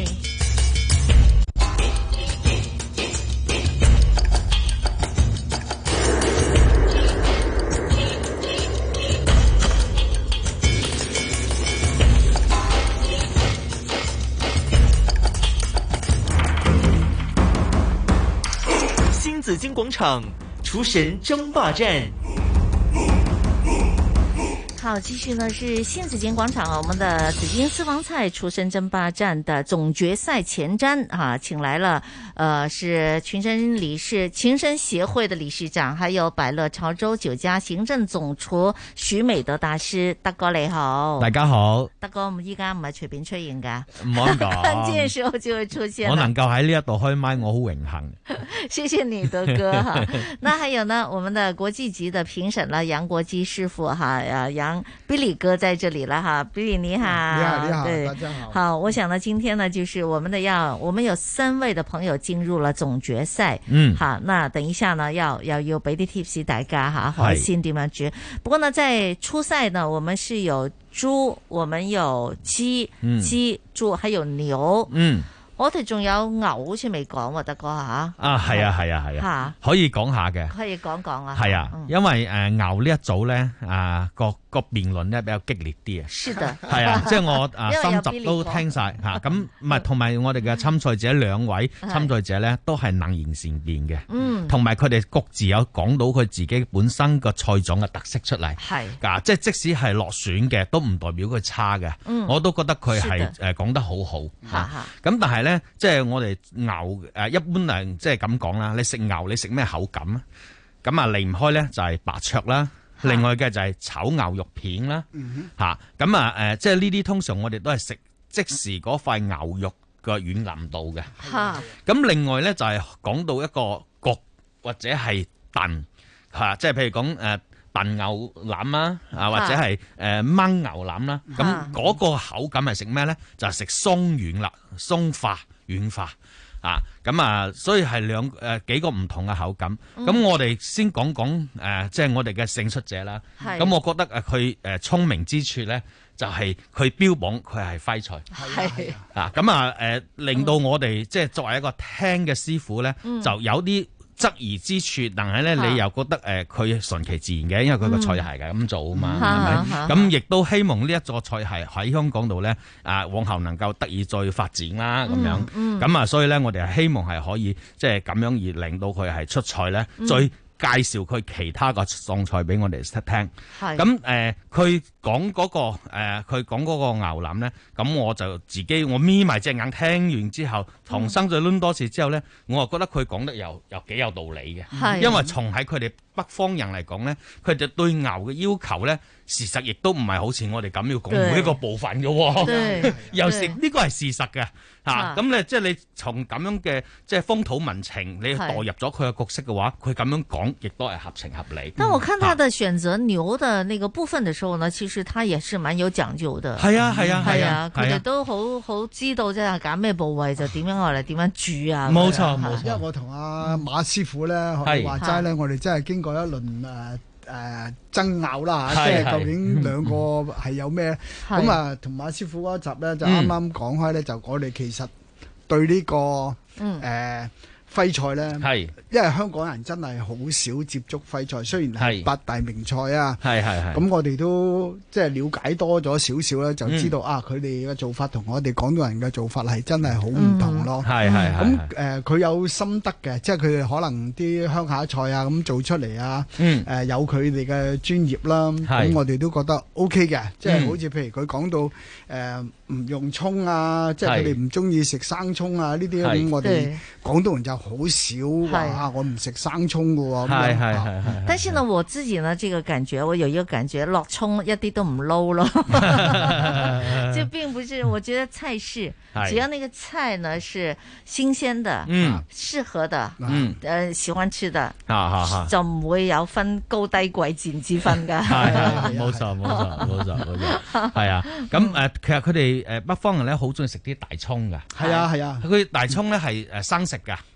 新紫荆广场厨神争霸战。 好，继续呢是新紫荆广场我们的紫荆私房菜厨神争霸战的总决赛前瞻啊，请来了是群生协会的理事长，还有百乐潮州酒家行政總廚許美德大師。德哥你好。 大家好。 德哥，我們依家唔係隨便出現噶， 唔好咁講。 關鍵時候就會出現。 我能夠喺呢一度開麥，我好榮幸。 謝謝你，德哥哈。那還有呢，我們的國際級的評審啦，楊國基師傅哈，楊 Billy 哥在這裡了哈 ，Billy 你好， 你好， 對， 大家好。 好，我想呢，今天呢，就是我們有3位的朋友進入了總決賽。好，那等一下呢，要俾啲 tips 大家哈，好先點樣煮。不過呢，在初賽呢，我們是有豬，我們有雞、豬，還有牛。我哋仲有牛，好似未講喎，德哥嚇。 係啊，可以講下嘅。 可以講啊。 係啊，因為牛呢一組咧，個辯論咧比較激烈啲啊。 是的。 係啊，即係我3集都聽晒嚇，咁唔係同埋我哋嘅參賽者2位參賽者咧，都係能言善辯嘅。同埋佢哋各自有講到佢自己本身個菜種嘅特色出嚟。係。即係即使係落選嘅，都唔代表佢差嘅。我都覺得佢係講得好好嚇。咁但係咧，即係我哋牛一般嚟即係咁講啦。你食牛，你食咩口感啊？咁啊離唔開咧就係白灼啦。另外嘅就係炒牛肉片啦，咁即係呢啲通常我哋都係食即時嗰塊牛肉嘅軟腍度嘅。咁另外咧就係講到一個焗或者係燉即係譬如講燉牛腩啦，或者係燜牛腩啦。咁嗰個口感係食咩咧？就係食鬆軟啦，鬆化軟化。所以係幾個唔同嘅口感。咁我哋先講即係我哋嘅勝出者啦。咁我覺得佢聰明之處咧，就係佢標榜佢係徽菜。令到我哋即係作為一個聽嘅師傅咧，就有啲質疑之處，但係咧你又覺得佢順其自然嘅，因為佢個菜係咁做啊嘛，係咪？咁亦都希望呢一座菜係喺香港度咧，往後能夠得以再發展啦，咁樣。咁所以咧，我哋係希望係可以即係咁樣而令到佢係出菜咧，最介紹佢其他個餸菜俾我哋聽。咁佢講嗰個牛腩咧，咁我就我眯埋隻眼聽完之後，重新再攆多次之後咧，我就覺得佢講得又幾有道理嘅。因為從喺佢哋北方人嚟講咧，佢哋對牛嘅要求咧，事實亦都唔係好似我哋咁要講每一個部分嘅喎。又食呢個係事實嘅。咁即係你從咁樣嘅即係風土民情，你代入咗佢嘅角色嘅話，佢咁樣講亦都係合情合理。 但我看他的選擇牛的那個部分的時候呢，其實他也是蠻有講究的。 係啊， 佢哋都好知道即係揀咩部位就點樣我嚟點樣煮啊。 冇錯。 因為我同阿馬師傅咧學你話齋咧，我哋真係經過一輪爭拗啦嚇，即係究竟兩個係有咩？咁同馬師傅嗰一集咧就啱啱講開咧，就我哋其實對呢個徽菜咧，因為香港人真係好少接觸徽菜，雖然係8大名菜啊，咁我哋都即係了解多咗少少咧，就知道佢哋嘅做法同我哋廣東人嘅做法係真係好唔同咯。咁佢有心得嘅，即係佢哋可能啲鄉下菜啊咁做出嚟啊，有佢哋嘅專業啦。咁我哋都覺得 OK 嘅，即係好似譬如佢講到唔用葱啊，即係佢哋唔中意食生葱啊呢啲咁，我哋廣東人就好少話我唔食生葱㗎喎。 但是呢，我自己呢，這個感覺，我有一個感覺，落葱一啲都唔撈咯。就並不是，我覺得菜式，只要那個菜呢是新鮮的，適合的，喜歡吃的，就唔會有分高低貴賤之分㗎。 冇錯，係啊。咁其實佢哋北方人咧好中意食啲大葱㗎。係啊，佢大葱咧係生食㗎。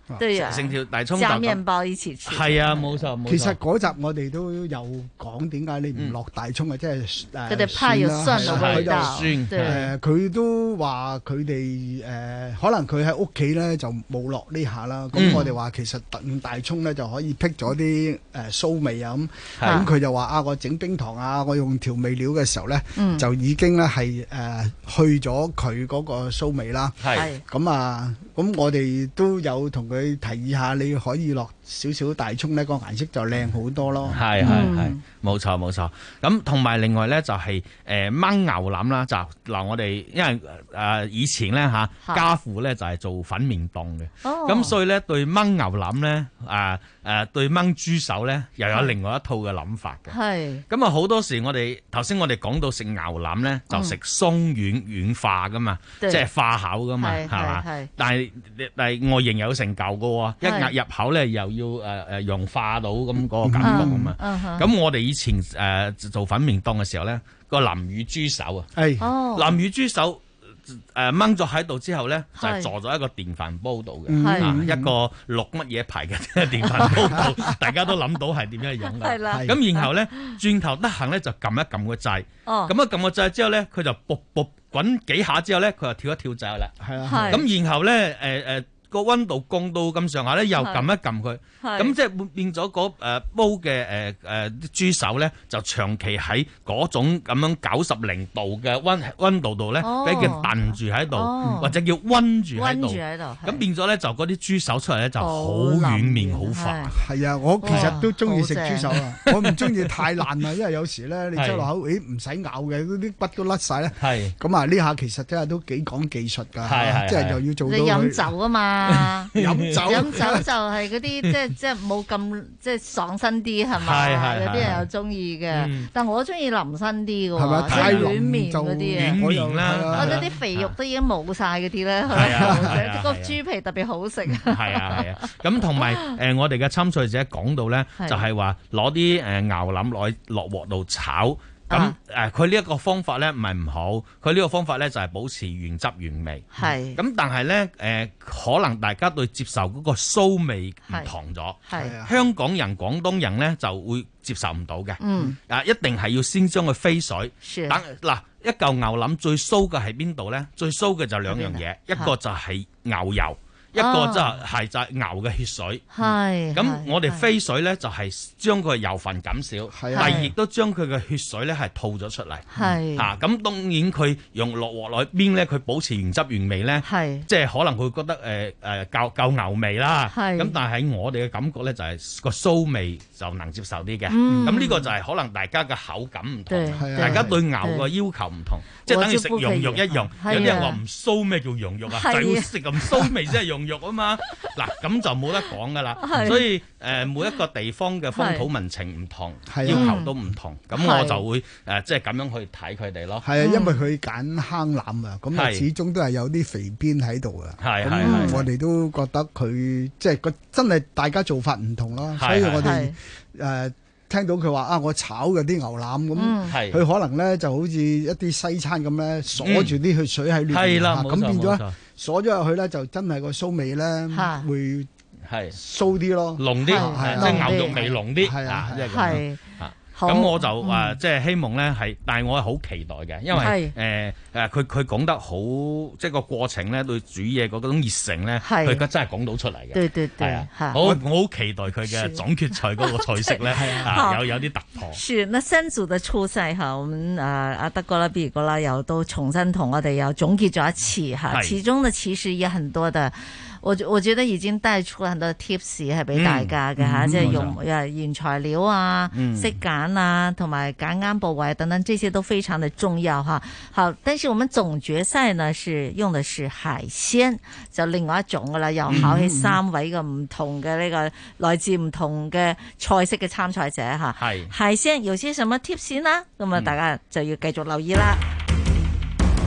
對啊， 成條大葱加麵包一起吃。 係啊，冇錯冇錯。 其實嗰集我哋都有講點解你唔落大葱啊，即係佢哋怕有蒜嘅味道。 佢都話佢哋可能佢喺屋企咧就冇落呢下啦。咁我哋話其實用大葱咧就可以辟咗啲騷味啊咁。咁佢就話啊，我整冰糖啊，我用調味料嘅時候咧，就已經咧係去咗佢嗰個騷味啦。係咁啊，咁我哋都有同佢提議下，你可以落少少大葱咧，個顏色就靚好多咯。 係，冇錯冇錯。咁同埋另外咧就係燜牛腩啦，就嗱我哋因為以前咧家父咧就係做粉麵檔嘅，咁所以咧對燜牛腩咧對燜豬手咧又有另外一套嘅諗法嘅。係咁啊，好多時我哋頭先我哋講到食牛腩咧，就食鬆軟化噶嘛，即係化口噶嘛，係嘛？但係外形有成嚿噶喎，一壓入口咧又要溶化到咁嗰個感覺啊嘛。咁我哋以前做粉麵檔嘅時候咧，個南乳豬手啊，南乳豬手掹咗喺度之後咧，就係坐咗一個電飯煲度嘅，一個綠乜嘢牌嘅電飯煲度，大家都諗到係點樣樣嘅。咁然後咧轉頭得閒咧就撳一撳個掣，咁一撳個掣之後咧，佢就卜卜滾幾下之後咧，佢就跳一跳掣啦。咁然後咧個溫度降到咁上下咧，又撳一撳佢，咁即係變咗嗰煲嘅豬手咧，就長期喺嗰種咁樣90度嘅溫度度咧，俾佢燉住喺度，或者叫溫住喺度。咁變咗咧，就嗰啲豬手出嚟咧就好軟綿好滑。係啊，我其實都中意食豬手啊，我唔中意太爛啊，因為有時咧你擠落口，唔使咬嘅，嗰啲骨都甩晒咧。係咁啊，呢下其實真係都幾講技術㗎，即係又要做到。你飲酒啊嘛？飲酒就係嗰啲即係冇咁即係爽身啲係嘛？有啲人又中意嘅，但我中意腍身啲嘅喎，太軟綿嗰啲啊， 軟綿啦， 我覺得啲肥肉都已經冇晒嗰啲咧，個豬皮特別好食。 係啊，咁同埋我哋嘅參賽者講到咧，就係話攞啲牛腩落鑊度炒。咁佢呢一個方法咧唔係唔好，佢呢個方法咧就係保持原汁原味。係咁，但係咧可能大家對接受嗰個騷味唔同咗。係香港人、廣東人咧就會接受唔到嘅。一定係要先將佢飛水。等嗱一嚿牛腩最騷嘅係邊度咧？最騷嘅就兩樣嘢，一個就係牛油。一個就係牛嘅血水，咁我哋飛水咧就係將佢油分減少，但係亦都將佢嘅血水咧係吐咗出嚟。咁當然佢用落鑊內邊咧，佢保持原汁原味咧，即係可能佢覺得夠牛味啦。咁但係喺我哋嘅感覺咧就係個騷味就能接受啲嘅。咁呢個就係可能大家嘅口感唔同，大家對牛嘅要求唔同，即係等於食羊肉一樣。有啲人話唔騷，咩叫羊肉啊？就要食咁騷味先係羊肉啊嘛，嗱咁就冇得講噶啦，所以每一個地方嘅風土民情唔同，要求都唔同，咁我就會即係咁樣去睇佢哋咯。係啊，因為佢揀坑腩啊，咁啊始終都係有啲肥邊喺度啊。咁我哋都覺得佢即係個真係大家做法唔同咯，所以我哋聽到佢話啊，我炒嗰啲牛腩咁，佢可能咧就好似一啲西餐咁咧，鎖住啲血水喺裏邊，咁變咗鎖咗入去咧，就真係個騷味咧會騷啲咯，濃啲，即係牛肉味濃啲，即係咁。咁我就話即係希望咧係，但係我係好期待嘅，因為佢講得好，即係個過程咧對煮嘢嗰種熱誠咧，佢而家真係講到出嚟嘅。對，係啊，我好期待佢嘅總決賽嗰個菜式咧，有啲突破。 是，那三組嘅初賽哈，我們阿德哥啦、B 哥啦，又都重新同我哋又總結咗一次哈，其中呢其實也很多的。我覺得已經帶出很多 tips 係俾大家嘅吓，即係用原材料啊、識揀啊，同埋揀啱部位等等，這些都非常的重要哈。好，但是我們總決賽呢是用的是海鮮，就另外一種噶啦，又考起3位嘅唔同嘅呢個來自唔同嘅菜式嘅參賽者吓。係海鮮有些什麼 tips 呢？咁啊，大家就要繼續留意啦。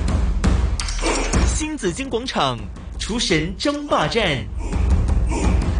新紫荊廣場廚神爭霸戰，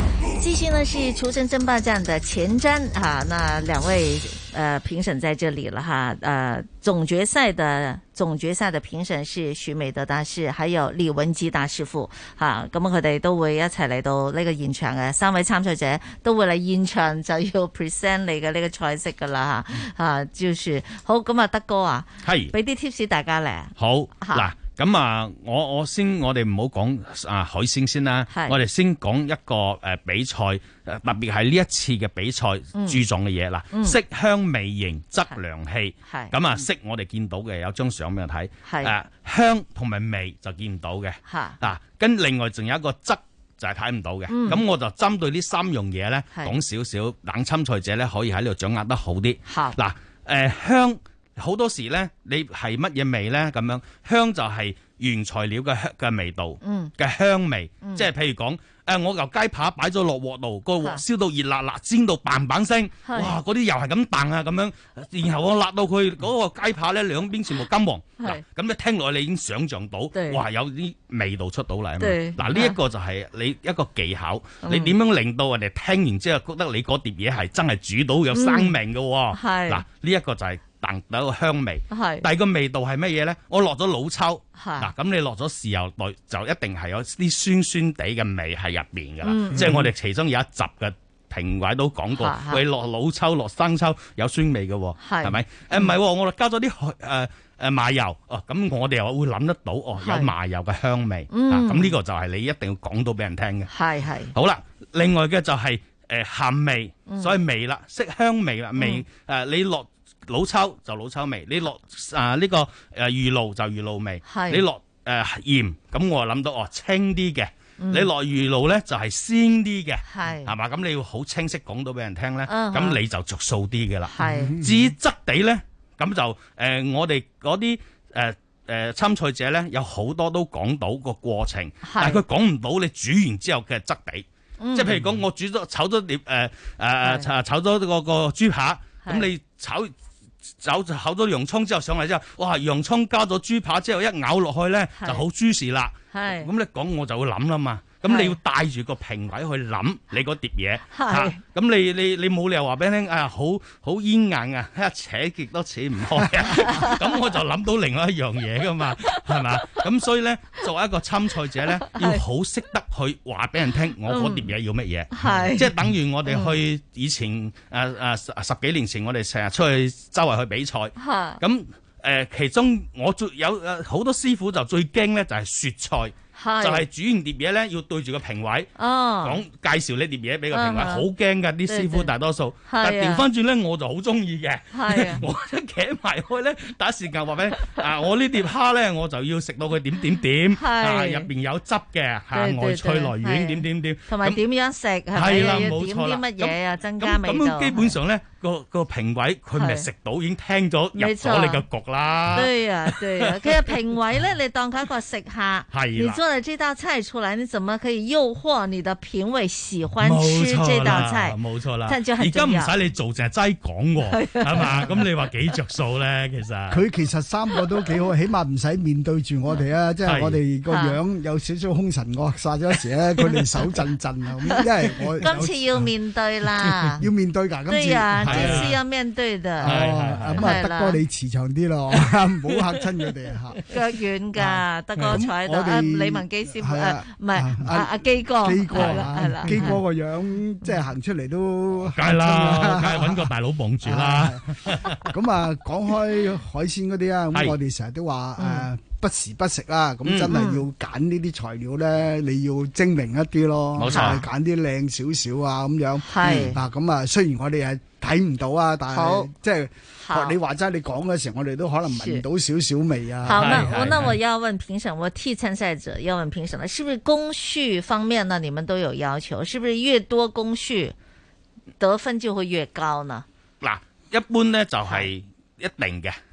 繼續呢是廚神爭霸戰的前瞻哈，那兩位評審在這裡了哈，總決賽的評審是許美德大師，還有李文基大師傅哈，咁佢哋都會一齊嚟到呢個現場嘅，三位參賽者都會嚟現場就要 present 你嘅呢個菜式噶啦吓，就是好咁啊，德哥啊，係俾啲 tips 大家咧，好嗱。咁啊，我哋唔好講海鮮先啦，我哋先講一個比賽，特別係呢一次嘅比賽注重嘅嘢啦，色香味形則涼氣。咁啊，色我哋見到嘅有張相俾我睇，香同埋味就見唔到嘅。嗱，跟另外仲有一個質就係睇唔到嘅。咁我就針對呢三樣嘢咧講少少，等參賽者咧可以喺呢度掌握得好啲。嗱，香。好多時咧，你係乜嘢味咧？咁樣香就係原材料嘅味道，嘅香味。即係譬如講，我嚿雞扒擺咗落鑊度，個鑊燒到熱辣辣，煎到嘭嘭聲，哇！嗰啲油係咁彈啊咁樣，然後我辣到佢嗰個雞扒咧兩邊全部金黃。咁你聽落你已經想像到，哇！有啲味道出到嚟啊嘛。嗱，呢一個就係你一個技巧，你點樣令到人哋聽完之後覺得你嗰碟嘢係真係煮到有生命嘅喎。嗱，呢一個就係。第一個香味，第二個味道係乜嘢咧？我落咗老抽，嗱咁你落咗豉油內就一定係有啲酸酸地嘅味喺入邊噶啦。即係我哋其中有一集嘅評委都講過，喂，落老抽落生抽有酸味嘅，係咪？唔係，我加咗啲麻油，咁我哋又會諗得到，有麻油嘅香味。咁呢個就係你一定要講到俾人聽嘅。係。好啦，另外嘅就係鹹味，所以味啦，色香味啦，味你落。老抽就老抽味，你落呢個魚露就魚露味，你落鹽，咁我諗到清啲嘅，你落魚露咧就係鮮啲嘅，係嘛？咁你要好清晰講到俾人聽咧，咁你就着數啲嘅啦。至於質地咧，咁就我哋嗰啲參賽者咧，有好多都講到個過程，但係佢講唔到你煮完之後嘅質地，即係譬如講我炒咗碟炒咗個豬扒，咁你炒咗洋葱之後上嚟之後，哇！洋葱加咗豬扒之後一咬落去咧就好 juicy 啦。咁你講我就會諗啦嘛。咁你要帶住個評委去諗你嗰碟嘢。咁你冇理由話俾你聽好煙硬啊，扯極都扯唔開啊。咁我就諗到另外一樣嘢噶嘛，係嘛？咁所以咧，作為一個參賽者咧，要好識得去話俾人聽，我嗰碟嘢要乜嘢。即係等於我哋去以前十幾年前，我哋成日出去周圍去比賽。咁其中我有好多師傅就最驚咧，就係雪菜。就係煮完碟嘢咧，要對住個評委講介紹呢碟嘢俾個評委，好驚㗎啲師傅大多數。但調翻轉咧，我就好中意嘅。我一企埋開咧，第一時間話俾我呢碟蝦咧，我就要食到佢點點點，入邊有汁嘅，外脆內軟點點點，同埋點樣食係啦，冇錯啦。點啲乜嘢啊？增加味道。咁基本上咧，個評委佢咪食到已經聽咗入咗你個局啦。對啊，對啊。其實評委咧，你當佢一個食客，你做了這道菜出來，你怎麼可以誘惑你的評委喜歡吃這道菜？冇錯啦，而家唔使你做，淨係齋講喎，係嘛？咁你話幾着數咧？其實佢其實三個都幾好，起碼唔使面對住我哋啊！即係我哋個樣有少少兇神惡煞咗時咧，佢哋手震震啊咁。因為我今次要面對啦，要面對㗎。對啊，這次要面對的。咁啊，德哥你慈祥啲咯，唔好嚇親佢哋嚇。腳軟㗎，德哥坐喺度，李文基師傅唔係阿基哥，係啦，基哥個樣即係行出嚟都梗係啦，梗係揾個大佬綁住啦。咁啊，講開海鮮嗰啲啊，咁我哋成日都話不時不食啦。咁真係要揀呢啲材料咧，你要精明一啲咯，冇錯，揀啲靚少少啊咁樣。係嗱，咁啊，雖然我哋係睇唔到啊，但係即係學你話齋，你講嘅時候，我哋都可能聞到少少味啊。好，那我要問評審，我替參賽者要問評審啦，是不是工序方面呢？你們都有要求，是不是越多工序得分就會越高呢？嗱，一般呢就係一定嘅，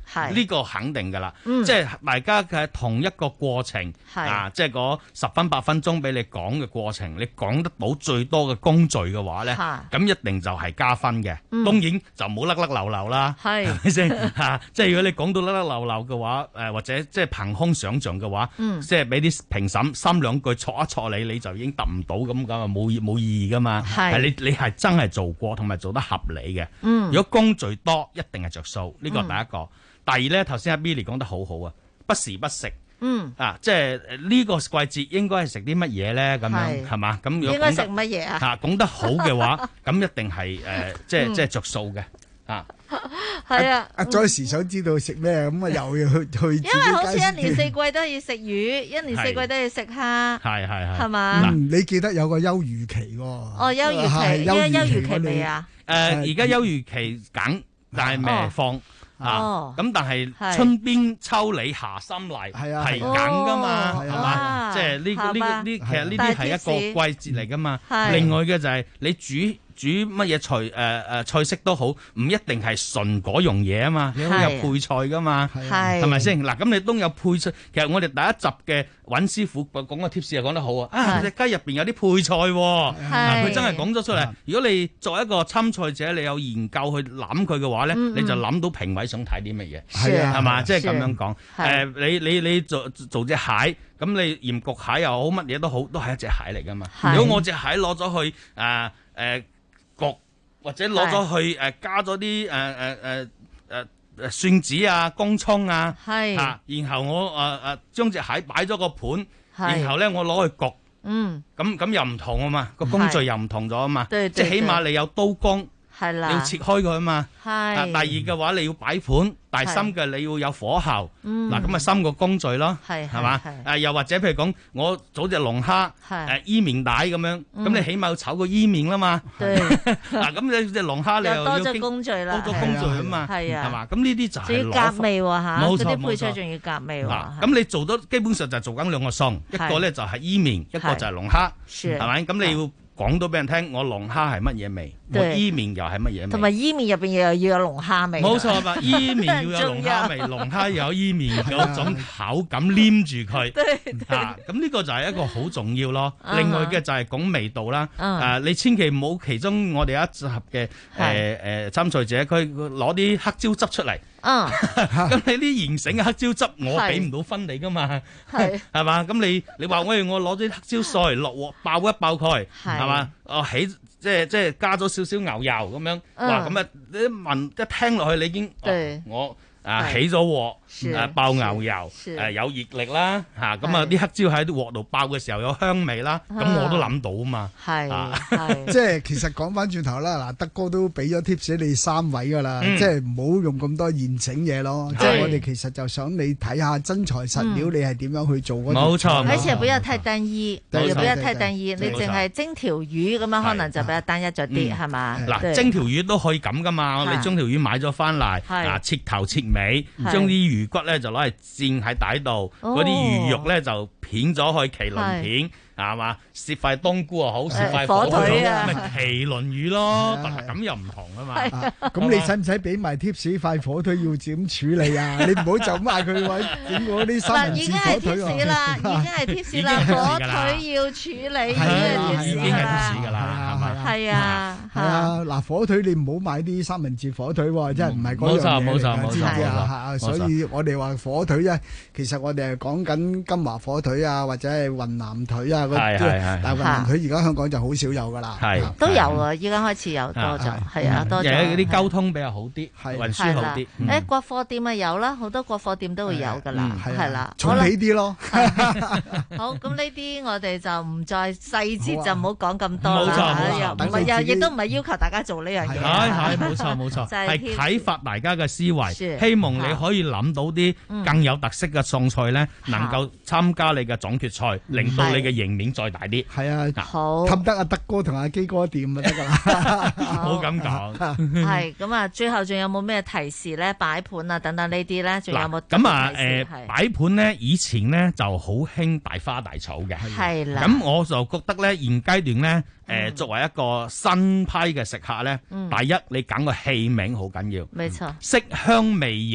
呢個肯定噶啦。即係大家嘅同一個過程即係嗰10分8分鐘俾你講嘅過程，你講得到最多嘅工序嘅話咧，咁一定就係加分嘅。當然就唔好甩甩流流啦，係咪先即係如果你講到甩甩流流嘅話，或者即係憑空想像嘅話，即係俾啲評審三兩句戳一戳你就已經揼唔到咁啊，冇意義噶嘛。係你係真係做過同埋做得合理嘅。如果工序多，一定係着數。呢個第一個。第二咧，頭先阿 Billy 講得好好啊，不時不食。即係呢個季節應該係食啲乜嘢咧？咁樣係嘛？咁如果應該食乜嘢啊？講得好嘅話，咁一定係即係着數嘅。 係啊！阿 Joyce 想知道食咩，咁啊又要去。 因為好似一年四季都要食魚，一年四季都要食蝦，係嘛？ 你記得有個休漁期喎？ 哦，休漁期，而家休漁期未啊？ 而家休漁期緊，但係未放。咁但係春邊秋里夏心嚟係緊噶嘛，係嘛？即係呢其實呢啲係一個季節嚟噶嘛。另外嘅就係你煮乜嘢菜式都好，唔一定係純嗰樣嘢啊嘛，你都有配菜噶嘛，係咪先？嗱，咁你都有配菜。其實我哋第一集嘅尹師傅講個 tips 又講得好啊！隻雞入邊有啲配菜喎，佢真係講咗出嚟。如果你作為一個參賽者，你有研究去諗佢嘅話咧，你就諗到評委想睇啲乜嘢，係嘛？即係咁樣講。你做隻蟹，咁你鹽焗蟹又好，乜嘢都好，都係一隻蟹嚟噶嘛。如果我隻蟹攞咗去焗或者攞咗去加咗啲蒜子啊、乾葱啊，然後我將隻蟹擺咗個盤，然後咧我攞去焗，咁又唔同啊嘛，個工序又唔同咗啊嘛，即係起碼你有刀工，你要切開佢啊嘛。第二嘅話你要擺盤，大心嘅你要有火候，嗱咁啊深個工序咯，係嘛？又或者譬如講我做隻龍蝦，伊麵帶咁樣，咁你起碼要炒個伊麵啦嘛。嗱咁你隻龍蝦你又要多咗工序啦，多咗工序啊嘛，係嘛？咁呢啲就係要夾味喎嚇， 冇錯， 嗰啲配菜仲要夾味喎。 咁你做到基本上就做緊兩個餸，一個咧就係伊麵，一個就係龍蝦，係咪？咁你要講到俾人聽，我龍蝦係乜嘢味，我伊麵又係乜嘢味，同埋伊麵入邊又要有龍蝦味。 冇錯吧？伊麵要有龍蝦味，龍蝦又有伊麵嗰種口感黏住佢。咁呢個就係一個好重要咯。另外嘅就係講味道啦。你千祈唔好其中我哋一集嘅參賽者，佢攞啲黑椒汁出嚟。咁你啲現成嘅黑椒汁，我俾唔到分你噶嘛？係嘛？咁你話我攞啲黑椒碎落鑊爆一爆佢，係嘛？即係加咗少少牛油咁樣，哇！咁你一聽落去，你已經我起咗鑊，爆牛油，有熱力啦，咁啲黑椒喺啲鑊度爆嘅時候有香味啦，咁我都諗到啊嘛。 即係其實講翻轉頭啦，嗱，德哥都俾咗 tips 你3位噶啦，即係唔好用咁多現成嘢咯。即係我哋其實就想你睇下真材實料，你係點樣去做嗰啲。 冇錯， 而且不要太單一，又不要太單一。你淨係蒸條魚咁樣，可能就比較單一咗啲，係嘛？ 嗱，蒸條魚都可以咁噶嘛。你將條魚買咗翻嚟，切頭切尾，將啲魚骨咧就攞嚟煎喺底度，嗰啲魚肉咧就片咗去麒麟片，係嘛？切塊冬菇又好，切塊火腿啊，咪麒麟魚咯，咁又唔同啊嘛。 咁你使唔使俾埋 tips 塊火腿要點處理啊？你唔好就咁嗌佢揾整嗰啲三文治火腿喎。 已經係 tips 啦，火腿要處理， 已經係 tips 㗎啦，係咪？ 係啊， 係啊，嗱，火腿你唔好買啲三文治火腿喎，真係唔係嗰樣嘢嚟㗎，知唔知啊？所以我哋話火腿咧，其實我哋係講緊金華火腿啊，或者係雲南腿啊嗰啲。但係雲南腿而家香港就好少有㗎啦， 都有啊，依家開始有多咗，係啊，多咗。 而且嗰啲交通比較好啲，運輸好啲。 國貨店啊有啦，好多國貨店都會有㗎啦，係啦， 重起啲咯。 好，咁呢啲我哋就唔再細節就唔好講咁多啦。 冇錯， 亦都唔係要求大家做呢樣嘢。 係冇錯，係啟發大家嘅思維，希望你可以諗到啲更有特色嘅餸菜咧，能夠參加你嘅總決賽，令到你嘅贏面再大啲。 係啊，好氹得阿德哥同阿基哥掂就得噶啦， 唔好咁講。 係咁啊，最後仲有冇咩提示咧？擺盤啊等等呢啲咧，仲有冇？ 咁啊擺盤咧，以前咧就好興大花大草嘅， 係啦。 咁我就覺得咧，現階段咧，作為一個新批嘅食客咧，第一你揀個器皿好緊要， 冇錯， 色香味形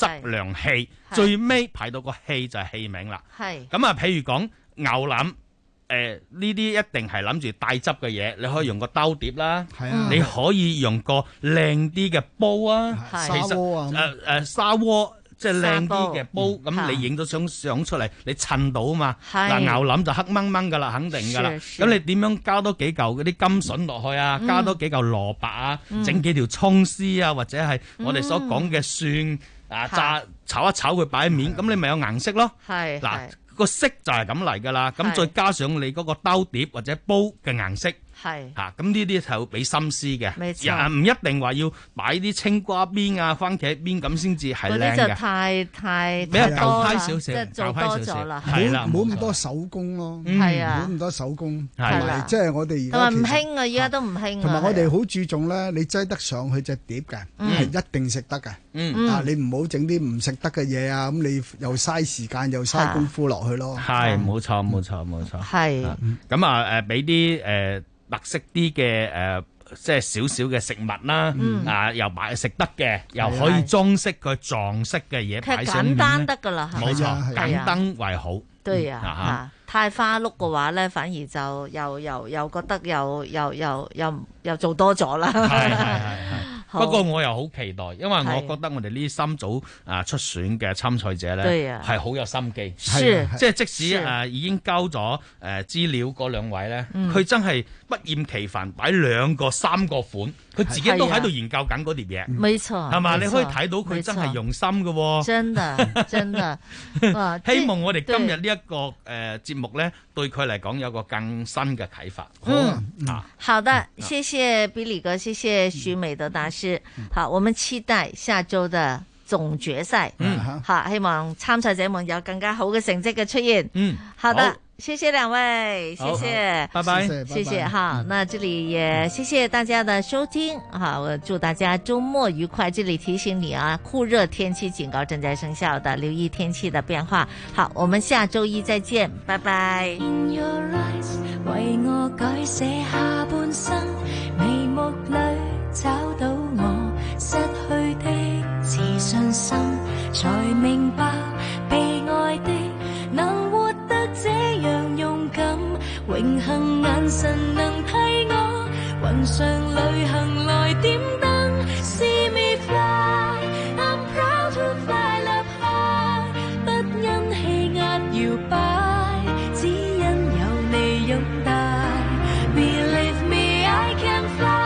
質量氣，最尾排到個氣就係器皿啦。 係咁啊，譬如講牛腩。呢啲一定係諗住帶汁嘅嘢，你可以用個兜碟啦，你可以用個靚啲嘅煲啊， 砂鍋啊， 砂鍋即係靚啲嘅煲，咁你影到相出嚟，你襯到啊嘛。嗱牛腩就黑掹掹噶啦，肯定噶啦。咁你點樣加多幾嚿嗰啲甘筍落去啊？加多幾嚿蘿蔔啊？整幾條葱絲啊？或者係我哋所講嘅蒜啊，炒一炒佢擺喺面，咁你咪有顏色咯。嗱。個色就係咁嚟㗎啦，咁再加上你嗰個兜碟或者煲嘅顏色，咁呢啲就會俾心思嘅，唔一定話要擺啲青瓜邊啊、番茄邊咁先至係靚嘅。嗰啲就太比較舊派少少，即係做多咗啦，係啦， 冇咁多手工咯， 係啊， 冇咁多手工，係啦，即係我哋而家同埋唔興啊，而家都唔興啊。 同埋我哋好注重咧，你擠得上去隻碟嘅，係一定食得嘅。你唔好整啲唔食得嘅嘢啊，咁你又嘥時間又嘥功夫落去咯。 係，冇錯。 係咁啊，俾啲特色啲嘅即係少少嘅食物啦，又擺食得嘅，又可以裝飾佢撞色嘅嘢擺上面。 簡單得噶啦， 冇錯，簡單為好。 對啊，太花碌嘅話咧，反而就又覺得又做多咗啦。 係。不過我又好期待，因為我覺得我哋呢三組出選嘅參賽者咧係好有心機，即係即使已經交咗資料嗰兩位咧，佢真係不厭其煩擺2個3個款，佢自己都喺度研究緊嗰碟嘢。 沒錯， 係嘛？你可以睇到佢真係用心嘅喎。 真的， 希望我哋今日呢一個節目咧，對佢嚟講有個更新嘅啟發。 好的，謝謝比利哥，謝謝許美德大師。好，我們期待下周的總決賽。好，希望參賽者們有更加好嘅成績嘅出現。好的，謝謝兩位，謝謝， 拜拜， 謝謝。好，那這裏也謝謝大家的收聽。好，我祝大家周末愉快。這裏提醒你啊，酷熱天氣警告正在生效的，留意天氣的變化。好，我們下周一再見，拜拜。In your eyes，為我改寫下半生，眉目裏找到我失去的自信心，才明白被愛的能活得這樣勇敢，榮幸眼神能替我雲上旅行來點燈。See me fly, I'm proud to fly up high， 不因氣壓搖擺，只因有你擁戴。Believe me, I can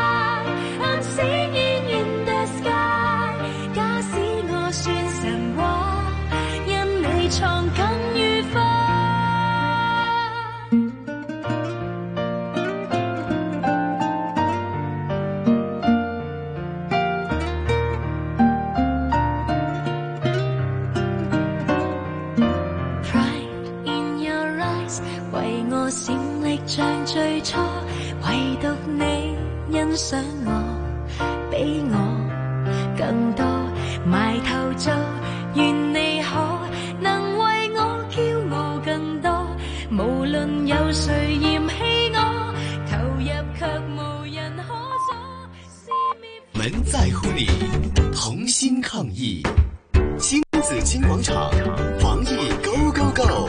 fly。Singing in the sky， 假使我算神話，因你創更愉快。Pride in your eyes， 為我閃力像最初，唯獨你欣賞我。比我更多埋頭做，願你可能為我驕傲更多。無論有誰嫌棄我，投入卻無人可阻。 我們在乎你，同心抗疫，新紫荊廣場防疫 Go Go Go。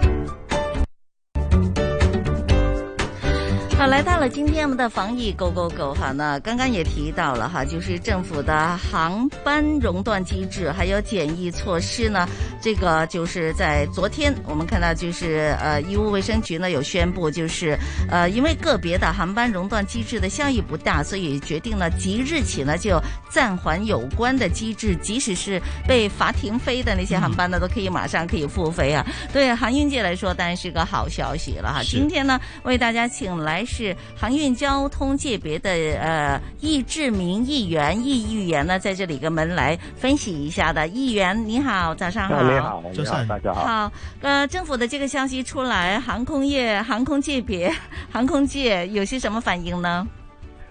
好，來到了今天我們的防疫 Go Go Go 哈，那剛剛也提到了哈，就是政府的航班熔斷機制，還有檢疫措施呢。這個就是在昨天我們看到，就是醫務衛生局呢有宣布，就是因為個別的航班熔斷機制的效益不大，所以決定呢即日起呢就暫緩有關的機制，即使是被罰停飛的那些航班呢，都可以馬上可以復飛啊。對航運界來說，當然是個好消息了哈。今天呢為大家請來是航運交通界別的易志明議員呢，在這裡跟我們來分析一下的。議員你好，早上好。 你好，大家好。 好，政府的這個消息出來，航空界有些什麼反應呢？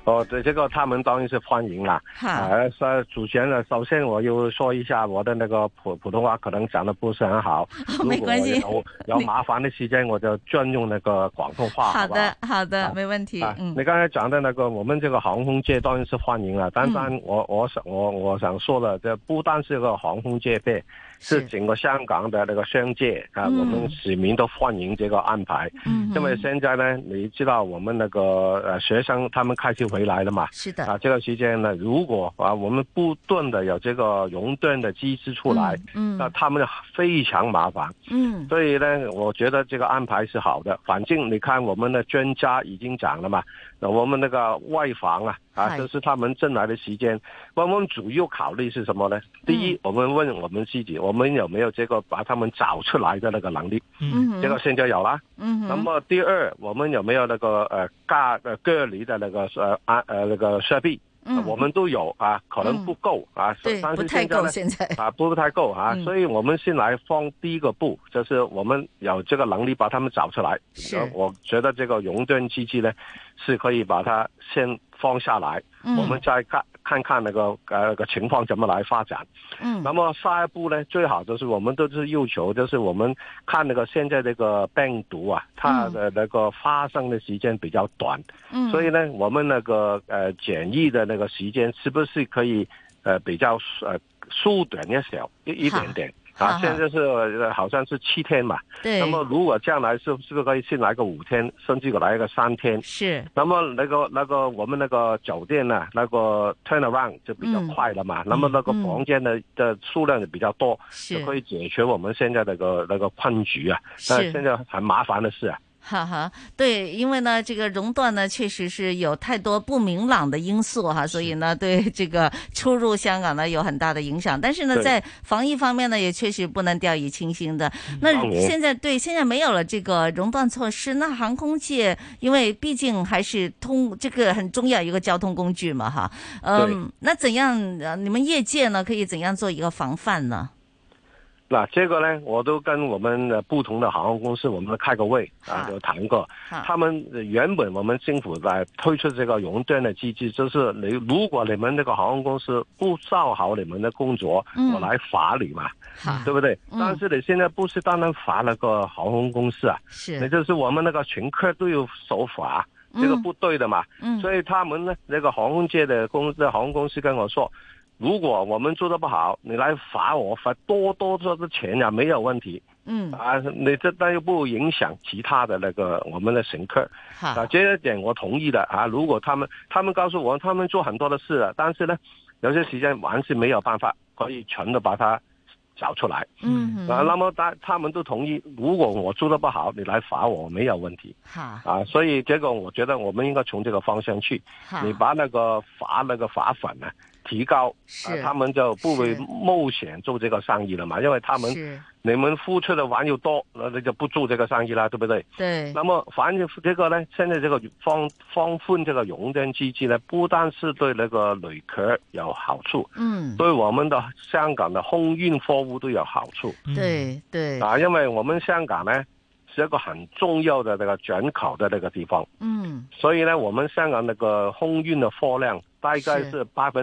对这个他们当然是欢迎啦。主持人呢，首先我要说一下我的那个普通话可能讲得不是很好， 没关系。 有麻烦的时间我就转用那个广东话。 好的，好的，没问题。 你刚才讲的那个我们这个航空界当然是欢迎了，但是我想说的，这不单是个航空界别，是整个香港的那个商界我们市民都欢迎这个安排。因为现在呢，你知道我们那个学生他们开始回来了嘛？ 是的。 这个时间呢，如果我们不断的有这个熔断的机制出来，那他们非常麻烦。所以呢，我觉得这个安排是好的。反正你看我们的专家已经讲了嘛，我们那个外防这是他们进来的时间。我们主要考虑是什么呢？第一，我们问我们自己，我们有没有这个把他们找出来的那个能力？这个现在有啦。那么第二，我们有没有那个隔离的那个那个设备？我们都有可能不够对， 但是不太够现在不太够所以我们先来放第一个步，就是我们有这个能力把他们找出来。我觉得这个熔断机制呢，是可以把它先放下来，我们再看看那个情况怎么来发展。那么下一步呢，最好就是我们都是要求，就是我们看那个现在这个病毒它的那个发生的时间比较短，所以呢，我们那个检疫的那个时间是不是可以比较缩短一点点？现在是好像是7天嘛。 对。 那么如果将来是不是可以先来个5天，甚至来个3天？ 是。 那么那个我们那个酒店呢，那个 turnaround 就比较快了嘛。那么那个房间的数量就比较多，就可以解决我们现在那个困局但是现在很麻烦的事哈哈，对，因为呢，这个熔断呢，确实是有太多不明朗的因素所以呢，对这个出入香港呢有很大的影响。但是呢，在防疫方面呢，也确实不能掉以轻心的。那现在没有了这个熔断措施，那航空界因为毕竟还是这个很重要一个交通工具嘛那怎样你们业界呢可以怎样做一个防范呢？ 这个呢，我都跟我们不同的航空公司，我们开个会有谈过。他们原本我们政府在推出这个熔断的机制，就是如果你们那个航空公司不做好你们的工作，我来罚你嘛，对不对？但是你现在不是单单罚那个航空公司你就是我们那个乘客都要守法，这个不对的嘛。所以他们呢，那个航空界的航空公司跟我说，如果我们做得不好，你来罚我，罚多的钱没有问题。你这但又不影响其他的那个我们的乘客。这一点我同意的如果他们告诉我他们做很多的事但是呢，有些时间还是没有办法可以全的把它找出来。那么他们都同意，如果我做得不好，你来罚我没有问题。所以这个我觉得我们应该从这个方向去，你把那个罚款提高，他们就不会冒险做这个生意了嘛，因为他们你们付出的玩又多，那你就不做这个生意啦，对不对？ 对。 那么反正这个呢，现在这个放宽这个熔断机制呢，不但是对那个旅客有好处，对我们的香港的空运货物都有好处。 对对。 因为我们香港呢是一个很重要的那个转口的那个地方。所以呢，我们香港那个空运的货量大概是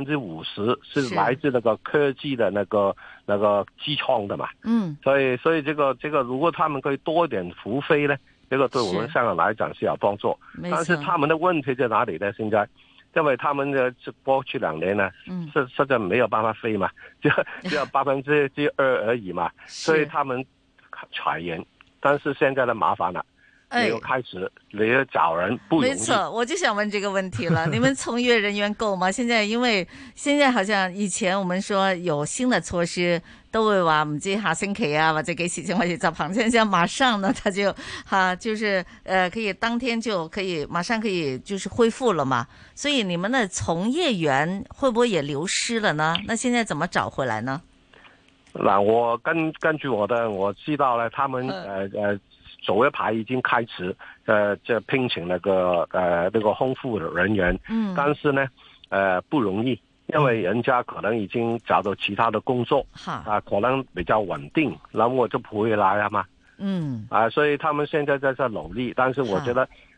50%是来自那个科技的那个机舱的嘛。所以这个如果他们可以多一点服务费呢，这个对我们香港来讲是有帮助。但是他们的问题在哪里呢？现在因为他们的过去2年呢实在没有办法飞嘛，只有2%而已嘛，所以他们裁员。但是现在的麻烦了，你要开始你要找人不容易。 没错，我就想问这个问题了。你们从业人员够吗？现在好像以前我们说有新的措施，都會話唔知下星期或者幾時先開始執行。現在馬上呢，他就就是可以當天就可以馬上可以就是恢復了嘛。所以你們的從業員會不會也流失了呢？那現在怎麼找回來呢？ 我根據我知道呢，他們早一排已經開始就聘請那個空服人員，但是呢不容易，因為人家可能已經找到其他的工作，可能比較穩定，然後我就不會來了嘛。所以他們現在在努力，但是我覺得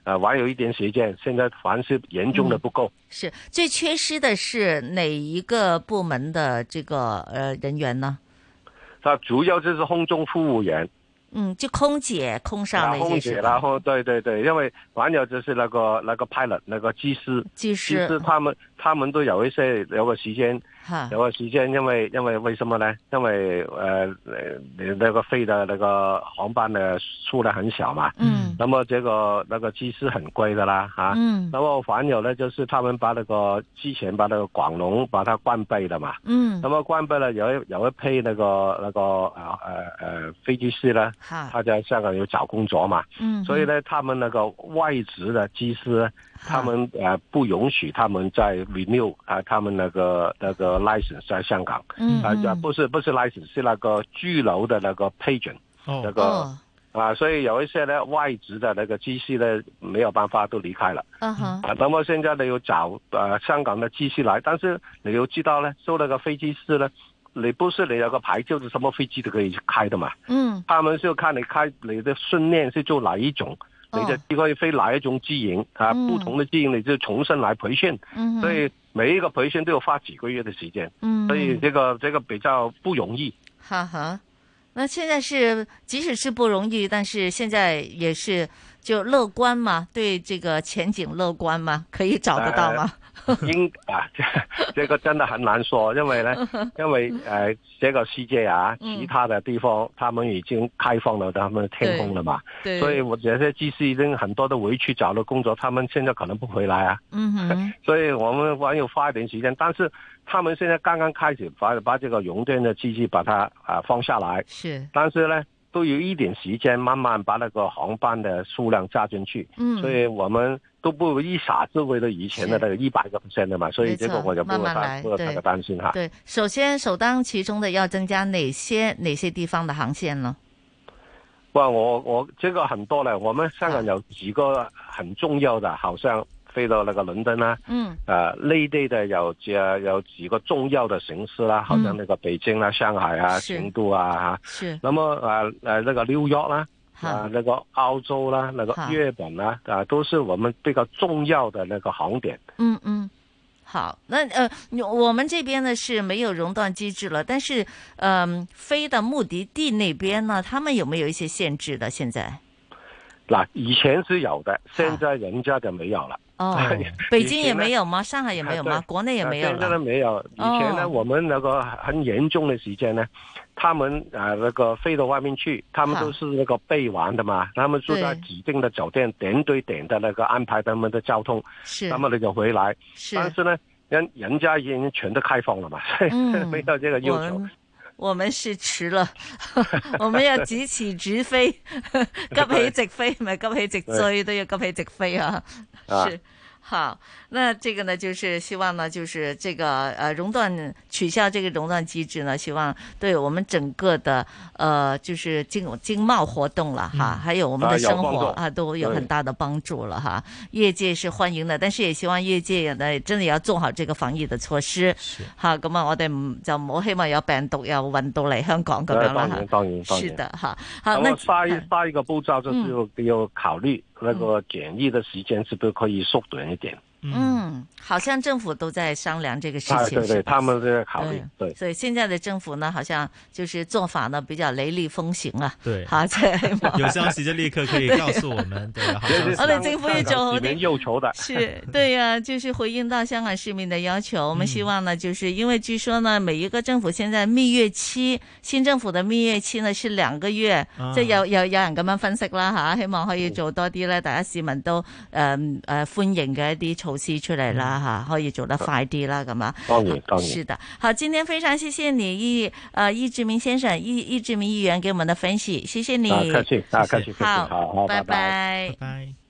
还有一点时间，现在还是严重的不够。 是最缺失的是哪一个部门的这个人员呢？ 它主要就是空中服务员。 就空姐、空少那些空姐，然后对，因为还有就是那个 pilot 那个机师他们都有个时间，因为为什么呢？因为那个飞的那个航班的数量很小嘛，那么那个机师很贵的啦那么还有呢就是他们把之前把那个广龙把它关闭了嘛，那么关闭了有一批那个飞机师呢，他在香港有找工作嘛，所以呢他们那个外职的机师他们不允许他们在 renew 他们那个 license 在香港，不是 license 是那个居留的那个批准，那个所以有一些呢外职的那个机师呢没有办法都离开了，那么现在你要找香港的机师来，但是你要知道呢，做那个飞机师呢，你不是你有个牌就是什么飞机都可以开的嘛，他们是看你开你的训练是做哪一种。你就可以飞哪一种机型不同的机型你就重新来培训，所以每一个培训都要花几个月的时间，所以这个比较不容易。 那现在是即使是不容易，但是现在也是就乐观嘛，对这个前景乐观嘛，可以找得到吗？ 这个真的很难说，因为这个世界其他的地方他们已经开放了他们的天空了嘛，所以我这些机师已经很多都回去找了工作，他们现在可能不回来所以我们还要花一点时间，但是他们现在刚刚开始把这个熔断的机器把它放下来，但是呢都有一点时间慢慢把那个航班的数量加进去，所以我们都不一下子为了以前的那个100%的嘛，所以这个我就不会太担心对，首当其冲的要增加哪些地方的航线呢？ 我这个很多了，我们香港有几个很重要的，好像飞到那个伦敦啦，内地的有几个重要的城市啦，好像那个北京啦、上海成都那么那个纽约啦。那个澳洲啦，那个日本啦，都是我们比较重要的那个航点。 好，那我们这边呢是没有熔断机制了，但是飞的目的地那边呢，他们有没有一些限制的？现在以前是有的，现在人家就没有了。 北京也没有吗？上海也没有吗？国内也没有了。 现在没有。以前呢，我们那个很严重的时间呢，他们那个飞到外面去，他们都是那个备完的嘛，他们住在指定的酒店，点对点的那个安排他们的交通，那么你就回来。但是呢，人家已经全都开放了嘛，所以没有这个要求。 我们是迟了，我們要急起直飛，急起直飛，唔係急起直追，都要急起直飛啊！是。好，那這個呢，就是希望呢，就是這個熔斷取消這個熔斷機制呢，希望對我們整個的就是經貿活動了哈，還有我們的生活都有很大的幫助了哈。業界是歡迎的，但是也希望業界呢真的要做好這個防疫的措施。好，咁我哋就唔好希望有病毒又運到嚟香港咁樣啦。當然，是的，哈。好，那下一個步驟就是要考慮那個檢疫的時間是不是可以縮短一點。 好像政府都在商量這個事情。 對，他們都在考慮。對， 所以現在的政府呢，好像就是做法呢比較雷厲風行啊。 對，有消息就立刻可以告訴我們。對， 我哋政府也做好啲要求的。 是，對呀，就是回應到香港市民的要求。我們希望呢，就是因為據說呢，每一個政府現在蜜月期，新政府的蜜月期呢是2個月，即係有人咁樣分析啦吓，希望可以做多啲咧，大家市民都歡迎嘅一啲措施出嚟啦吓，可以做得快啲啦咁啊。 當然， 是的。好，今天非常謝謝你易志明先生，易志明議員給我們的分析，謝謝你。 客氣， 好，拜拜。